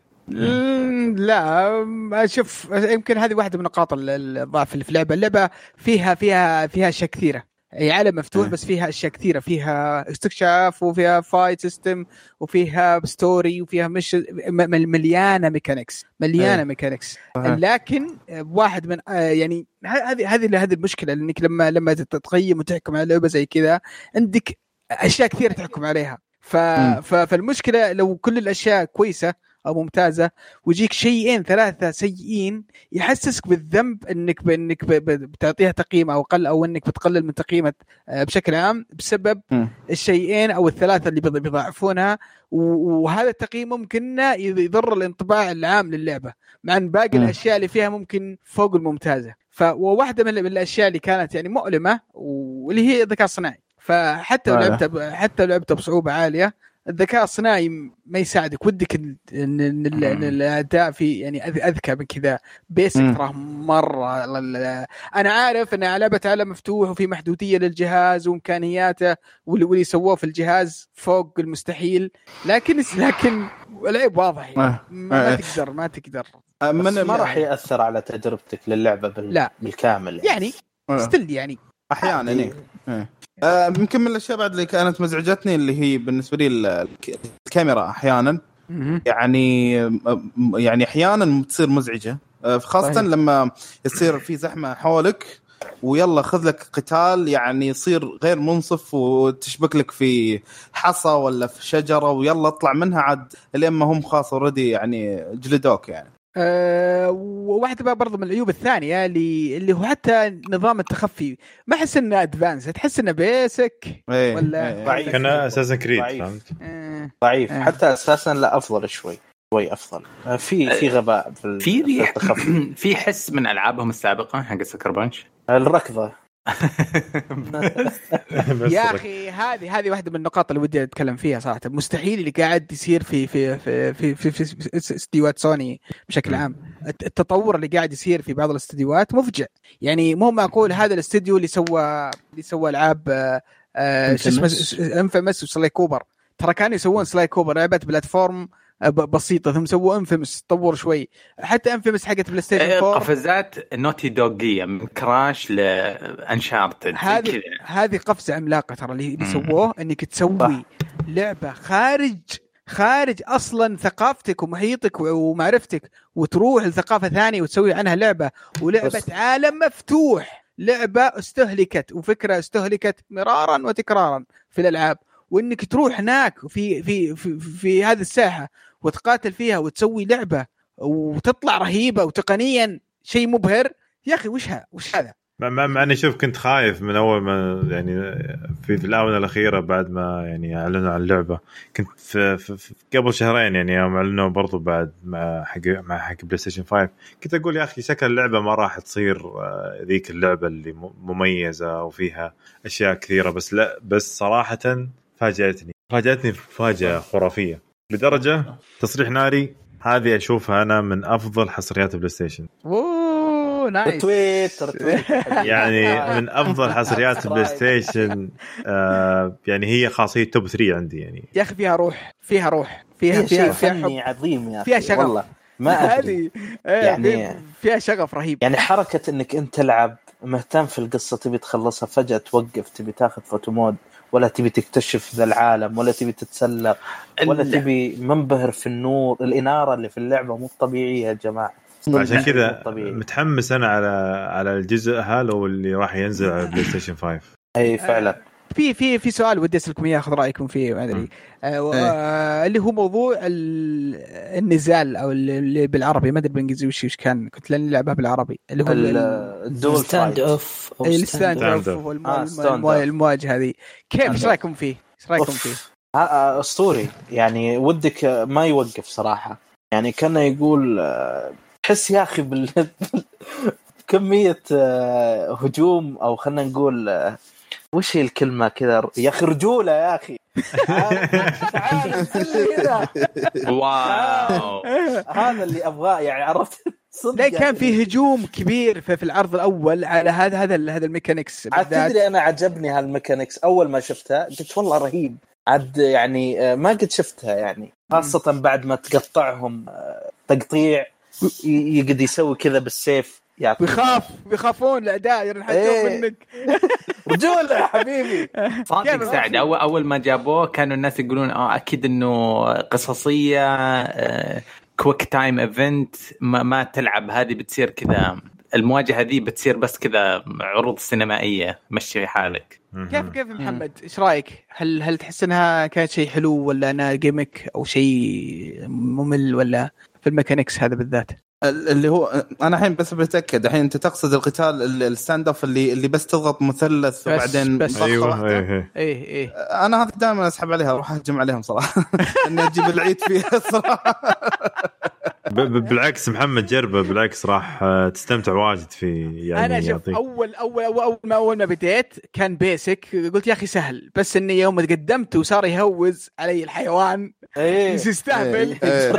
لا شوف، يمكن هذه واحدة من نقاط الضعف اللي في اللعبة فيها أشياء كثيرة، هي عالم مفتوح بس فيها أشياء كثيرة، فيها استكشاف وفيها فايت سيستم وفيها ستوري وفيها مش مليانة ميكانيكس لكن واحد من يعني هذه المشكلة، لأنك لما تتقيم وتحكم على لعبة زي كذا عندك أشياء كثيرة تحكم عليها. فالمشكلة لو كل الأشياء كويسة أو ممتازة ويجيك شيئين ثلاثة سيئين يحسسك بالذنب إنك بتعطيها تقييم أو أقل، أو إنك بتقلل من تقييمها بشكل عام بسبب الشيئين أو الثلاثة اللي بيضاعفونها، وهذا التقييم ممكن يضر الانطباع العام للعبة، مع أن باقي الأشياء اللي فيها ممكن فوق الممتازة. وواحدة من الأشياء اللي كانت يعني مؤلمة واللي هي الذكاء الصناعي، فحتى لو لعبتها بصعوبة عالية الذكاء الصناعي ما يساعدك، ودك ان الاداء في يعني اذكى من كذا. بيسك ترى مره انا عارف ان لعبه عالم مفتوح وفي محدوديه للجهاز وامكانياته واللي سووه في الجهاز فوق المستحيل، لكن العيب واضح يعني. ما تقدر ما راح ياثر على تجربتك للعبه بالكامل يعني ستيل يعني احيانا يمكن من الاشياء بعد اللي كانت مزعجتني اللي هي بالنسبه لي الكاميرا احيانا يعني احيانا تصير مزعجه، خاصه لما يصير في زحمه حولك ويلا خذ لك قتال يعني يصير غير منصف وتشبك لك في حصى ولا في شجره ويلا اطلع منها عاد لين ما هم خاص اوريدي يعني جلدوك يعني. وواحدة بقى برضو من العيوب الثانية اللي هو حتى نظام التخفي ما أحس إنه أدفانس، تحس إنه بيسك ولا ضعيف. كان أساسا كريد ضعيف حتى أساسا لا أفضل شوي أفضل. في غباء في التخفي. في حس من ألعابهم السابقة حق سكر بانش الركضة. يا أخي هذه واحدة من النقاط اللي ودي أتكلم فيها صراحة. مستحيل اللي قاعد يصير في استديوهات سوني بشكل عام. التطور اللي قاعد يصير في بعض الاستديوهات مفجع يعني. مو معقول هذا الاستديو اللي سوى ألعاب انفيمس وسلاي كوبر، ترى كانوا يسوون سلاي كوبر لعبة بلاتفورم بسيطة، ثم سووا انفيمس تطور شوي. حتى انفيمس حقت بلاي ستيشن 4 قفزات نوتي دوغية من كراش لانشارتد، هذه قفزة عملاقة ترى اللي سووه، انك تسوي لعبة خارج اصلا ثقافتك ومحيطك ومعرفتك وتروح لثقافة ثانية وتسوي عنها لعبة عالم مفتوح، لعبة استهلكت وفكرة استهلكت مرارا وتكرارا في الالعاب، وانك تروح هناك في هذه الساحه وتقاتل فيها وتسوي لعبه وتطلع رهيبه وتقنيا شيء مبهر. يا اخي وش هذا؟ ما انا شوف كنت خايف من اول ما يعني في الاونه الاخيره بعد ما يعني اعلنوا عن اللعبه. كنت في قبل شهرين يعني يوم اعلنوا برضو بعد مع حق بلاي ستيشن 5 كنت اقول يا اخي شكل اللعبه ما راح تصير ذيك اللعبه اللي مميزه وفيها اشياء كثيره، بس لا بس صراحه فاجأتني فاجأة خرافية لدرجة تصريح ناري. هذه أشوفها أنا من أفضل حصريات بلاي ستيشن. أوه نايس. تويتر يعني من أفضل حصريات بلاي ستيشن. يعني هي خاصية توب 3 عندي يعني. يا أخي فيها روح فيها فني عظيم يا أخي. فيها شغف والله ما أدري يعني فيها شغف رهيب. يعني حركة إنك أنت تلعب مهتم في القصة تبي تخلصها فجأة توقف تبي تاخذ فوتو مود ولا تبي تكتشف ذا العالم ولا تبي تتسلق ولا تبي منبهر في النور. الإنارة اللي في اللعبة مو طبيعية يا جماعة. عشان كذا متحمس أنا على الجزء هذا واللي راح ينزل على بلاي ستيشن 5. أي فعلا. في سؤال ودي أسألكم إياه أخذ رأيكم فيه ما أدري. اللي هو موضوع النزال أو اللي بالعربي ما أدري بالإنجليزي وش كان. كنت لأن لعبها بالعربي اللي هو الدول ستاند أوف المواجهة هذه. كيف إيش رأيكم فيه؟ أسطوري يعني. ودك ما يوقف صراحة يعني. كان يقول تحس يا أخي كمية هجوم أو خلنا نقول وش هي الكلمة كذا يا أخي رجولة يا أخي. واو هذا اللي أبغاه يعني. عرفت لا كان في هجوم كبير في العرض الأول على هذا الميكانيكس. تدري أنا عجبني هالميكانيكس أول ما شفتها قلت والله رهيب عاد يعني. ما قد شفتها يعني خاصة بعد ما تقطعهم تقطيع يقدر يسوي كذا بالسيف بيخافون الأعداء يرحلون منك. رجولة يا حبيبي. صادق سعد أول ما جابوه كانوا الناس يقولون أكيد إنه قصصية كويك تايم إيفنت ما تلعب هذه بتصير كذا. المواجهة هذه بتصير بس كذا عروض سينمائية مشي حالك. كيف محمد إيش رأيك؟ هل تحس إنها كانت شيء حلو ولا أنا جيمك أو شيء ممل ولا في الميكانيكس هذا بالذات؟ اللي هو انا الحين بس بتاكد الحين انت تقصد القتال الستاند اوف اللي بس تضغط مثلث وبعدين بس ايوه ايه انا هذا دائما اسحب عليها اروح اهجم عليهم صراحه اني اجيب العيد فيها صراحه. بالعكس محمد جربه، بالعكس راح تستمتع واجد فيه يعني. انا شوف اول ما بديت كان بيسك، قلت يا اخي سهل، بس اني يوم تقدمت وصار يهوز علي الحيوان يستهبل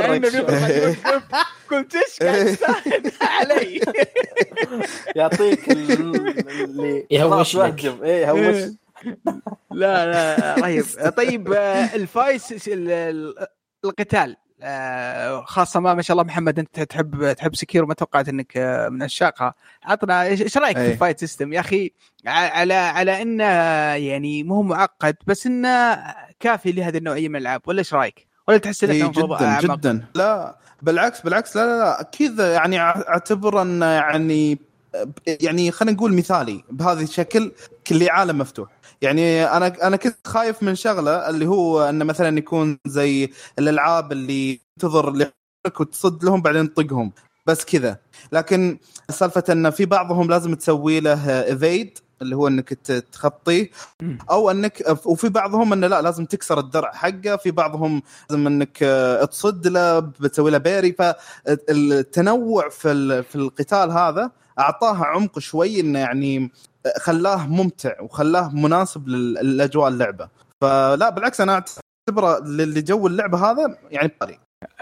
قلت ايش قاعد يستهبل علي. يعطيك اللي يهوش يهوش. لا رهيب. طيب الفايس القتال خاصة ما شاء الله محمد أنت تحب سكيرو، ما توقعت أنك من عشاقها. عطنا إيش رأيك في الفايت سيستم يا أخي، على إنه يعني مو معقد بس إنه كافي لهذه النوعية من الألعاب، ولا إيش رأيك؟ ولا تحس إنه جدا لا بالعكس لا أكيد يعني أعتبر أن يعني خلينا نقول مثالي بهذا الشكل، كل عالم مفتوح. يعني انا كنت خايف من شغله اللي هو انه مثلا يكون زي الالعاب اللي تنتظر لك وتصد لهم بعدين تطقهم بس كذا، لكن سالفه ان في بعضهم لازم تسوي له ايفيد اللي هو انك تخطيه، او انك وفي بعضهم انه لا لازم تكسر الدرع حقه، في بعضهم لازم انك تصد له بتسوي له باري. فالتنوع في القتال هذا اعطاها عمق شوي، انه يعني خلاه ممتع وخلاه مناسب للاجواء اللعبه. فلا بالعكس انا اعتبره لجو اللعبه هذا يعني باري.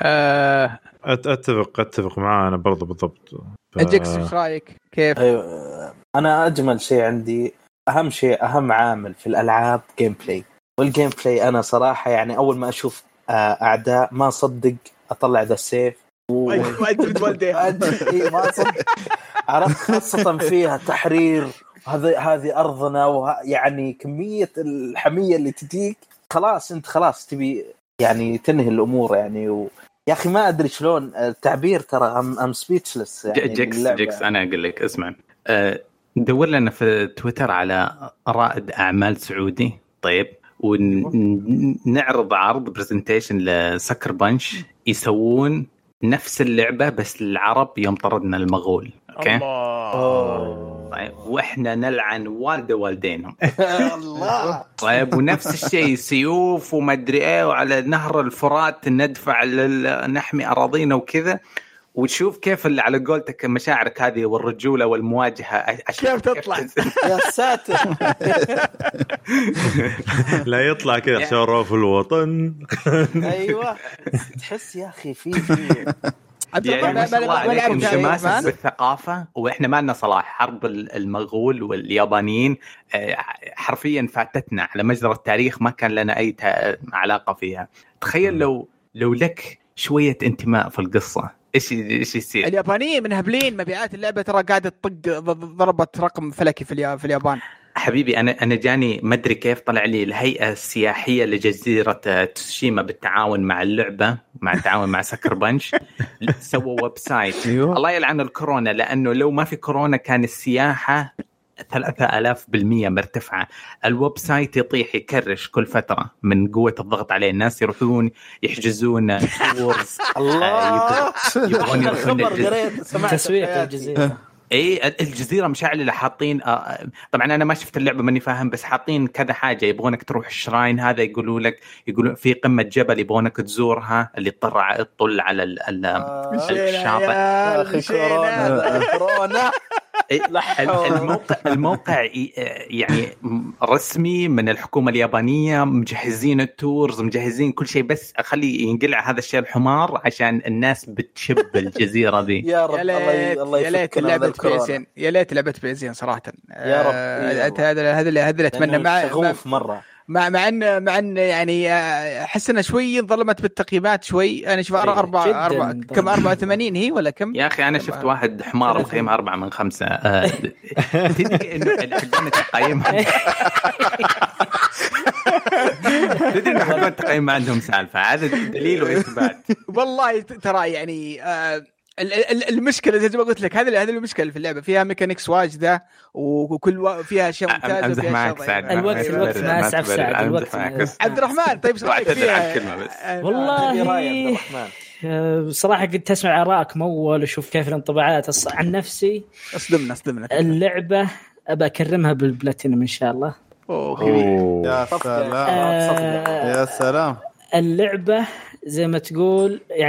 اتفق معاه انا برضو بالضبط. اجيكس ايش رايك كيف؟ أيوة. انا اجمل شيء عندي، اهم شيء اهم عامل في الالعاب جيم بلاي. والجيم بلاي انا صراحه يعني اول ما اشوف اعداء ما اصدق اطلع ذا السيف وأجد والديه ما صدق. عرفت خاصه فيها تحرير، هذه أرضنا، ويعني كمية الحمية اللي تجيك خلاص أنت خلاص تبي يعني تنهي الأمور يعني. يا أخي ما أدري شلون التعبير، ترى I'm speechless يعني. جيكس أنا أقول لك اسمع، دور لنا في تويتر على رائد أعمال سعودي طيب، ونعرض عرض برزنتيشن لسكر بانش يسوون نفس اللعبة بس للعرب يوم طردنا المغول. أوكي طيب وإحنا نلعن والدينهم الله. طيب ونفس الشيء سيوف وما أدري إيه، وعلى نهر الفرات ندفع نحمي أراضينا وكذا. وتشوف كيف اللي على قولتك مشاعرك هذه والرجولة والمواجهة كيف تطلع. يا ساتر. لا يطلع كذا شرف الوطن. أيوة تحس يا أخي في يعني ما شاء الله عليكم تماسك بالثقافة. وإحنا ما لنا صلاح حرب المغول واليابانيين حرفيا فاتتنا على مجرى التاريخ، ما كان لنا أي علاقة فيها. تخيل لو لك شوية انتماء في القصة إيش يصير. اليابانيين من هبلين مبيعات اللعبة ترى قاعدة تطق، ضربت رقم فلكي في اليابان. حبيبي أنا جاني ما أدري كيف طلع لي الهيئة السياحية لجزيرة تسوشيما بالتعاون مع اللعبة، مع التعاون مع سكر بانش سووا ويب سايت. الله يلعن الكورونا، لأنه لو ما في كورونا كان السياحة 3000% مرتفعة. الويب سايت يطيح يكرش كل فترة من قوة الضغط عليه. الناس يروحون يحجزون تورز. الله يبغون يروحون تسويق الجزيرة. اي الجزيره مشعلله حاطين طبعا انا ما شفت اللعبه ماني فاهم، بس حاطين كذا حاجه يبغونك تروح الشراين هذا، يقولون في قمه جبل يبغونك تزورها اللي تطل على الشاطئ. يا اخي كورونا. الموقع يعني رسمي من الحكومة اليابانية، مجهزين التورز مجهزين كل شيء، بس أخلي ينقلع هذا الشيء الحمار عشان الناس بتشب الجزيرة ذي. يا رب الله يا لعبة بيزين، يا ليت لعبة بيزين صراحة. يا رب هذا اللي أتمنى مع شغوف مرة مع ان يعني احس انها شوي ظلمت بالتقييمات شوي. انا اشوف 4 كم 84 هي ولا كم يا اخي. انا شفت واحد حمار مقيم 4 من 5. تدري انه حقون التقييم تدري انه حقون التقييم ما عندهم سالفه. هذا دليل واثبات والله. ترى يعني المشكله زي ما قلت لك، هذه المشكله في اللعبه، فيها ميكانيكس واجده وكل فيها اشياء ممتازه. امزح معك سعد. الوقت ما اسعف سعد. الوقت عبد الرحمن طيب ايش رايك فيها؟ والله بصراحه كنت اسمع ارائكم اول وشوف كيف الانطباعات. عن نفسي اصدمنا اللعبه ابى اكرمها بالبلاتينم ان شاء الله. يا سلام يا سلام. اللعبه زي ما تقول يعني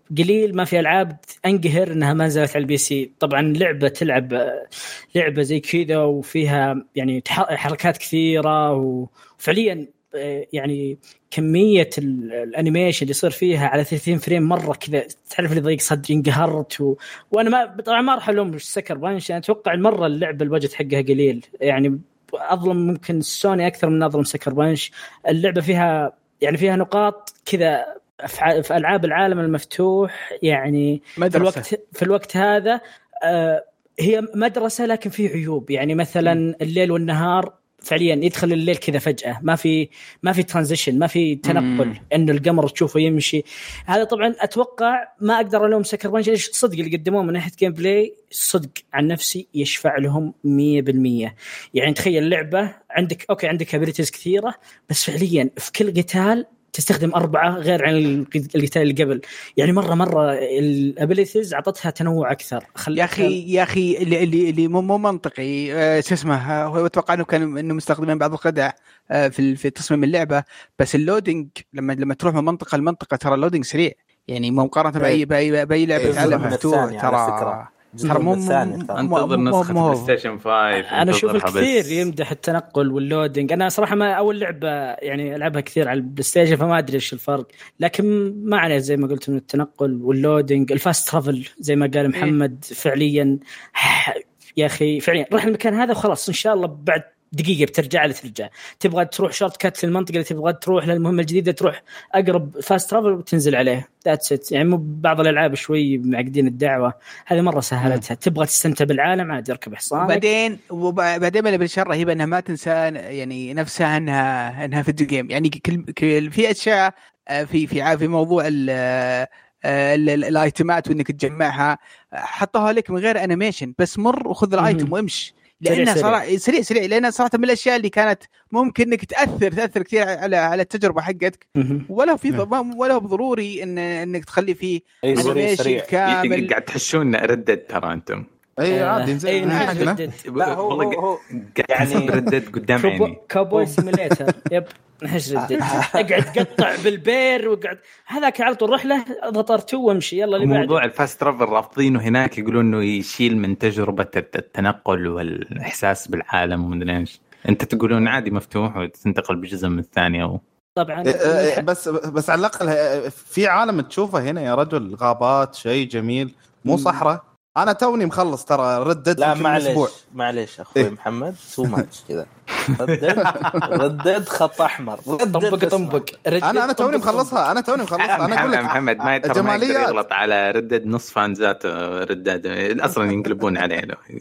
قليل ما في العاب انقهر انها ما نزلت على البي سي. طبعا لعبه تلعب لعبه زي كذا وفيها يعني حركات كثيره وفعليا يعني كميه الانيميشن اللي يصير فيها على 30 فريم مره كذا تعرف لي ضيق صدري انقهرت وانا ما طبعا ما راح الوم سكر بانش. انا اتوقع المره اللعبه البجت حقها قليل يعني اظلم ممكن سوني اكثر من اظلم سكر بانش. اللعبه فيها يعني فيها نقاط كذا في العاب العالم المفتوح يعني في الوقت هذا هي مدرسه لكن في عيوب يعني مثلا الليل والنهار فعليا يدخل الليل كذا فجأة ما في ترانزيشن ما في تنقل انه القمر تشوفه يمشي. هذا طبعا اتوقع ما اقدر الوم سكر بانش ايش صدق اللي قدموه من ناحيه جيم بلاي صدق عن نفسي يشفع لهم 100%. يعني تخيل لعبه عندك اوكي عندك ابيليتيز كثيره بس فعليا في كل قتال تستخدم 4 غير عن القتال اللي قبل. يعني مرة الابيليتيز عطتها تنوع أكثر. يا أخي اللي مو منطقي شو اسمه هو أتوقع إنه مستخدمين بعض الخدع في تصميم اللعبة. بس اللودينج لما تروح من منطقة لمنطقة ترى اللودينج سريع يعني مقارنة بأي لعبة عالم مفتوح ترى مو انتظر نسخة بلاي ستيشن 5. انا اشوف الكثير يمدح التنقل واللودينج. انا صراحه ما اول لعبه يعني العبها كثير على البلاي ستيشن فما ادري ايش الفرق لكن ما عليه زي ما قلت من التنقل واللودينج الفاست ترافل زي ما قال محمد فعليا يا اخي فعليا روح المكان هذا وخلاص ان شاء الله بعد دقيقة بترجع تبغى تروح شورت كات للمنطقة اللي تبغى تروح للمهمة الجديدة تروح أقرب فاست ترافل وتنزل عليه that's it. يعني مو بعض الألعاب شوي معقدين الدعوة هذه مرة سهلتها. تبغى تستمتع بالعالم عادي اركب حصانك. بعدين اللي بالشر رهيبة أنها ما تنسى يعني نفسها أنها فيديو جيم يعني في أشياء في موضوع الايتمات وإنك تجمعها حطوها لك من غير أنيميشن بس مر وخذ الآيتم وامشي لأنها صراحة سريع لأنها صراحة من الأشياء اللي كانت ممكن إنك تأثر كثير على التجربة حقتك ولا بضروري إنك تخلي فيه سريع كامل. قاعد تحشون ردد ترى أنتم اي عادي نزين لا هو يعني ردد قدام عيني كابوي سيميليتر يب نحش ردد اقعد قطع بالبير وقعد هذاك على طول رحله اضغط ار2 وامشي يلا اللي بعده. موضوع الفاست ترافل رافضينه هناك يقولون انه يشيل من تجربه التنقل والاحساس بالعالم ومدري ايش. انت تقولون عادي مفتوح وتنتقل بجزء من الثانيه طبعا بس على الاقل في عالم تشوفه هنا يا رجل غابات شيء جميل مو صحراء. انا توني مخلص ترى ردد لا معليش اخوي محمد سو ماتش كذا ردد خط احمر طنبق انا توني مخلصها انا اقول لك محمد ما يغلط على ردد نص فانزات ردد اصلا ينقلبون عليه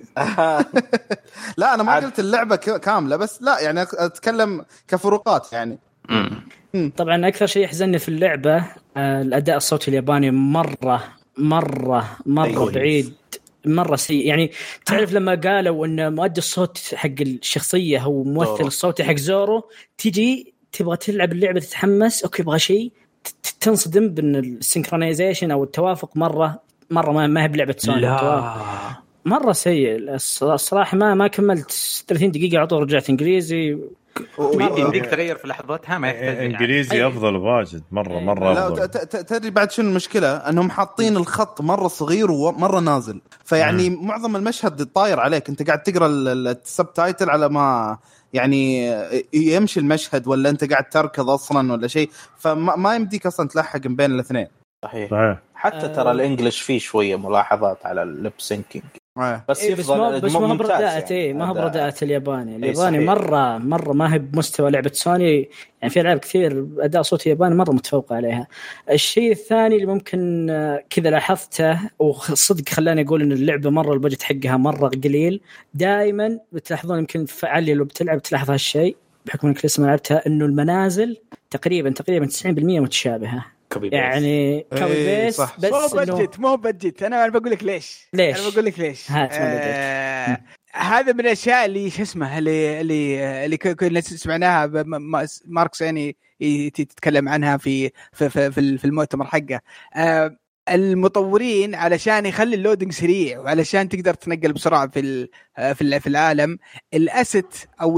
لا انا ما قلت اللعبه كامله بس لا يعني اتكلم كفروقات يعني. طبعا اكثر شيء يحزنني في اللعبه الاداء الصوتي الياباني مرة بعيد مرة سيء. يعني تعرف لما قالوا ان مؤدي الصوت حق الشخصية هو ممثل الصوتي حق زورو تيجي تبغى تلعب اللعبة تتحمس اوكي يبغى شيء تنصدم بان السينكرونايزيشن او التوافق مرة ما هي بلعبة سوني مرة سيء الصراحة. ما كملت 30 دقيقة على طول رجعت انجليزي ويمديك تغير في لحظاتها ما يحتاج انجليزي يعني. افضل واجد مره افضل. تدري بعد شنو المشكله انهم حاطين الخط مره صغير ومره نازل فيعني معظم المشهد طاير عليك انت قاعد تقرا السبتايتل على ما يعني يمشي المشهد ولا انت قاعد تركض اصلا ولا شيء فما يمديك اصلا تلحق بين الاثنين. صحيح. حتى ترى الانجليش فيه شوية ملاحظات على الليب سينكينج بس يفضل بس ما هو برداءة يعني ما هو برداءة الياباني مرة ما هي بمستوى لعبة سوني. يعني في ألعاب كثير أداء صوت ياباني مرة متفوق عليها. الشيء الثاني اللي ممكن كذا لاحظته وصدق خلاني أقول إن اللعبة مرة البجت حقها مرة قليل. دائما بتلاحظون يمكن فعلي لو بتلعب تلاحظ هالشيء بحكم إنك لسه ما لعبتها إنه المنازل تقريبا 90% متشابهة يعني كوبي بيس بس مو بجت انا بقول لك ليش انا بقول لك ليش هذا من الاشياء اللي شو اسمه اللي كنا سمعناها ماركس يعني تتكلم عنها في المؤتمر حقه المطورين علشان يخلي اللودنج سريع وعلشان تقدر تنقل بسرعه في العالم، الاسيت او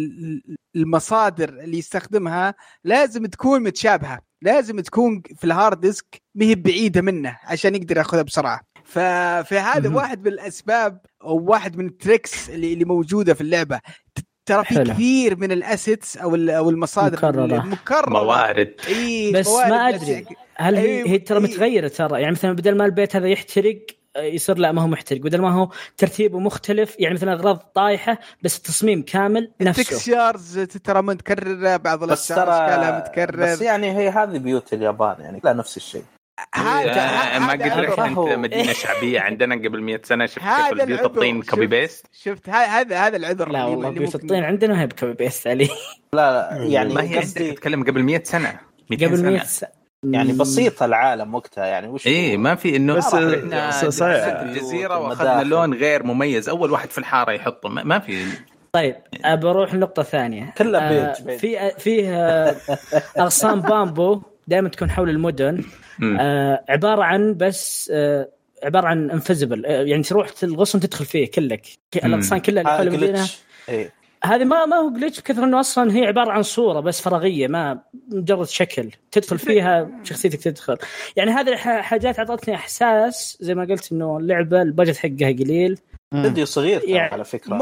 المصادر اللي يستخدمها لازم تكون متشابهه، لازم تكون في الهارد ديسك مهي بعيده منه عشان يقدر ياخذها بسرعه. فهذا واحد من الاسباب او واحد من التريكس اللي موجوده في اللعبه. ترى في كثير من الاسيتس او المصادر المكرره موارد. بس موارد ما ادري هل هي ترى متغيره ترى، يعني مثلا بدل ما البيت هذا يحترق يصير لا ما هو محترق، بدل ما هو ترتيبه مختلف، يعني مثلا اغراض طايحه بس التصميم كامل نفسه. التكستشرز ترى متكرره، بعض الاشكال متكرر، بس يعني هي هذه بيوت اليابان يعني لا نفس الشيء. ما قلت لك انت مدينه شعبيه عندنا قبل 100 سنه شفت كيف البيوت الطين كوبي بيست. شفت هذا العذر. لا والله بيوت الطين عندنا هي بكوبي بيست عليه. لا يعني ما هي قصدي تتكلم قبل 100 سنه قبل 100 سنه يعني بسيطه العالم وقتها يعني وش ما في انه صحيح الجزيره واخذنا لون غير مميز اول واحد في الحاره يحطه ما في. طيب بروح لنقطه ثانيه. كلها فيه اغصان بامبو دائما تكون حول المدن، عباره عن بس عباره عن انفيزبل، يعني تروح الغصن تدخل فيه كلك الاغصان كلها اللي حول المدينه. هذه ما هو جليتش بكثر انه اصلا هي عباره عن صوره بس فراغيه، ما مجرد شكل تدخل فيها شخصيتك تدخل. يعني هذه حاجات اعطتني احساس زي ما قلت انه اللعبه البجت حقها قليل، فيديو صغير يعني على فكره.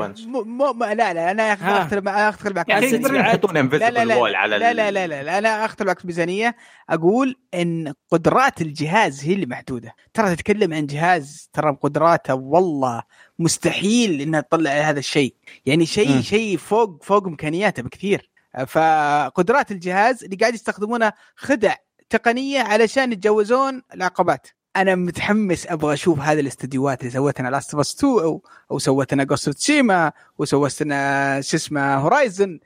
لا انا اختلف معك. يعني يحطون انفيزبل وول على لا انا اختلف معك ميزانيه. اقول ان قدرات الجهاز هي اللي محدوده. ترى تتكلم عن جهاز ترى قدراته والله مستحيل انها تطلع هذا الشيء، يعني شيء فوق امكانياته بكثير. فقدرات الجهاز اللي قاعد يستخدمونها خدع تقنيه علشان يتجاوزون العقبات. انا متحمس ابغى اشوف هذه الاستديوهات اللي سوتنا لاست اوف اس 2 او سوتنا غوست اوف تسوشيما وسوتنا شو اسمه هورايزن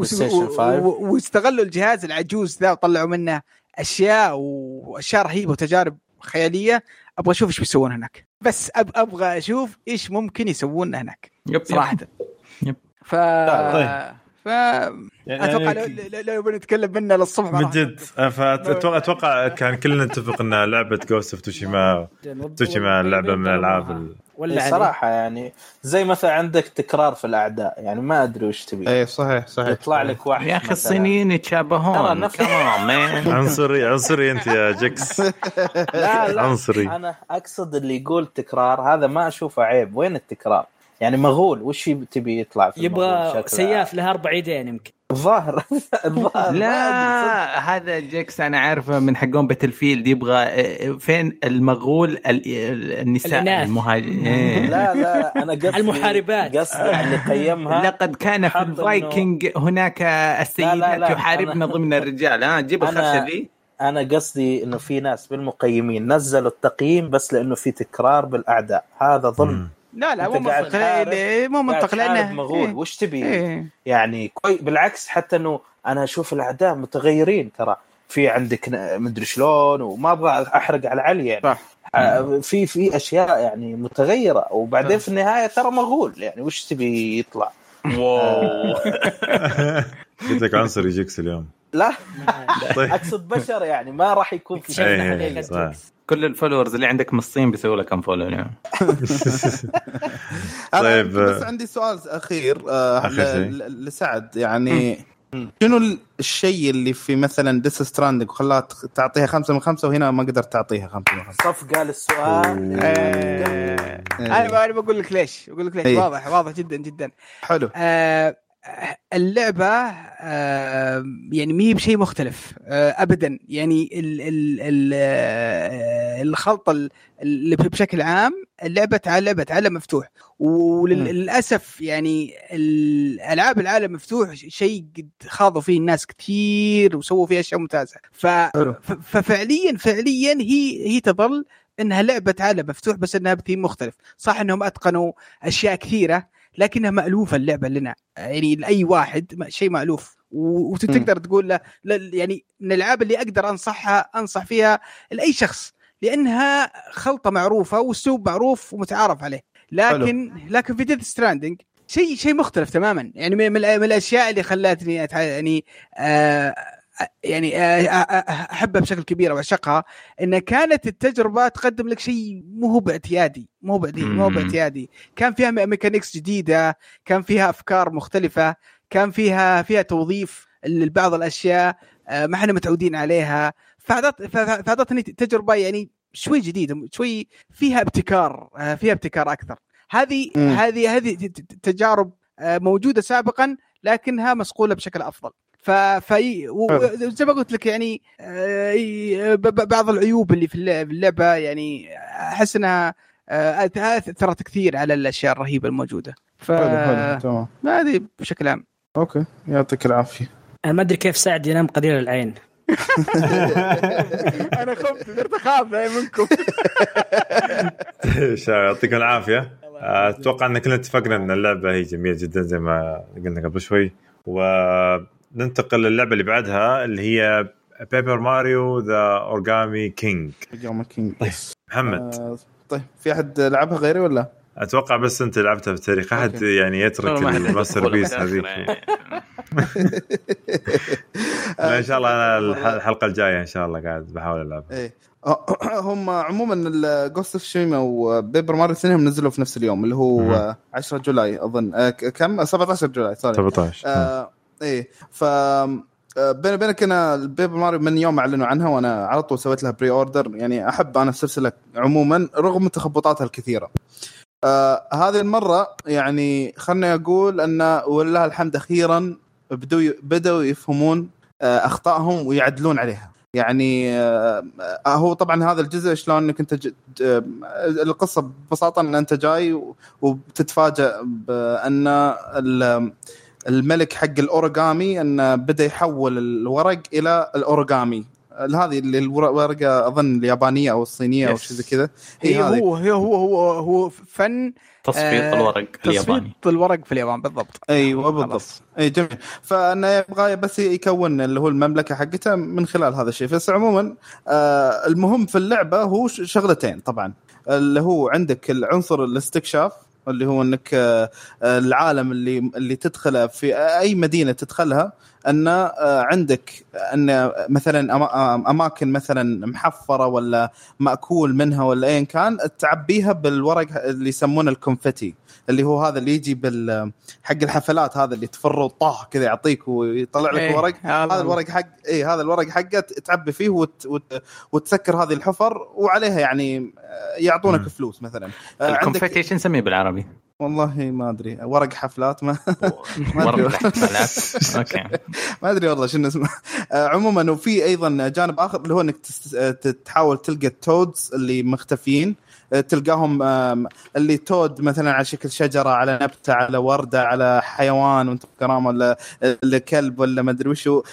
واستغلوا الجهاز العجوز ذا وطلعوا منه اشياء رهيبه وتجارب خياليه. ابغى اشوف ايش بيسوون هناك، بس ابغى اشوف ايش ممكن يسوون هناك صراحه. يعني اتوقع لو بنتكلم منه للصبح من جد. فاتوقع كان كلنا نتفق ان لعبه غوست اوف توشيما لعبه من الالعاب صراحه يعني زي مثلا عندك تكرار في الاعداء، يعني ما ادري وش تبي. اي صحيح يطلع لك واحد يا اخي الصينيين يتشابهون كمان. عنصري انت يا جكس. لا عنصري. انا اقصد اللي يقول تكرار هذا ما اشوفه عيب. وين التكرار يعني؟ مغول وش تبي يطلع في يبغى سياف لها 4 يدين يمكن الظاهر. لا هذا جيكس انا عارفه من حقهم باتلفيلد. يبغى فين المغول النساء المهاجرين. لا انا قصدي المحاربات اللي قيمها. لقد كان في الفايكنج هناك السيدات يحاربن ضمن الرجال. جيب الخرشه دي. انا قصدي انه في ناس بالمقيمين نزلوا التقييم بس لانه في تكرار بالاعداء. هذا ظلم. لا مو منطق لانه مغول وش تبي يعني بالعكس. حتى انه انا اشوف الاعداء متغيرين ترى. في عندك مدري شلون وما ابغى احرق على علي يعني صح. في اشياء يعني متغيره وبعدين في النهايه ترى مغول يعني وش تبي يطلع. قلت لك عنصري جيكس اليوم. لا اقصد بشر يعني ما راح يكون في شيء. كل الفولورز اللي عندك من الصين بيسووا لك كم فولو يعني. طيب بس عندي سؤال اخير لسعد. يعني شنو الشيء اللي في مثلا ديس ستراندنج خلاك تعطيها 5 من 5 وهنا ما قدرت تعطيها 5 من 5؟ صف قال السؤال. انا بقول لك ليش واضح جدا حلو. اللعبة يعني مي بشيء مختلف أبدا. يعني الخلطة اللي بشكل عام اللعبة عالم مفتوح. وللأسف يعني الألعاب العالم مفتوح شيء قد خاضوا فيه الناس كثير وسووا فيه أشياء ممتازة. ففعليا هي تظل إنها لعبة عالم مفتوح بس إنها بثيم مختلف. صح إنهم أتقنوا أشياء كثيرة لكنها مألوفة اللعبة لنا يعني لأي واحد شيء مألوف. وتقدر تقول له يعني من الألعاب اللي أقدر أنصح فيها لأي شخص لأنها خلطة معروفة وأسلوب معروف ومتعارف عليه. لكن في ديث ستراندنج شيء مختلف تماما. يعني من الأشياء اللي خلتني يعني يعني احبها بشكل كبير واعشقها، ان كانت التجربه تقدم لك شيء مو باعتيادي. كان فيها ميكانيكس جديده، كان فيها افكار مختلفه، كان فيها توظيف لبعض الاشياء ما احنا متعودين عليها. فاعطتني تجربه يعني شوي جديده، شوي فيها ابتكار اكثر. هذه تجارب موجوده سابقا لكنها مصقوله بشكل افضل. زي ما قلت لك يعني بعض العيوب اللي في اللعبه يعني احس انها اثرت كثير على الاشياء الرهيبه الموجوده. تمام، هذه بشكل عام. اوكي، يعطيك العافيه. انا ما ادري كيف سعد ينام قليل العين. انا خفت اخاف منكم. يعطيكم العافيه. اتوقع ان كلنا اتفقنا ان اللعبه هي جميله جدا زي ما قلنا قبل شوي، وننتقل للعبه اللي بعدها اللي هي بيبر ماريو ذا اورجامي كينج. محمد طيب في احد لعبها غيري ولا؟ اتوقع بس انت لعبتها في التاريخ. احد يعني يترك الماستر بيس هذيك. ان شاء الله انا الحلقه الجايه ان شاء الله قاعد بحاول العب. هم عموما الجوست اوف شيما وبيبر ماريو اثنينهم نزلوا في نفس اليوم اللي هو 10 جولاي اظن. كم 17 جولاي صار 17. ايه ف بينك انا البيبر ماريو من يوم اعلنوا عنها وانا على طول سويت لها بري اوردر. يعني احب انا السلسله عموما رغم تخبطاتها الكثيره. هذه المره يعني خلني اقول ان والله الحمد اخيرا بدأوا يفهمون اخطائهم ويعدلون عليها. يعني هو طبعا هذا الجزء شلون انك انت القصه ببساطه ان انت جاي وبتتفاجأ بان الملك حق الأوريغامي أن بدأ يحول الورق إلى الأوريغامي. هذه اللي الورقة أظن اليابانية أو الصينية أو شيء زي كذا. هو فن تصفيط الورق الياباني. تصفيط الورق في اليابان بالضبط. أيوة بالضبط. أي جميل. فأنا يبغى بس يكون اللي هو المملكة حقته من خلال هذا الشيء. بس عموما المهم في اللعبة هو شغلتين طبعا. اللي هو عندك العنصر الاستكشاف اللي هو انك العالم اللي تدخله في اي مدينه تدخلها ان عندك ان مثلا اماكن مثلا محفره ولا ماكول منها ولا ايا كان تعبيها بالورق اللي يسمونه الكونفتي اللي هو هذا اللي يجي حق الحفلات هذا اللي تفر وطاه كذا يعطيك ويطلع لك ورق. هذا الورق حق هذا الورق حقه تعبي فيه وتسكر هذه الحفر وعليها يعني يعطونك فلوس مثلا. الكونفتي ايش نسميه بالعربي؟ والله ما ادري. ورق حفلات ما ورق حفلات اوكي ما ادري والله شنو اسمه. عموما وفي ايضا جانب اخر اللي هو انك تحاول تلقى التودز اللي مختفين تلقاهم اللي تود مثلا على شكل شجره على نبته على ورده على حيوان وانت كرامه ولا كلب ولا ما ادري وشو.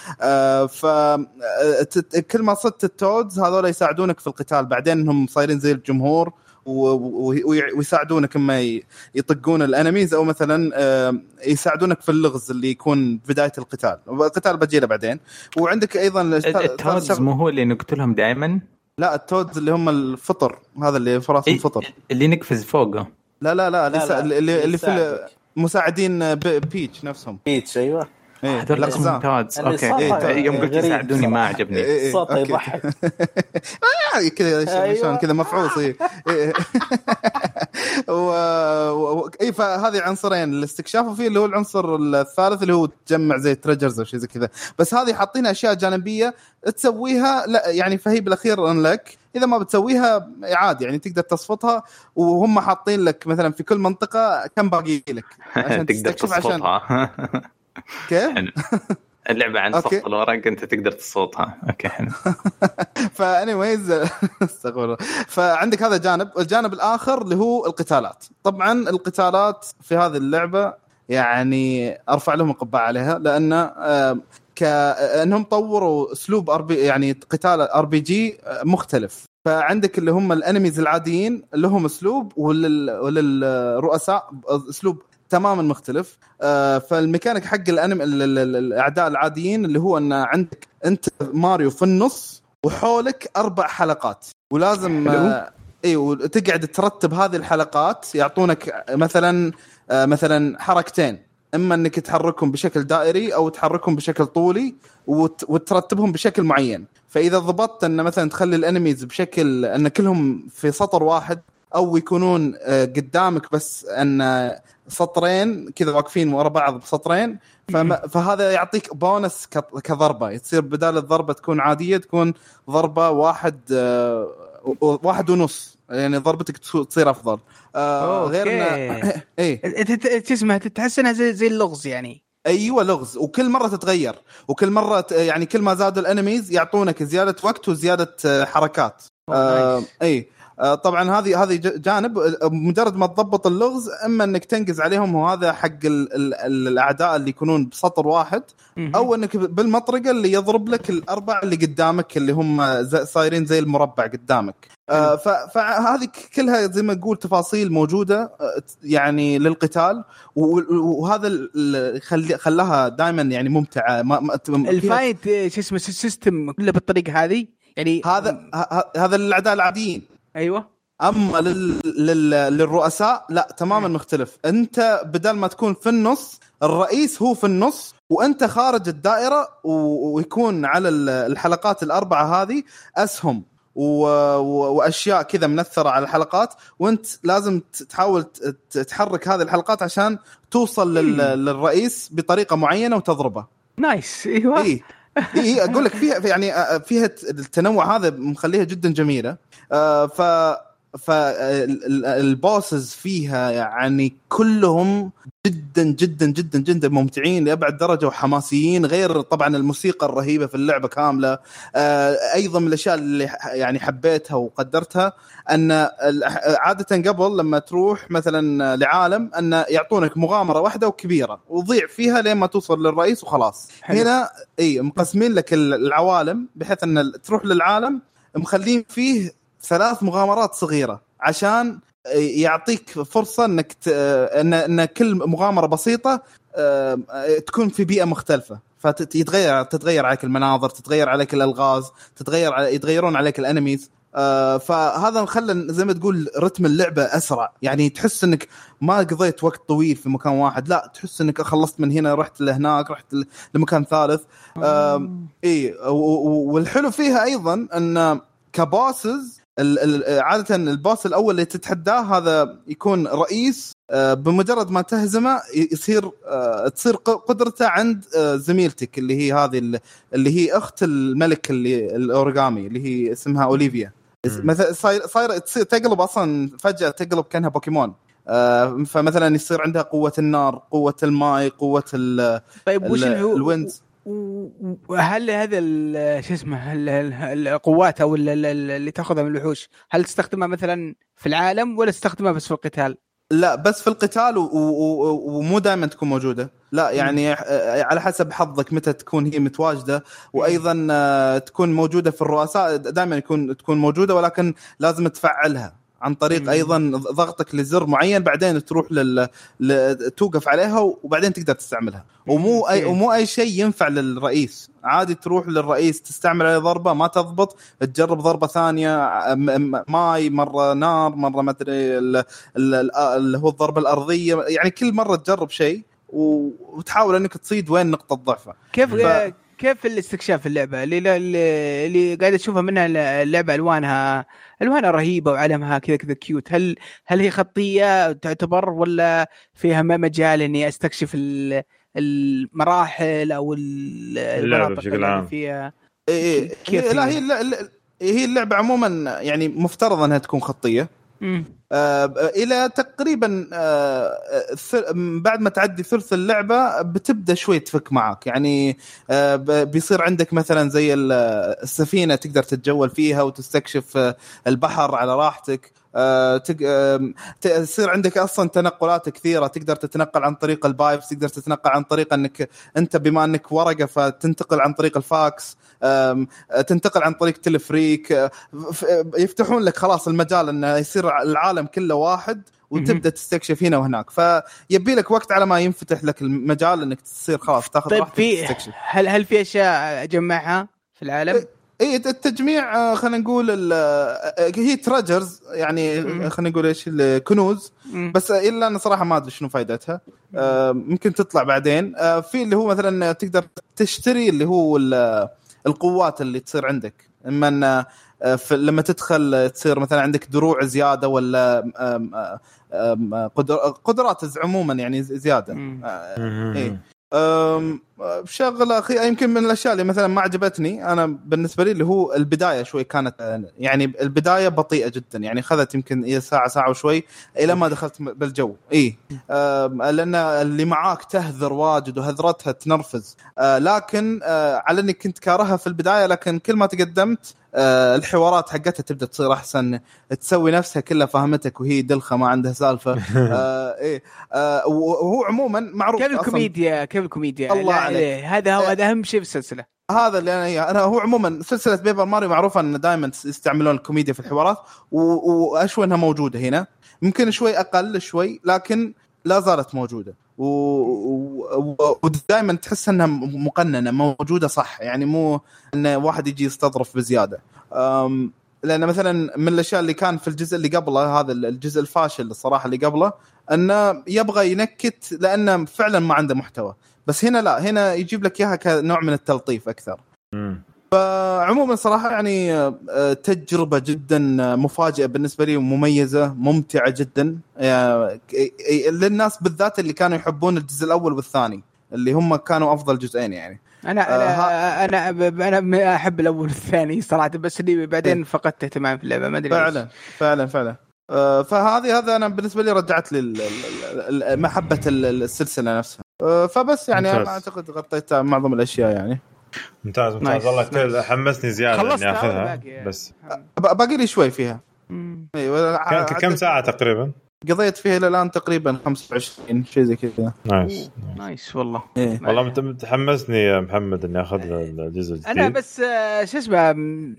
فكل ما صدت التودز هذول يساعدونك في القتال بعدين انهم صايرين زي الجمهور ويساعدونك اما يطقون الانميز او مثلا يساعدونك في اللغز اللي يكون بدايه القتال بجيله بعدين. وعندك ايضا التودز مو هو اللي نقتلهم دائما؟ لا التودز اللي هم الفطر هذا اللي في راسهم فطر اللي نقفز فوقه. لا اللي في المساعدين بيتش نفسهم. بيتش ايوه هذول اسمهم تودز. اوكي يوم قلت يساعدوني ما عجبني صوته يضحك كذا شلون كذا مفعوص. اي فهذه عنصرين الاستكشاف وفي اللي هو العنصر الثالث اللي هو تجمع زي تريجرز او شيء زي كذا. بس هذه حاطين اشياء جانبيه تسويها لا يعني فهي بالاخير لك اذا ما بتسويها عادي يعني تقدر تصفطها وهم حاطين لك مثلا في كل منطقه كم باقي لك عشان تقدر تصفطها. كيف اللعبة عن صفط الورق أنت تقدر تصوتها. أوكي حلو. فانيويز استغفر. فعندك هذا جانب. الجانب الآخر اللي هو القتالات. طبعا القتالات في هذه اللعبة يعني أرفع لهم القبعة عليها لأن كأنهم طوروا أسلوب يعني قتال RPG مختلف. فعندك اللي هم الانميز العاديين لهم أسلوب وللرؤساء أسلوب تماما مختلف. فالميكانيك حق الأعداء العاديين اللي هو أن عندك أنت ماريو في النص وحولك 4 حلقات ولازم وتقعد ترتب هذه الحلقات. يعطونك مثلا حركتين اما انك تحركهم بشكل دائري او تحركهم بشكل طولي وترتبهم بشكل معين. فاذا ضبطت ان مثلا تخلي الانميز بشكل ان كلهم في سطر واحد او يكونون قدامك بس ان سطرين كذا واقفين ورا بعض بسطرين، فهذا يعطيك بونس كضربه، تصير بدال الضربه تكون عاديه تكون ضربه 1.5، يعني ضربتك تصير افضل. غير انت تسمع تحسنها زي اللغز يعني. ايوه لغز، وكل مره تتغير، وكل مره يعني كل ما زاد الانميز يعطونك زياده وقت وزياده حركات. اي طبعا هذه جانب. مجرد ما تضبط اللغز اما انك تنقز عليهم، وهذا حق الاعداء اللي يكونون بسطر واحد، او انك بالمطرقه اللي يضرب لك الاربع اللي قدامك اللي هم صايرين زي المربع قدامك. فهذه كلها زي ما تقول تفاصيل موجوده يعني للقتال، وهذا خلاها دائما يعني ممتعه. الفايت شو اسمه السيستم كله بالطريقه هذه يعني. هذا للاعداء العاديين. ايوه. اما للرؤساء لا، تماما مختلف. انت بدل ما تكون في النص، الرئيس هو في النص وانت خارج الدائره، ويكون على الحلقات الاربعه هذه اسهم واشياء كذا منثره على الحلقات، وانت لازم تحاول تحرك هذه الحلقات عشان توصل للرئيس بطريقه معينه وتضربه. نايس. ايوه. اي اقول لك فيها يعني فيها التنوع هذا مخليها جدا جميله. فالبوسز فيها يعني كلهم جدا جدا جدا جدا ممتعين لأبعد درجة وحماسيين، غير طبعا الموسيقى الرهيبة في اللعبة كاملة. أيضا من الأشياء اللي يعني حبيتها وقدرتها أن عادة قبل لما تروح مثلا لعالم أن يعطونك مغامرة واحدة وكبيرة وضيع فيها لين ما توصل للرئيس وخلاص. هنا مقسمين لك العوالم بحيث أن تروح للعالم مخلين فيه 3 مغامرات صغيرة عشان يعطيك فرصة انك ان كل مغامرة بسيطة تكون في بيئة مختلفة، فتتغير عليك المناظر، تتغير عليك الالغاز، يتغيرون عليك الانميز. فهذا خلى زي ما تقول رتم اللعبة اسرع، يعني تحس انك ما قضيت وقت طويل في مكان واحد، لا تحس انك خلصت من هنا رحت لهناك رحت لمكان ثالث. والحلو فيها ايضا ان كباسز عادة الباص الأول اللي تتحداه هذا يكون رئيس، بمجرد ما تهزمه تصير قدرته عند زميلتك اللي هي هذه اللي هي أخت الملك اللي الأوريغامي اللي هي اسمها أوليفيا. مثلا صاير تصير تقلب أصلا فجأة تقلب كأنها بوكيمون. فمثلا يصير عندها قوة النار، قوة الماء، قوة طيب وش الويند. وهل هذا شو اسمه القوات او اللي تاخذها من الوحوش هل تستخدمها مثلا في العالم ولا تستخدمها بس في القتال؟ لا بس في القتال ومو دائما تكون موجودة، لا يعني على حسب حظك متى تكون هي متواجدة. وأيضا تكون موجودة في الرؤساء دائما تكون موجودة، ولكن لازم تفعلها عن طريق أيضا ضغطك لزر معين، بعدين تروح توقف عليها وبعدين تقدر تستعملها. ومو أي شيء ينفع للرئيس، عادي تروح للرئيس تستعمل عليه ضربة ما تضبط تجرب ضربة ثانية، ماي مرة نار مرة ما أدري اللي هو الضربة الأرضية، يعني كل مرة تجرب شيء وتحاول أنك تصيد وين نقطة ضعفه. كيف الاستكشاف اللعبة اللي قاعد أشوفها منها اللعبة ألوانها رهيبة وعلمها كذا كيوت. هل هي خطية تعتبر ولا فيها ما مجال إني أستكشف المراحل أو اللعبة بشكل عام فيها؟ لا هي اللعبة عموما يعني مفترض أنها تكون خطية. إلى تقريبا بعد ما تعدي ثلث اللعبة بتبدأ شوي تفك معك، يعني بيصير عندك مثلا زي السفينة تقدر تتجول فيها وتستكشف البحر على راحتك. تصير عندك أصلا تنقلات كثيرة، تقدر تتنقل عن طريق البايبس، تقدر تتنقل عن طريق أنك أنت بما أنك ورقة فتنتقل عن طريق الفاكس، تنتقل عن طريق تلفريك. يفتحون لك خلاص المجال أنه يصير العالم كله واحد وتبدأ تستكشف هنا وهناك، فيبي لك وقت على ما ينفتح لك المجال أنك تصير خلاص تاخذ راحتك تستكشف. هل في أشياء أجمعها في العالم؟ اي التجميع خلينا نقول هي تراجرز يعني خلينا نقول ايش الكنوز بس الا انا صراحه ما ادري شنو فائدتها. ممكن تطلع بعدين. في اللي هو مثلا تقدر تشتري اللي هو القوات اللي تصير عندك اما لما تدخل تصير مثلا عندك دروع زياده ولا قدرات عموما يعني زياده. ايه شغله اخي يمكن من الاشياء اللي مثلا ما عجبتني انا بالنسبه لي اللي هو البدايه شوي كانت يعني البدايه بطيئه جدا يعني اخذت يمكن ساعه وشوي الى ما دخلت بالجو. لان اللي معاك تهذر واجد وهذرتها تنرفز. لكن على اني كنت كارهها في البدايه لكن كل ما تقدمت الحوارات حقتها تبدا تصير احسن تسوي نفسها كلها فهمتك وهي دلخه ما عندها سالفه. وهو عموما معروف كيف الكوميديا الله عليه. هذا اهم شيء في السلسله. هذا اللي انا هو عموما سلسله بيبر ماريو معروفه ان دائما يستعملون الكوميديا في الحوارات واشوى انها موجوده هنا ممكن شوي اقل شوي لكن لا زالت موجوده ودائما تحس انها مقننه موجوده صح يعني مو ان واحد يجي يستظرف بزياده. لان مثلا من الاشياء اللي كان في الجزء اللي قبله هذا الجزء الفاشل الصراحه اللي قبله انه يبغى ينكت لانه فعلا ما عنده محتوى بس هنا لا هنا يجيب لك اياها كنوع من التلطيف اكثر. فعموما صراحه يعني تجربه جدا مفاجئه بالنسبه لي ومميزه ممتعه جدا للناس بالذات اللي كانوا يحبون الجزء الاول والثاني اللي هم كانوا افضل جزئين يعني. انا احب الاول والثاني صراحه بس اللي بعدين فقدت اهتمام في اللعبه ما ادري فعلا. فهذا انا بالنسبه لي رجعت لي محبه السلسله نفسها. فبس يعني انا اعتقد غطيت معظم الاشياء يعني. ممتاز والله حمسني زياده اني اخذها بس باقي لي شوي فيها. ايوه كم ساعه تقريبا قضيت فيها الى الان تقريبا 25 شيء زي كذا. نايس والله. والله متحمسني يا محمد اني اخذ الجزء الجديد. انا بس شو اسمه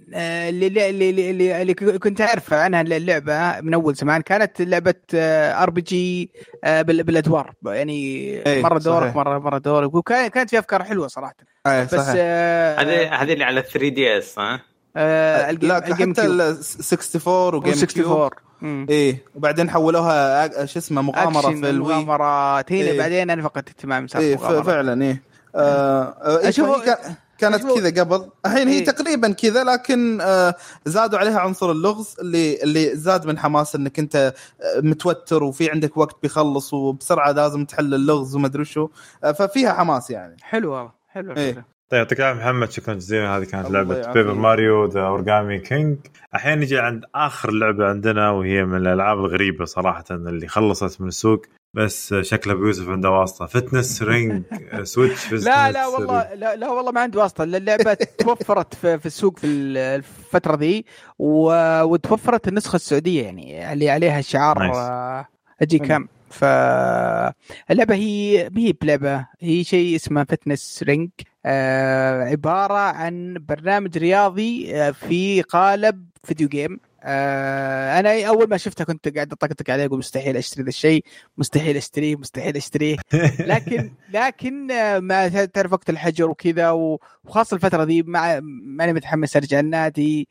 اللي كنت اعرف عنها اللعبه من اول زمان كانت لعبه ار بي جي بالادوار يعني مره دورك مره دورك وكانت فيها افكار حلوه صراحه. بس هذه اللي على 3 دي اس لا حتى ال 64 وجيم 64 ايه وبعدين حولوها شو اسمه مغامره في الوي مغامرات بعدين انا فقدت اهتمامي مغامره فعلا اشوف كانت كذا قبل الحين هي تقريبا كذا لكن زادوا عليها عنصر اللغز اللي زاد من حماس انك انت متوتر وفي عندك وقت بيخلص وبسرعه لازم تحل اللغز وما ادري شو ففيها حماس يعني حلو طيب يعطيك العافية محمد شكرا جزيلا. هذه كانت لعبة بيبر ماريو ذا أورغامي كينج. الحين نجي عند آخر لعبة عندنا وهي من الألعاب الغريبة صراحة اللي خلصت من السوق بس شكله بيوسف عنده واسطة فتنس رينج سويتش. لا والله ما عنده واسطة. اللعبة توفرت في السوق في الفترة ذي وتوفرت النسخة السعودية يعني اللي عليها شعار أجي كام. فاللعبة هي بلعبة هي شيء اسمه فتنس رينج عبارة عن برنامج رياضي في قالب فيديو جيم. أنا أول ما شفتها كنت قاعد أطقطق عليه أقول مستحيل أشتري ذا الشيء مستحيل أشتريه لكن ما تعرف وقت الحجر وكذا وخاصة الفترة دي ماني متحمس أرجع النادي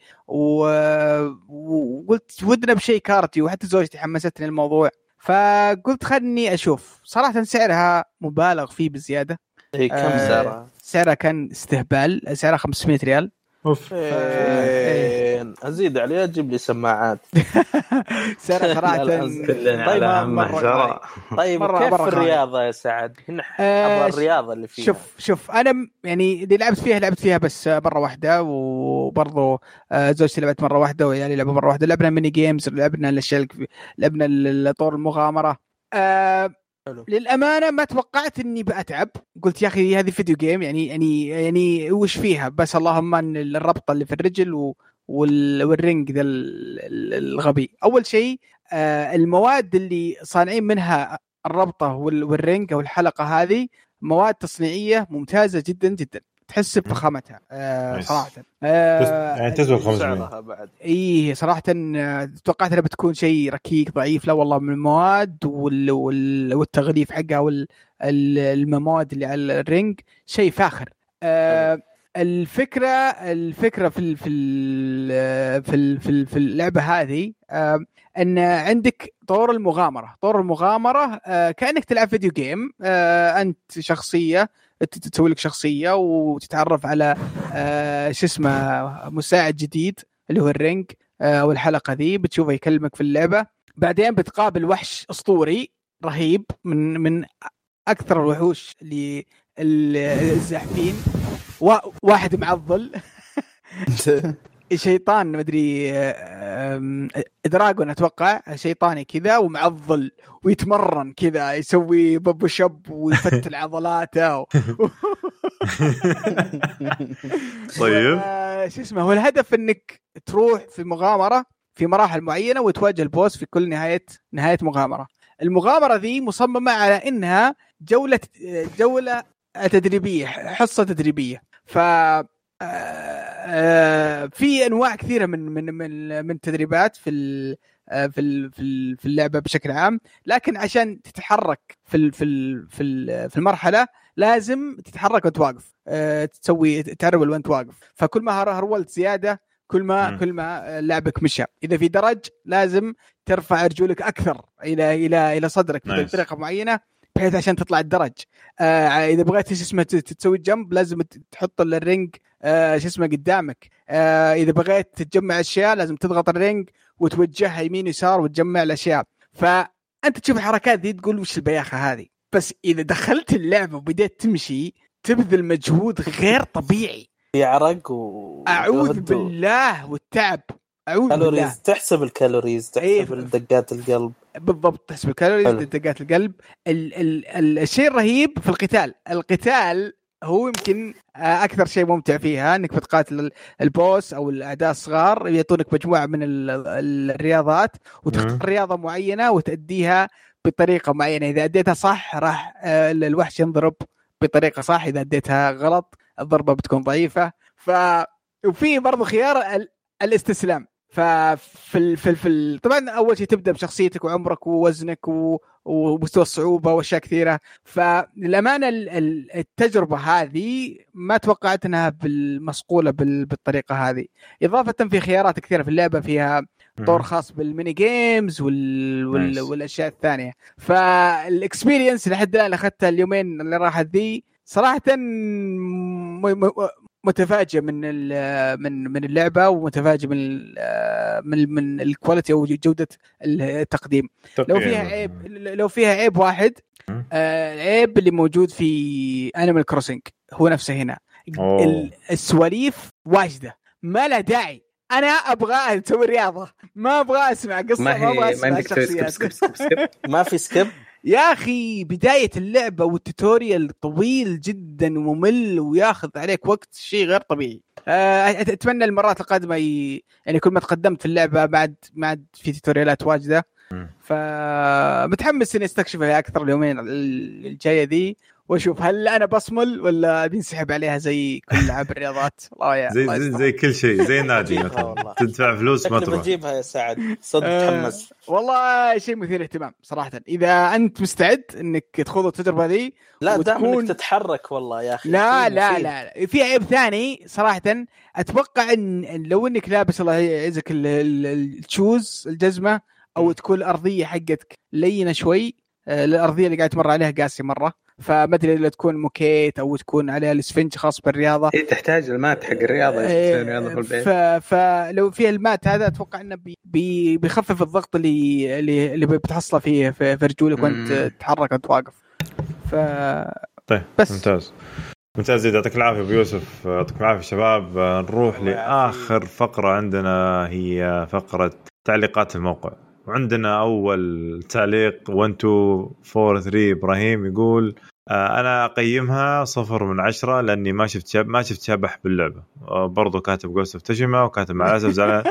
وقلت ودنا بشيء كارتي وحتى زوجتي حمستني الموضوع فقلت خلني أشوف. صراحة سعرها مبالغ فيه بزيادة. كم سعرها كان استهبال سعرها 500 ريال. أزيد عليها تجيب لي سماعات. سعرها صراحة طيب كيف الرياضة يا سعد هنا الرياضة اللي فيها شوف أنا يعني اللي لعبت فيها بس مرة واحدة وبرضو زوجتي لعبت مرة واحدة ويعني لعبة مرة واحدة. لعبنا ميني جيمز لعبنا الأشياء لعبنا طور المغامرة. للأمانة ما توقعت إني بأتعب. قلت يا أخي هذه فيديو جيم يعني وش فيها بس اللهم أن الربطة اللي في الرجل والرنج ذا الغبي. أول شيء المواد اللي صانعين منها الربطة والرنج أو الحلقة هذه مواد تصنيعية ممتازة جدا جدا تحس بفخامتها صراحة. يعني تسوى 500 بعد. إيه صراحة توقعت أنها بتكون شيء ركيك ضعيف. لا والله من المواد والتغليف حقها والمواد اللي على الرنج شيء فاخر. الفكره في اللعبه هذه ان عندك طور المغامره كانك تلعب فيديو جيم. انت شخصيه تسوي لك شخصيه وتتعرف على شو اسمه مساعد جديد اللي هو الرينج او الحلقه ذي، بتشوفه يكلمك في اللعبه. بعدين بتقابل وحش اسطوري رهيب من اكثر الوحوش اللي الزاحفين، واحد معضل شيطان مدري دراجون اتوقع، شيطاني كذا ومعضل ويتمرن كذا يسوي بوب شب ويفتل عضلاته طيب شو اسمه، هو الهدف انك تروح في مغامره في مراحل معينه وتواجه البوس في كل نهايه مغامره. المغامره ذي مصممه على انها جوله تدريبيه، حصه تدريبيه. ف في انواع كثيره من تدريبات في اللعبه بشكل عام، لكن عشان تتحرك في المرحله لازم تتحرك وانت واقف، تسوي تهرول وانت واقف. فكل ما هرولت زياده كل ما لعبك مشى. اذا في درج لازم ترفع رجولك اكثر الى صدرك بطريقه معينه بحيث عشان تطلع الدرج. اذا بغيت تسوي جمب لازم تحط الرينج قدامك. اذا بغيت تجمع اشياء لازم تضغط الرينج وتوجهها يمين يسار وتجمع الاشياء. فانت تشوف الحركات دي تقول وش البياخه هذه، بس اذا دخلت اللعبه وبديت تمشي تبذل مجهود غير طبيعي، يعرق اعوذ بالله والتعب. كالوريز، تحسب الكالوريز، تحسب دقات القلب. بالضبط، تحسب الكالوريز، دقات القلب. الشيء الرهيب في القتال هو يمكن اكثر شيء ممتع فيها، انك بتقاتل البوس او الاعداء الصغار، يعطونك مجموعه من الرياضات وتختار رياضه معينه وتأديها بطريقه معينه. اذا اديتها صح راح الوحش ينضرب بطريقه صح، اذا اديتها غلط الضربه بتكون ضعيفه. وفي برضو خيار الاستسلام. طبعا اول شيء تبدا بشخصيتك وعمرك ووزنك ومستوى الصعوبه واشياء كثيره. فللامانه التجربه هذه ما توقعت انها بالمصقوله بالطريقه هذه. اضافه في خيارات كثيره في اللعبه، فيها طور خاص بالميني جيمز والاشياء الثانيه. فالاكسبيرينس لحد الان اخذتها اليومين اللي راحت ذي صراحه متفاجئ من اللعبه، ومتفاجئ من الكواليتي او جوده التقديم. لو فيها عيب واحد، العيب اللي موجود في انيمال كروسنج هو نفسه هنا. السواليف واجده ما له داعي. انا ابغى اسوي رياضه، ما ابغى اسمع قصه، ما ابغى اسمع شخصيات. ما في سكيب يا أخي. بداية اللعبة والتوتوريال طويل جدا وممل وياخذ عليك وقت، شيء غير طبيعي. أتمنى المرات القادمة يعني كل ما تقدمت في اللعبة بعد في توتوريالات واجدة. فمتحمس إني استكشفها أكثر اليومين الجاية ذي، واشوف هل انا بصمل ولا بينسحب عليها زي كل العاب الرياضات. الله يا زي كل شيء، زي النادي مثلا تدفع فلوس ما تروح. بنجيبها يا سعد، صدق متحمس. والله شيء مثير اهتمام صراحه. اذا انت مستعد انك تخوض التجربه دي، لا دام انك تتحرك والله يا اخي. لا في عيب ثاني صراحه. اتوقع ان لو انك لابس الله يعزك الشوز الجزمه، او تكون الارضيه حقتك لينه شوي، الارضيه اللي قاعد تمر عليها قاسيه مره، فما ادري اذا تكون موكيت او تكون عليها الاسفنج خاص بالرياضه. تحتاج المات حق الرياضه رياضه في البيت. فلو فيها المات هذا اتوقع انه بيخفف الضغط اللي بتحصله فيه في رجولك وانت تتحرك وانت واقف. طيب بس ممتاز. يعطيك العافيه ابو يوسف، يعطيكم العافيه شباب. نروح لاخر فقره عندنا، هي فقره تعليقات الموقع. وعندنا أول تعليق 1243 إبراهيم يقول أنا أقيمها 0/10 لأني ما شفت شبح باللعبة. برضو كاتب قوس افتشمة وكاتب مع الأسف زعلان.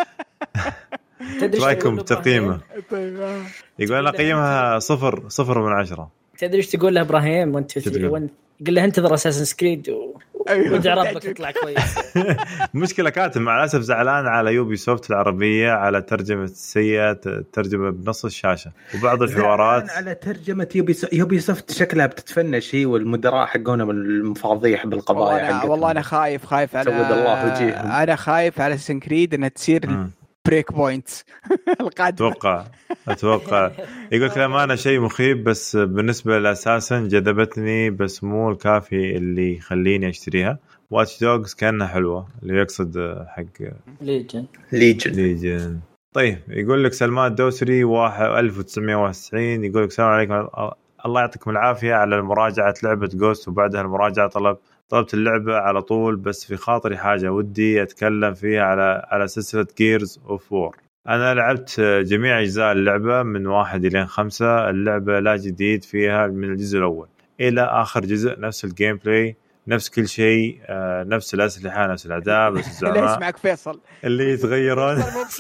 رأيكم بتقييمه؟ يقول أنا أقيمها 0/10. تدري إيش تقول له إبراهيم وأنت قل له انتظر أساسن سكريد ودع ربك يطلع كويس. مشكلة كاتب مع الأسف زعلان على يوبي سوفت العربية على ترجمة سيئة، ترجمة بنص الشاشة، وبعض الحوارات على ترجمة يوبي سوفت شكلها بتتفنش هي والمدراء حقونا بالمفاضيح بالقضايا. والله أنا خايف على الله وجيههم. أنا خايف على سنكريد أنها تصير بريك بوينت القادمة. أتوقع يقول كلامنا شيء مخيب، بس بالنسبة لأساسا جذبتني بس مو الكافي اللي يخليني أشتريها. واتش دوغز كأنها حلوة، اللي يقصد حق ليجن. طيب يقول لك سلمان الدوسري 1991 يقول لك السلام عليكم، الله يعطيكم العافية على مراجعة لعبة جوست، وبعدها المراجعة طلبت اللعبة على طول، بس في خاطري حاجة ودي أتكلم فيها على سلسلة جيرز أوف وور. أنا لعبت جميع أجزاء اللعبة من 1 إلى 5. اللعبة لا جديد فيها من الجزء الأول إلى آخر جزء، نفس الجيم بلاي، نفس كل شيء، نفس الأسلحة، نفس الأداء، بس الزعماء ليش معك فيصل اللي يتغيرون.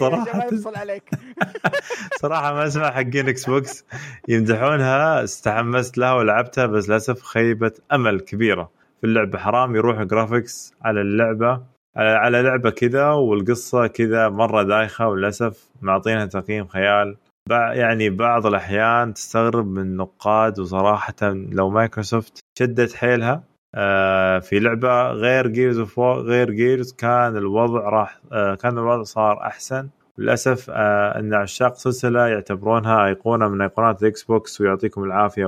صراحة ما أسمع حقين إكس بوكس يمدحونها، استحمست لها ولعبتها، بس للأسف خيبة أمل كبيرة في اللعبة. حرام يروح جرافيكس على اللعبة على لعبة كذا، والقصة كذا مرة دايخة، وللأسف معطينها تقييم خيال. يعني بعض الأحيان تستغرب من النقاد، وصراحة لو مايكروسوفت شدت حيلها في لعبة غير جيرز اوف وور، غير جيرز، كان الوضع صار أحسن. للأسف أن عشاق سلسلة يعتبرونها أيقونة من أيقونات الإكس بوكس. ويعطيكم العافية،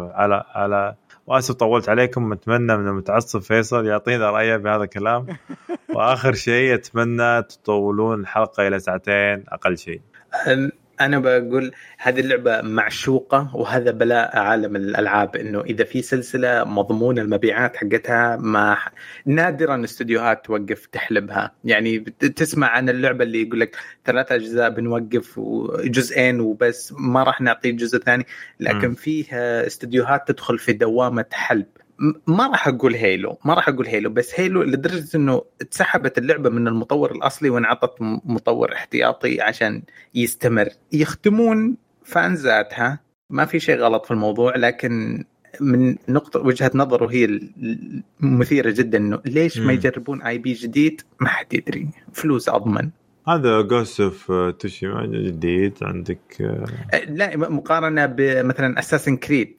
وآسف طولت عليكم. أتمنى من المتعصب فيصل يعطينا رأيه بهذا الكلام. وآخر شيء أتمنى تطولون الحلقة إلى 2 أقل شيء. أنا بقول هذه اللعبة معشوقة، وهذا بلاء عالم الألعاب، إنه إذا في سلسلة مضمون المبيعات حقتها ما نادرا استوديوهات توقف تحلبها. يعني تسمع عن اللعبة اللي يقول لك 3 أجزاء بنوقف وجزئين وبس، ما راح نعطيه جزء ثاني. لكن فيها استوديوهات تدخل في دوامة حلب. ما راح أقول هيلو، بس هيلو لدرجة إنه اتسحبت اللعبة من المطور الأصلي وانعطت مطور احتياطي عشان يستمر. يختمون فانزاتها، ما في شيء غلط في الموضوع، لكن من وجهة نظره هي المثيرة جدا، إنه ليش ما يجربون IP جديد؟ ما حد يدري، فلوس أضمن. هذا جوست اوف توشيما جديد عندك؟ لا، مقارنة بمثلا أساسن كريد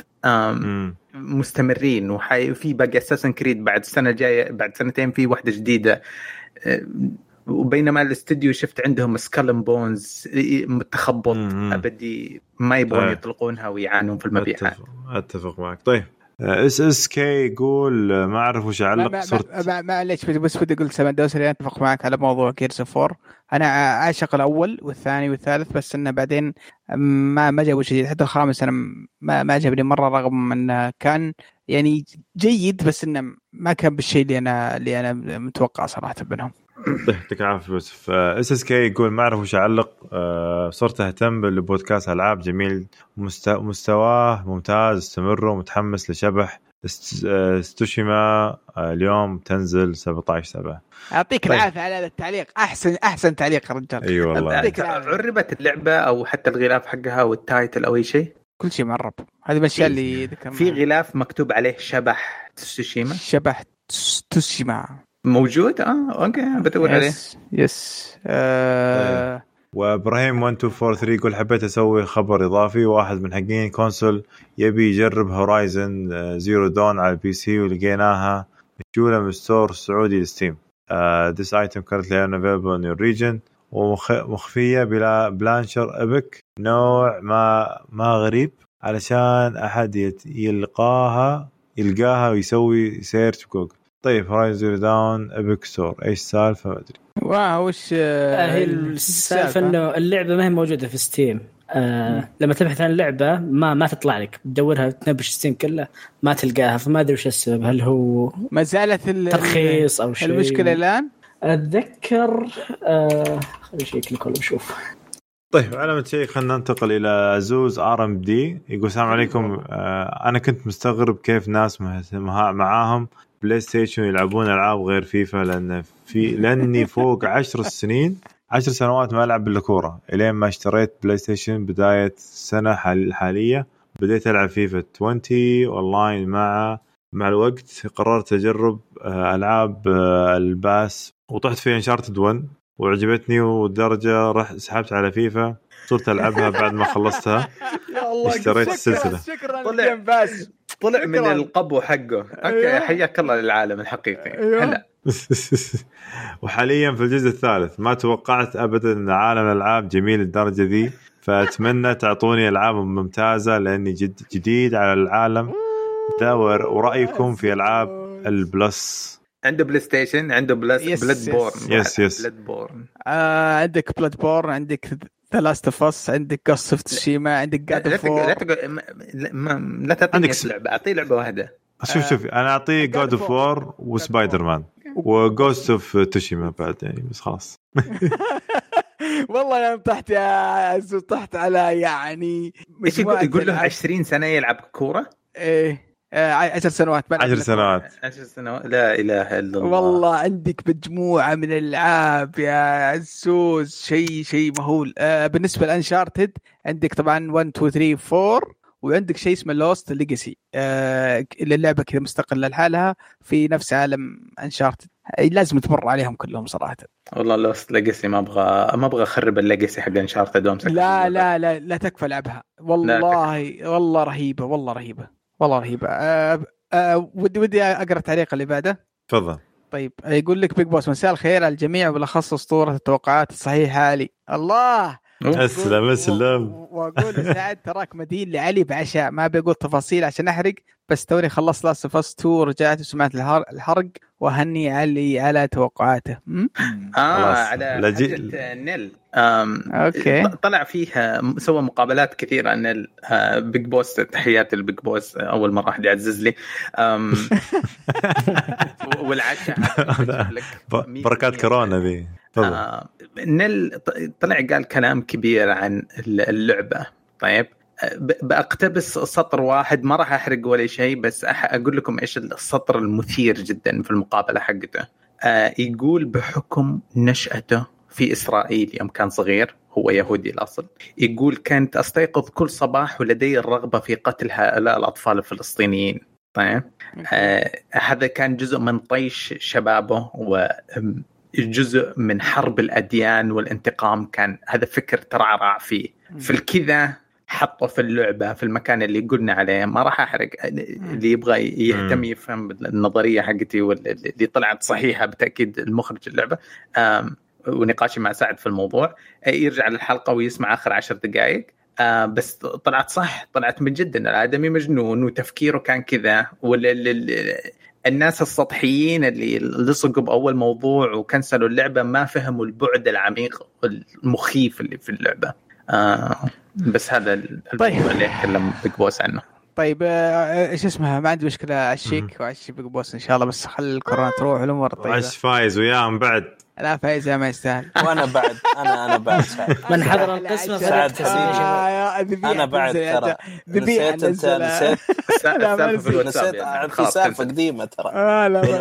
مستمرين، وفي باقي أساسن كريد بعد السنة الجاية، بعد 2 في واحدة جديدة. وبينما الاستديو شفت عندهم سكالن بونز متخبط أبدي، ما يبغون يطلقونها ويعانون في المبيعات. أتفق معك. طيب SSK يقول ما أعرف وش أعلق صرت. معليش بس بدي أقول سلمان الدوسري أتفق معك على موضوع جيرز اوف وور. أنا عاشق الأول والثاني والثالث، بس إنه بعدين ما جابوا شيء. حتى الخامس أنا ما عجبني مرة، رغم إنه كان يعني جيد، بس إنه ما كان بالشيء اللي أنا متوقع صراحة منهم. يعطيك العافية يوسف. SSK يقول ما أعرف وش أعلق. صرت أهتم بالبودكاست ألعاب جميل، مستواه ممتاز، استمروا، متحمس لشبح ستوشيما. اليوم تنزل 17/7. أعطيك العافية على هذا التعليق، أحسن تعليق رجال. أي والله. عربت اللعبة أو حتى الغلاف حقها والتايتل أو أي شيء؟ كل شيء معرب. هذه الأشياء اللي ذكرناها. في غلاف مكتوب عليه شبح تسوشيما. شبح تسوشيما موجود. اوكي بدور عليه. يس. وابراهيم 1243 يقول حبيت اسوي خبر اضافي. واحد من حقين كونسول يبي يجرب هورايزن زيرو دون على البي سي، ولقيناها مشجوله من ستور سعودي لستيم. this item currently unavailable in your region، ومخفيه بلا بلانشر ابك، نوع ما غريب، علشان احد يلقاها ويسوي سيرش جوجل. طيب هورايزن زيرو داون ابيك ستور، ايش السالفه؟ ما ادري. وش هي السالفه؟ انه اللعبه ما هي موجوده في ستيم. لما تبحث عن اللعبه ما تطلع لك، تدورها تنبش ستيم كله ما تلقاها، فما ادري وش السبب. هل هو ما زالت ترخيص او شيء؟ المشكله الان اتذكر خلينا نشيك لكم نشوف. طيب على ما تشيك خلينا ننتقل الى عزوز RMD. يقول السلام عليكم. انا كنت مستغرب كيف ناس معاهم بلاي ستيشن يلعبون العاب غير فيفا، لاني فوق 10 سنوات ما العب بالكوره، الين ما اشتريت بلاي ستيشن بدايه السنه الحاليه. بديت العب فيفا 20 اونلاين مع الوقت قررت أجرب ألعاب الباس، وطحت في انشارتد 1 وعجبتني، ودرجة رح سحبت على فيفا صرت ألعبها بعد ما خلصتها. يا الله اشتريت السلسلة. شكرا طلع باس، طلع من القبو حقه. اوكي حياك الله للعالم الحقيقي. هلا وحاليا في الجزء الثالث. ما توقعت ابدا ان عالم الالعاب جميل الدرجه ذي، فاتمنى تعطوني العاب ممتازه لاني جديد على العالم ذا. ورايكم في العاب البلس؟ عنده بلاي ستيشن، عنده بلاد بورن. يس بلاد بورن. عندك بلاد بورن، عندك ذا لاست اوف اس، عندك جوست اوف تسوشيما، عندك جاد اوف وور. لا تعطيني لعبه، اعطيه لعبه واحده. شوف انا اعطيه جود اوف وور وسبايدر مان وجوست اوف توشيما بعد يعني، بس خلاص. والله انا طحت يا عزو، طحت على يعني ايش يقول له 20 سنه يلعب كوره. ايه 10 سنوات. 10 سنوات. 10 سنوات، لا اله الا الله. والله عندك مجموعه من الالعاب يا عزوز، شيء مهول. بالنسبه لانشارتد عندك طبعا 1 2 3 4، وعندك شيء اسمه لوست ليجاسي، اللعبه كذا مستقله لحالها في نفس عالم انشارتد. لازم تمر عليهم كلهم صراحه. والله لوست ليجاسي ما ابغى اخرب الليجاسي حق انشارتد وامسك. لا تكفى لعبها والله رهيبه، والله رهيبه. ودي اقرا التعليق اللي بعده. تفضل. طيب يقول لك بيج بوس: مساء الخير على الجميع، وبالاخص اسطوره التوقعات الصحيحه لي. الله اسلم. واقول سعد تراك مدين لعلي بعشاء، ما بقول تفاصيل عشان احرق، بس توني خلصت لاست اوف اس 2 ورجعت وسمعت الحرق، وهني علي على توقعاته. على نيل. اوكي. طلع فيها سوى مقابلات كثيره نيل. بيج بوس، تحيات البيج بوس، اول مره احد يعزز لي. والعشاء بركات كورونا ذي. نيل طلع قال كلام كبير عن اللعبه. طيب بأقتبس سطر واحد، ما راح أحرق ولا شيء، بس أقول لكم إيش السطر المثير جدا في المقابلة حقته. يقول: بحكم نشأته في إسرائيل يوم كان صغير، هو يهودي الأصل، يقول: كانت أستيقظ كل صباح ولدي الرغبة في قتل هؤلاء الأطفال الفلسطينيين. طيب هذا كان جزء من طيش شبابه، وجزء من حرب الأديان والانتقام. كان هذا فكر ترعرع فيه، في الكذا حطه في اللعبة في المكان اللي قلنا عليه. ما راح أحرق، اللي يبغى يهتم يفهم النظرية حقتي واللي طلعت صحيحة بالتأكيد المخرج اللعبة، ونقاشي مع سعد في الموضوع، يرجع للحلقة ويسمع آخر 10 دقائق. بس طلعت صح، طلعت من جدا الآدمي مجنون وتفكيره كان كذا. الناس السطحيين اللي لصقوا بأول موضوع وكنسلوا اللعبة ما فهموا البعد العميق والمخيف اللي في اللعبة. بس هذا الموضوع اللي يتكلم بيج بوس عنه. طيب ايش اسمها؟ ما عندي مشكلة، عشيك وعشي بيج بوس إن شاء الله، بس خلي الكورونا تروح والأمور طيبة. عش فايز وياهم بعد. لا فايز ما يستاهل. وانا بعد انا بعد سعد. من حضر القسمة سعد حسين. انا بعد ترى نسيت سالفة قديمة ترى. لا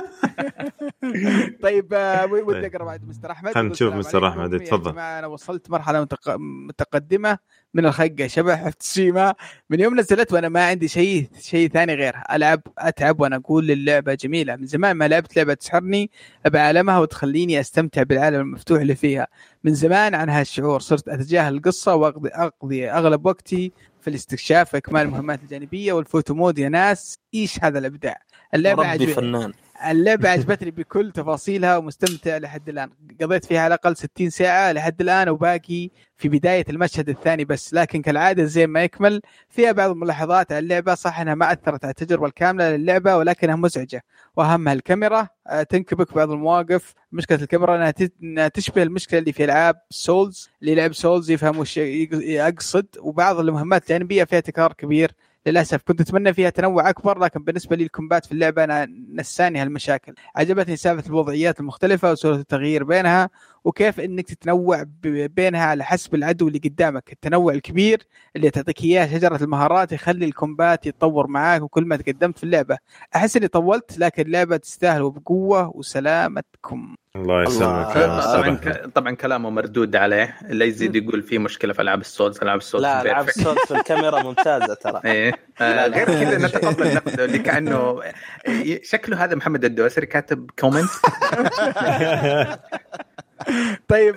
طيب ودي اقرا بعد مستر احمد. نشوف مستر احمد، تفضل. انا وصلت مرحلة متقدمة من الخقة، شبه تسوشيما. من يوم نزلت وانا ما عندي شيء ثاني غير العب، اتعب وانا اقول اللعبة جميلة. من زمان ما لعبت لعبة تسحرني بعالمها وتخليني استمتع بالعالم المفتوح اللي فيها. من زمان عن هالشعور صرت اتجاهل القصة واقضي اغلب وقتي في الاستكشاف واكمال المهمات الجانبية والفوتو مود. يا ناس ايش هذا الابداع! اللعبة عجبتني بكل تفاصيلها ومستمتع لحد الآن. قضيت فيها على الأقل 60 ساعة لحد الآن، وباقي في بداية المشهد الثاني بس. لكن كالعادة زي ما يكمل فيها بعض الملاحظات على اللعبة. صح أنها ما أثرت على التجربة الكاملة للعبة، ولكنها مزعجة، وأهمها الكاميرا تنكبك بعض المواقف. مشكلة الكاميرا أنها تشبه المشكلة اللي في ألعاب سولز. اللي لعب سولز يفهم وش أقصد. وبعض المهمات الجانبية فيها تكرار كبير للأسف. كنت أتمنى فيها تنوع أكبر، لكن بالنسبة لي الكومبات في اللعبة أنا نساني هالمشاكل. عجبتني سالفة الوضعيات المختلفة وسهولة التغيير بينها، وكيف انك تتنوع بينها على حسب العدو اللي قدامك. التنوع الكبير اللي تعطيك اياه شجره المهارات يخلي الكومبات يتطور معاك وكل ما تقدمت في اللعبه. احس اني طولت لكن اللعبه تستاهل وبقوه وسلامتكم. الله يسلمك. طبعا كلامه مردود عليه. اللي يزيد يقول في مشكله في العاب السولز. لا العاب السولز في الكاميرا ممتازه ترى. ايه غير كذا نتقبل النقد اللي كانه شكله هذا محمد الدوسري كاتب كومنت. طيب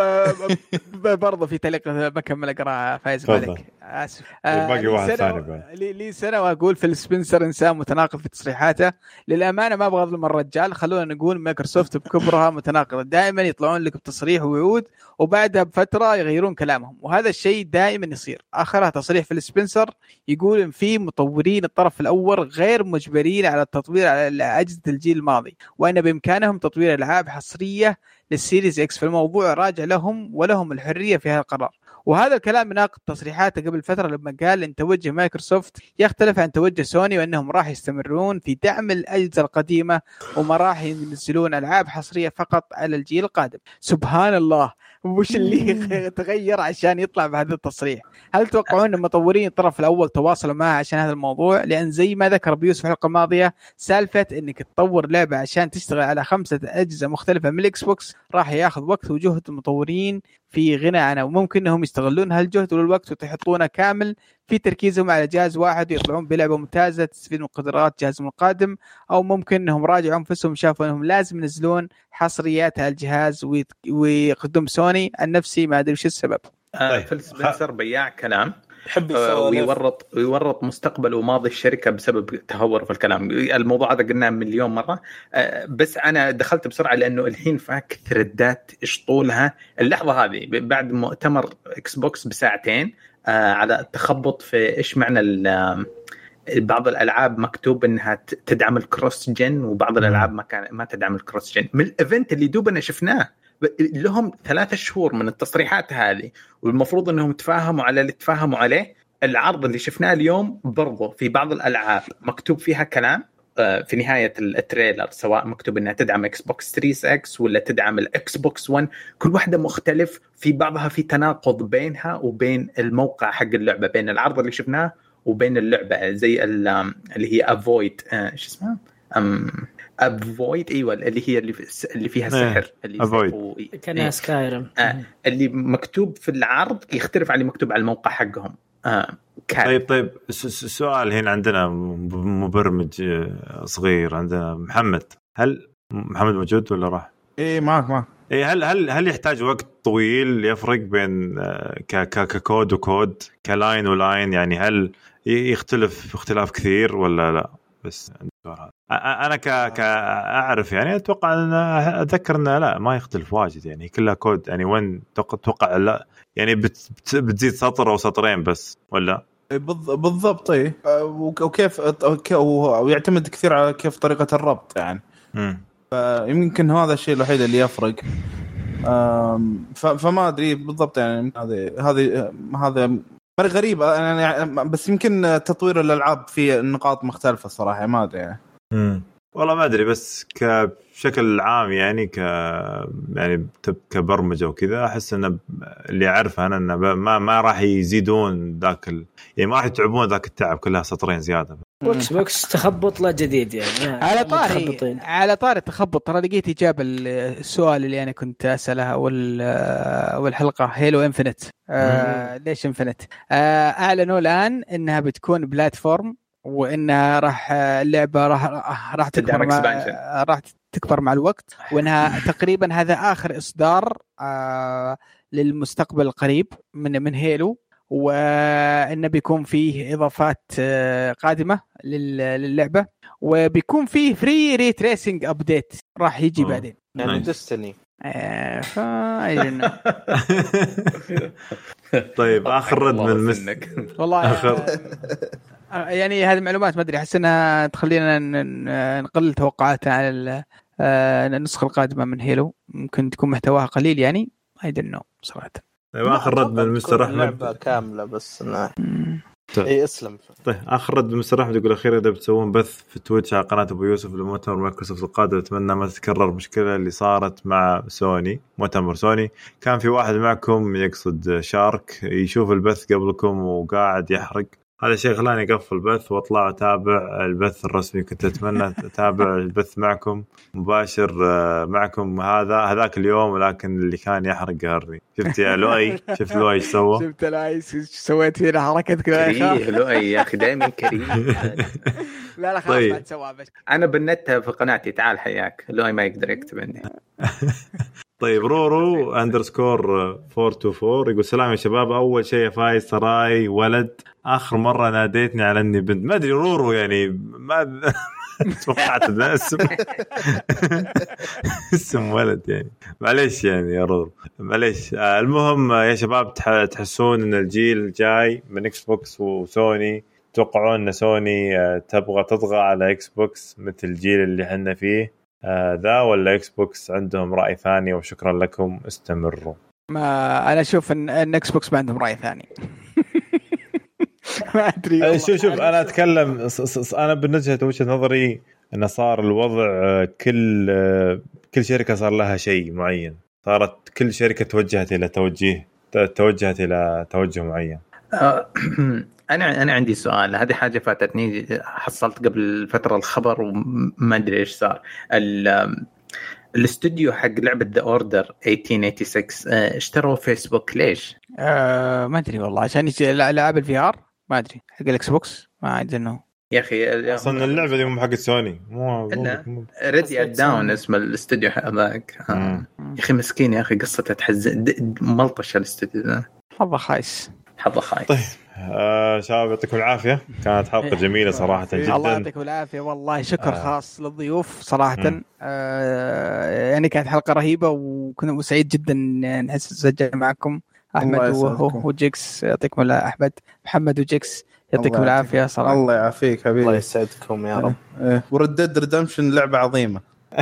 برضه في تعليق بكمل اقرا فايز عليك اسف. باقي واحد ثاني لي سنه واقول في السبنسر انسان متناقض في تصريحاته. للامانه ما ابغى اظلم الرجال، خلونا نقول مايكروسوفت بكبرها متناقضه، دائما يطلعون لك بتصريح ووعود وبعدها بفتره يغيرون كلامهم، وهذا الشيء دائما يصير. اخرها تصريح في السبنسر يقول ان في مطورين الطرف الاول غير مجبرين على التطوير على اجهزه الجيل الماضي، وان بامكانهم تطوير العاب حصريه للسيريز اكس، في الموضوع راجع لهم ولهم الحريه في هذا القرار. وهذا الكلام ناقض تصريحاته قبل فتره لما قال ان توجه مايكروسوفت يختلف عن توجه سوني، وانهم راح يستمرون في دعم الاجهزه القديمه وما راح ينزلون العاب حصريه فقط على الجيل القادم. سبحان الله، وش اللي تغير عشان يطلع بهذا التصريح؟ هل تتوقعون ان مطورين الطرف الاول تواصلوا معه عشان هذا الموضوع؟ لان زي ما ذكر بيوسف في الحلقه الماضيه، سالفه انك تطور لعبه عشان تشتغل على 5 أجهزة مختلفه من الاكس بوكس راح ياخذ وقت وجهد المطورين في غنى عنه، وممكن انهم يستغلون هالجهد والوقت ويحطونه كامل في تركيزهم على جهاز واحد ويطلعون بلعبه ممتازه تستفيد من قدرات جهازهم القادم، او ممكن انهم راجعوا انفسهم شافوا انهم لازم ينزلون حصريات على الجهاز ويقدم سوني. عن نفسي ما ادري وش السبب. فيل سبنسر بياع كلام، يحب ويورط مستقبل وماضي الشركه بسبب تهور في الكلام. الموضوع هذا قلناه مليون مره، بس انا دخلت بسرعه لانه الحين فاك ثريدات ايش طولها اللحظه هذه بعد مؤتمر اكس بوكس بساعتين على التخبط في ايش معنى بعض الالعاب مكتوب انها تدعم الكروس جن، وبعض الالعاب ما تدعم الكروس جن. من الايفنت اللي دوبنا شفناه لهم 3 شهور من التصريحات هذه، والمفروض انهم تفاهموا على اللي تفاهموا عليه. العرض اللي شفناه اليوم برضو في بعض الالعاب مكتوب فيها كلام في نهايه التريلر، سواء مكتوب انها تدعم اكس بوكس 3 اكس ولا تدعم الاكس بوكس 1، كل واحده مختلف، في بعضها في تناقض بينها وبين الموقع حق اللعبه، بين العرض اللي شفناه وبين اللعبه. زي اللي هي افويد ايش اسمها افويد، ايوه اللي هي اللي فيها سحر، اللي كان سكايرم اللي مكتوب في العرض يختلف عن اللي مكتوب على الموقع حقهم. طيب سؤال هنا عندنا مبرمج صغير عندنا محمد. هل محمد موجود ولا راح؟ ايه معك. ايه هل يحتاج وقت طويل يفرق بين ككود وكود، كلاين ولاين؟ يعني هل يختلف اختلاف كثير ولا لا؟ بس انا كاعرف يعني اتوقع ان اذكر انه لا ما يختلف واجد، يعني كلها كود. يعني وين توقع لا يعني بتزيد سطر او سطرين بس ولا بالضبط؟ ايه وكيف ويعتمد كثير على كيف طريقه الربط يعني. فيمكن هذا الشيء الوحيد اللي يفرق. فما ادري بالضبط يعني. هذا مرة غريبة يعني، بس يمكن تطوير الألعاب في نقاط مختلفة صراحة، ما أدري يعني. والله ما أدري، بس كشكل عام يعني يعني كبرمجة وكذا أحس إن اللي أعرفه أنا إنه ما راح يزيدون يعني ما راح يتعبون ذاك التعب، كلها سطرين زيادة. بوكس تخبط لا جديد يعني. على طاري التخبط، ترى لقيت إجابة السؤال اللي أنا كنت أسألها والحلقة هيلو إنفينيت. ليش إنفينيت؟ أعلنوا الآن إنها بتكون بلاتفورم، وإنها اللعبة راح تكبر مع الوقت، وإنها تقريبا هذا آخر إصدار للمستقبل القريب من هيلو، وإنه بيكون فيه إضافات قادمة للعبة، وبيكون فيه فري ري تريسنج أبديت راح يجي بعدين يعني ديستني. طيب آخر رد من والله يعني هذه المعلومات ما أدري، أحس أنها تخلينا نقلل توقعاتنا على النسخة القادمة من هيلو، ممكن تكون محتواها قليل يعني. I don't know صراحة. آخر رد من مستر أحمد. لعبة كاملة بس اي اسلم. طيب اخر رد مستر احمد يقول اخيرا اذا بتسوون بث في تويتش على قناه ابو يوسف لمؤتمر مايكروسوفت القادم اتمنى ما تتكرر المشكله اللي صارت مع سوني. مؤتمر سوني كان في واحد معكم يقصد شارك يشوف البث قبلكم وقاعد يحرق. هذا الشيء خلاني اقفل البث واطلع اتابع البث الرسمي. كنت اتمنى اتابع البث معكم مباشر معكم هذاك اليوم، ولكن اللي كان يحرق قهرني. شفت يا لؤي؟ شفت لؤي ايش سوى؟ شفت لؤي سويت فينا حركه كذا كريه لؤي يا اخي دائما كريه. لا خلاص ما تسوى بس انا بنتها في قناتي. تعال حياك لؤي ما يقدر يكتب عندي. طيب رورو _424 يقول سلام يا شباب. اول شيء يا فايز تراي ولد، اخر مره ناديتني على اني بنت. ما ادري رورو يعني ما توقعت الناس اسم ولد يعني. معليش يعني يا رورو معليش. المهم يا شباب تحسون ان الجيل الجاي من اكس بوكس وسوني توقعون ان سوني تبغى تطغى على اكس بوكس مثل الجيل اللي حنا فيه ذا، ولا اكس بوكس عندهم رأي ثاني؟ وشكرا لكم استمروا. ما انا اشوف ان اكس بوكس ما عندهم رأي ثاني. ما ادري. شوف انا اتكلم انا بالنسبه وجهه نظري انه صار الوضع كل شركه صار لها شيء معين. صارت كل شركه توجهت الى توجه معين. انا عندي سؤال. هذه حاجه فاتتني. حصلت قبل فتره الخبر وما ادري ايش صار. الاستوديو حق لعبه ذا اوردر 1886 اشتروا فيسبوك ليش؟ ما ادري والله. عشان العاب الفي ار ما ادري. حق الاكس بوكس ما ادري انه يا اخي اصلا اللعبه دي مو حق سوني. مو ريدي داون اسم الاستوديو هذاك. يا اخي مسكين يا اخي قصته تحزن. ملطش الاستوديو ذا. حظه خايس. طيب شباب يعطيكم العافيه. كانت حلقه جميله صراحه جدا. الله يعطيكم العافيه والله. شكر خاص للضيوف صراحه. يعني كانت حلقه رهيبه وكنا سعيد جدا نحس سجل معكم احمد وجيكس. يعطيكم العافيه. احمد محمد وجيكس يعطيكم العافيه صراحه. الله يعافيك حبيبي. الله يسعدكم يا رب. وردد ريدمشن لعبه عظيمه.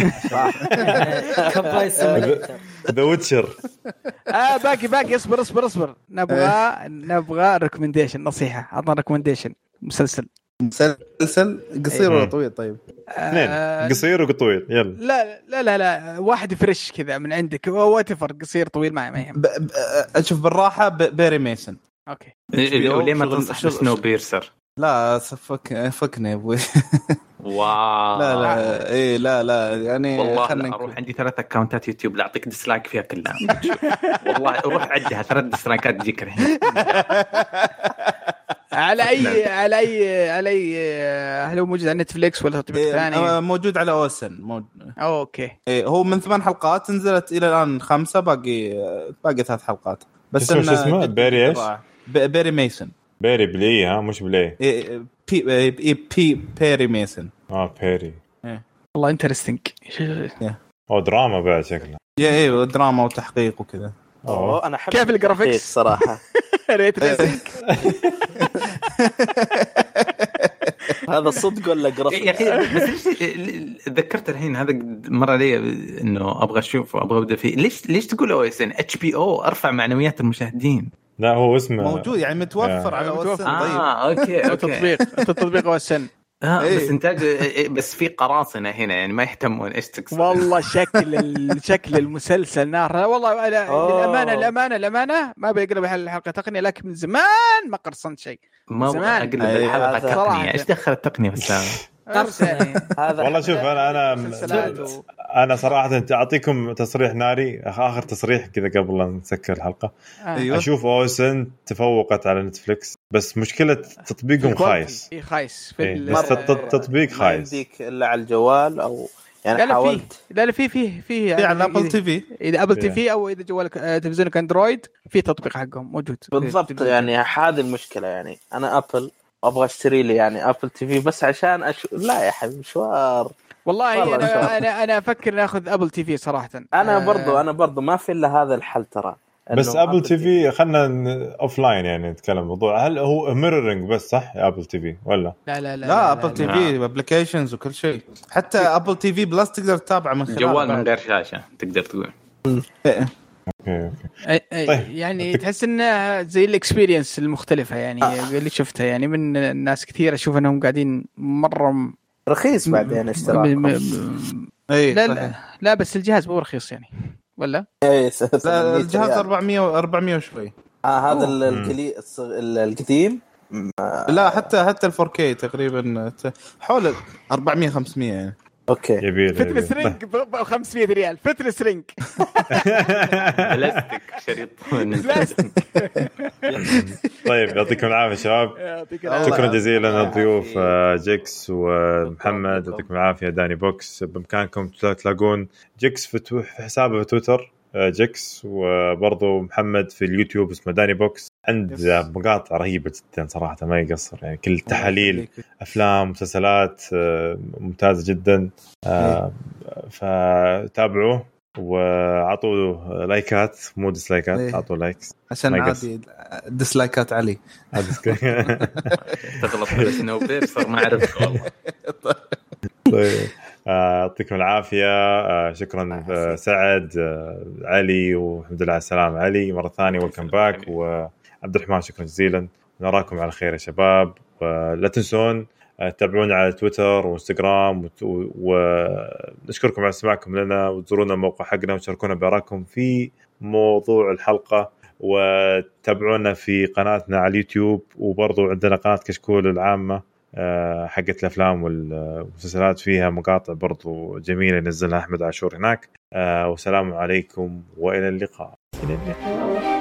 ذا ويتشر. باقي اصبر. نبغى ريكومنديشن. نصيحه عطنا ريكومنديشن. مسلسل قصير ولا طويل؟ طيب اثنين قصير وطويل يلا. لا واحد فريش كذا من عندك. واتفر قصير طويل ما يهم. اشوف بالراحه بيري ميسن. اوكي. ليه ما تنصح سنو بيرسر؟ لا فكني يا ابوي. واو. لا ايه لا يعني والله اروح عندي 3 اكونتات يوتيوب لا اعطيك ديسلايك فيها كلها. والله اروح عدها 3 ديسلايكات تجيك الحين. على اي هل هو موجود على نتفليكس ولا تطبيق ثاني؟ موجود على اوسن. اوكي. هو من 8 حلقات نزلت الى الان 5. باقي 3 حلقات بس. اسمه بيري ايش؟ بيري ميسن. بيري بلي مش بلاي. بيري ميسن. بيري. والله انترستينج. دراما بعد شكله. ايوه دراما وتحقيق وكذا. انا احب كيف الجرافيكس صراحه. ريت ريسنج. هذا صدق ولا جرافيك؟ يا اخي تذكرت الحين هذا مره لي انه ابغى اشوف وابغى ابدا فيه. ليش تقول او اس ان HBO ارفع معنويات المشاهدين؟ لا هو اسمه موجود يعني متوفر على اوسن. طيب اوكي تطبيق اوسن. بس انتاج بس في قراصنه هنا يعني ما يهتمون ايش تقصد. والله شكل المسلسل نار والله. للامانه ما بيقلب الحلقه تقنيه لكن من زمان ما قرصنت شيء. ما اقلب الحلقه تقنيه. ايش دخل التقنيه في السالفه؟ والله شوف انا صراحه اعطيكم تصريح ناري. اخر تصريح كذا قبل لا نسكر الحلقه. اشوف اوسن تفوقت على نتفليكس بس مشكله تطبيقهم خايس. بس التطبيق خايس. عندك الا على الجوال او يعني حاولت. لا في على ابل تي في. اذا ابل تي في او اذا جوالك تلفزيونك اندرويد في تطبيق حقهم موجود بالضبط. يعني هذه المشكله. يعني انا ابل ابغى اشتري لي يعني ابل تي في بس عشان لا يا حبيبي مشوار. والله انا افكر ناخذ ابل تي في صراحه. انا برضو ما في الا هذا الحل ترى. بس ابل تي في خلنا اوف لاين يعني نتكلم موضوع. هل هو ميرورينج بس صح ابل تي في ولا لا ابل تي في ابلكيشنز وكل شيء. حتى ابل تي في بلس تقدر تتابع من خلال جوال من غير شاشه تقدر تقول. يعني تحس انه زي الاكسبيرينس المختلفه يعني اللي شفتها يعني من الناس كثير اشوف انهم قاعدين مره رخيص بعدين اشتراك. لا بس الجهاز مو رخيص يعني ولا لا الجهاز 400 وشوي. هذا القديم لا حتى ال 4K تقريبا حول 400 500 يعني. اوكي فتنس رينج ب 500 ريال فتنس رينج بلاستيك شريط بلاستيك. طيب يعطيكم العافيه شباب، شكرا جزيلا للضيوف جيكس ومحمد. يعطيكم العافيه داني بوكس. بامكانكم تلاقون جيكس في حسابه في تويتر جيكس، وبرضه محمد في اليوتيوب اسمه داني بوكس. عنده مقاطع رهيبة جدا صراحة ما يقصر يعني، كل تحاليل أفلام مسلسلات ممتازة جدا. فتابعوه وعطوا لايكات مو ديسلايكات، عطوا لايكس عشان عادي ديسلايكات علي تغلط في سنوبير صار ما أعرف والله. طيب يعطيكم العافية. شكرا سعد علي والحمد لله على السلامة. علي مرة ثانية ويلكم باك، وعبد الرحمن شكرا جزيلا. نراكم على خير يا شباب، ولا تنسون تابعونا على تويتر وانستغرام ونشكركم على استماعكم لنا، وتزورونا الموقع حقنا وتشاركونا بآرائكم في موضوع الحلقة، وتابعونا في قناتنا على اليوتيوب، وبرضو عندنا قناة كشكول العامة حقت الأفلام والمسلسلات فيها مقاطع برضو جميلة نزلها أحمد عاشور هناك. والسلام عليكم وإلى اللقاء.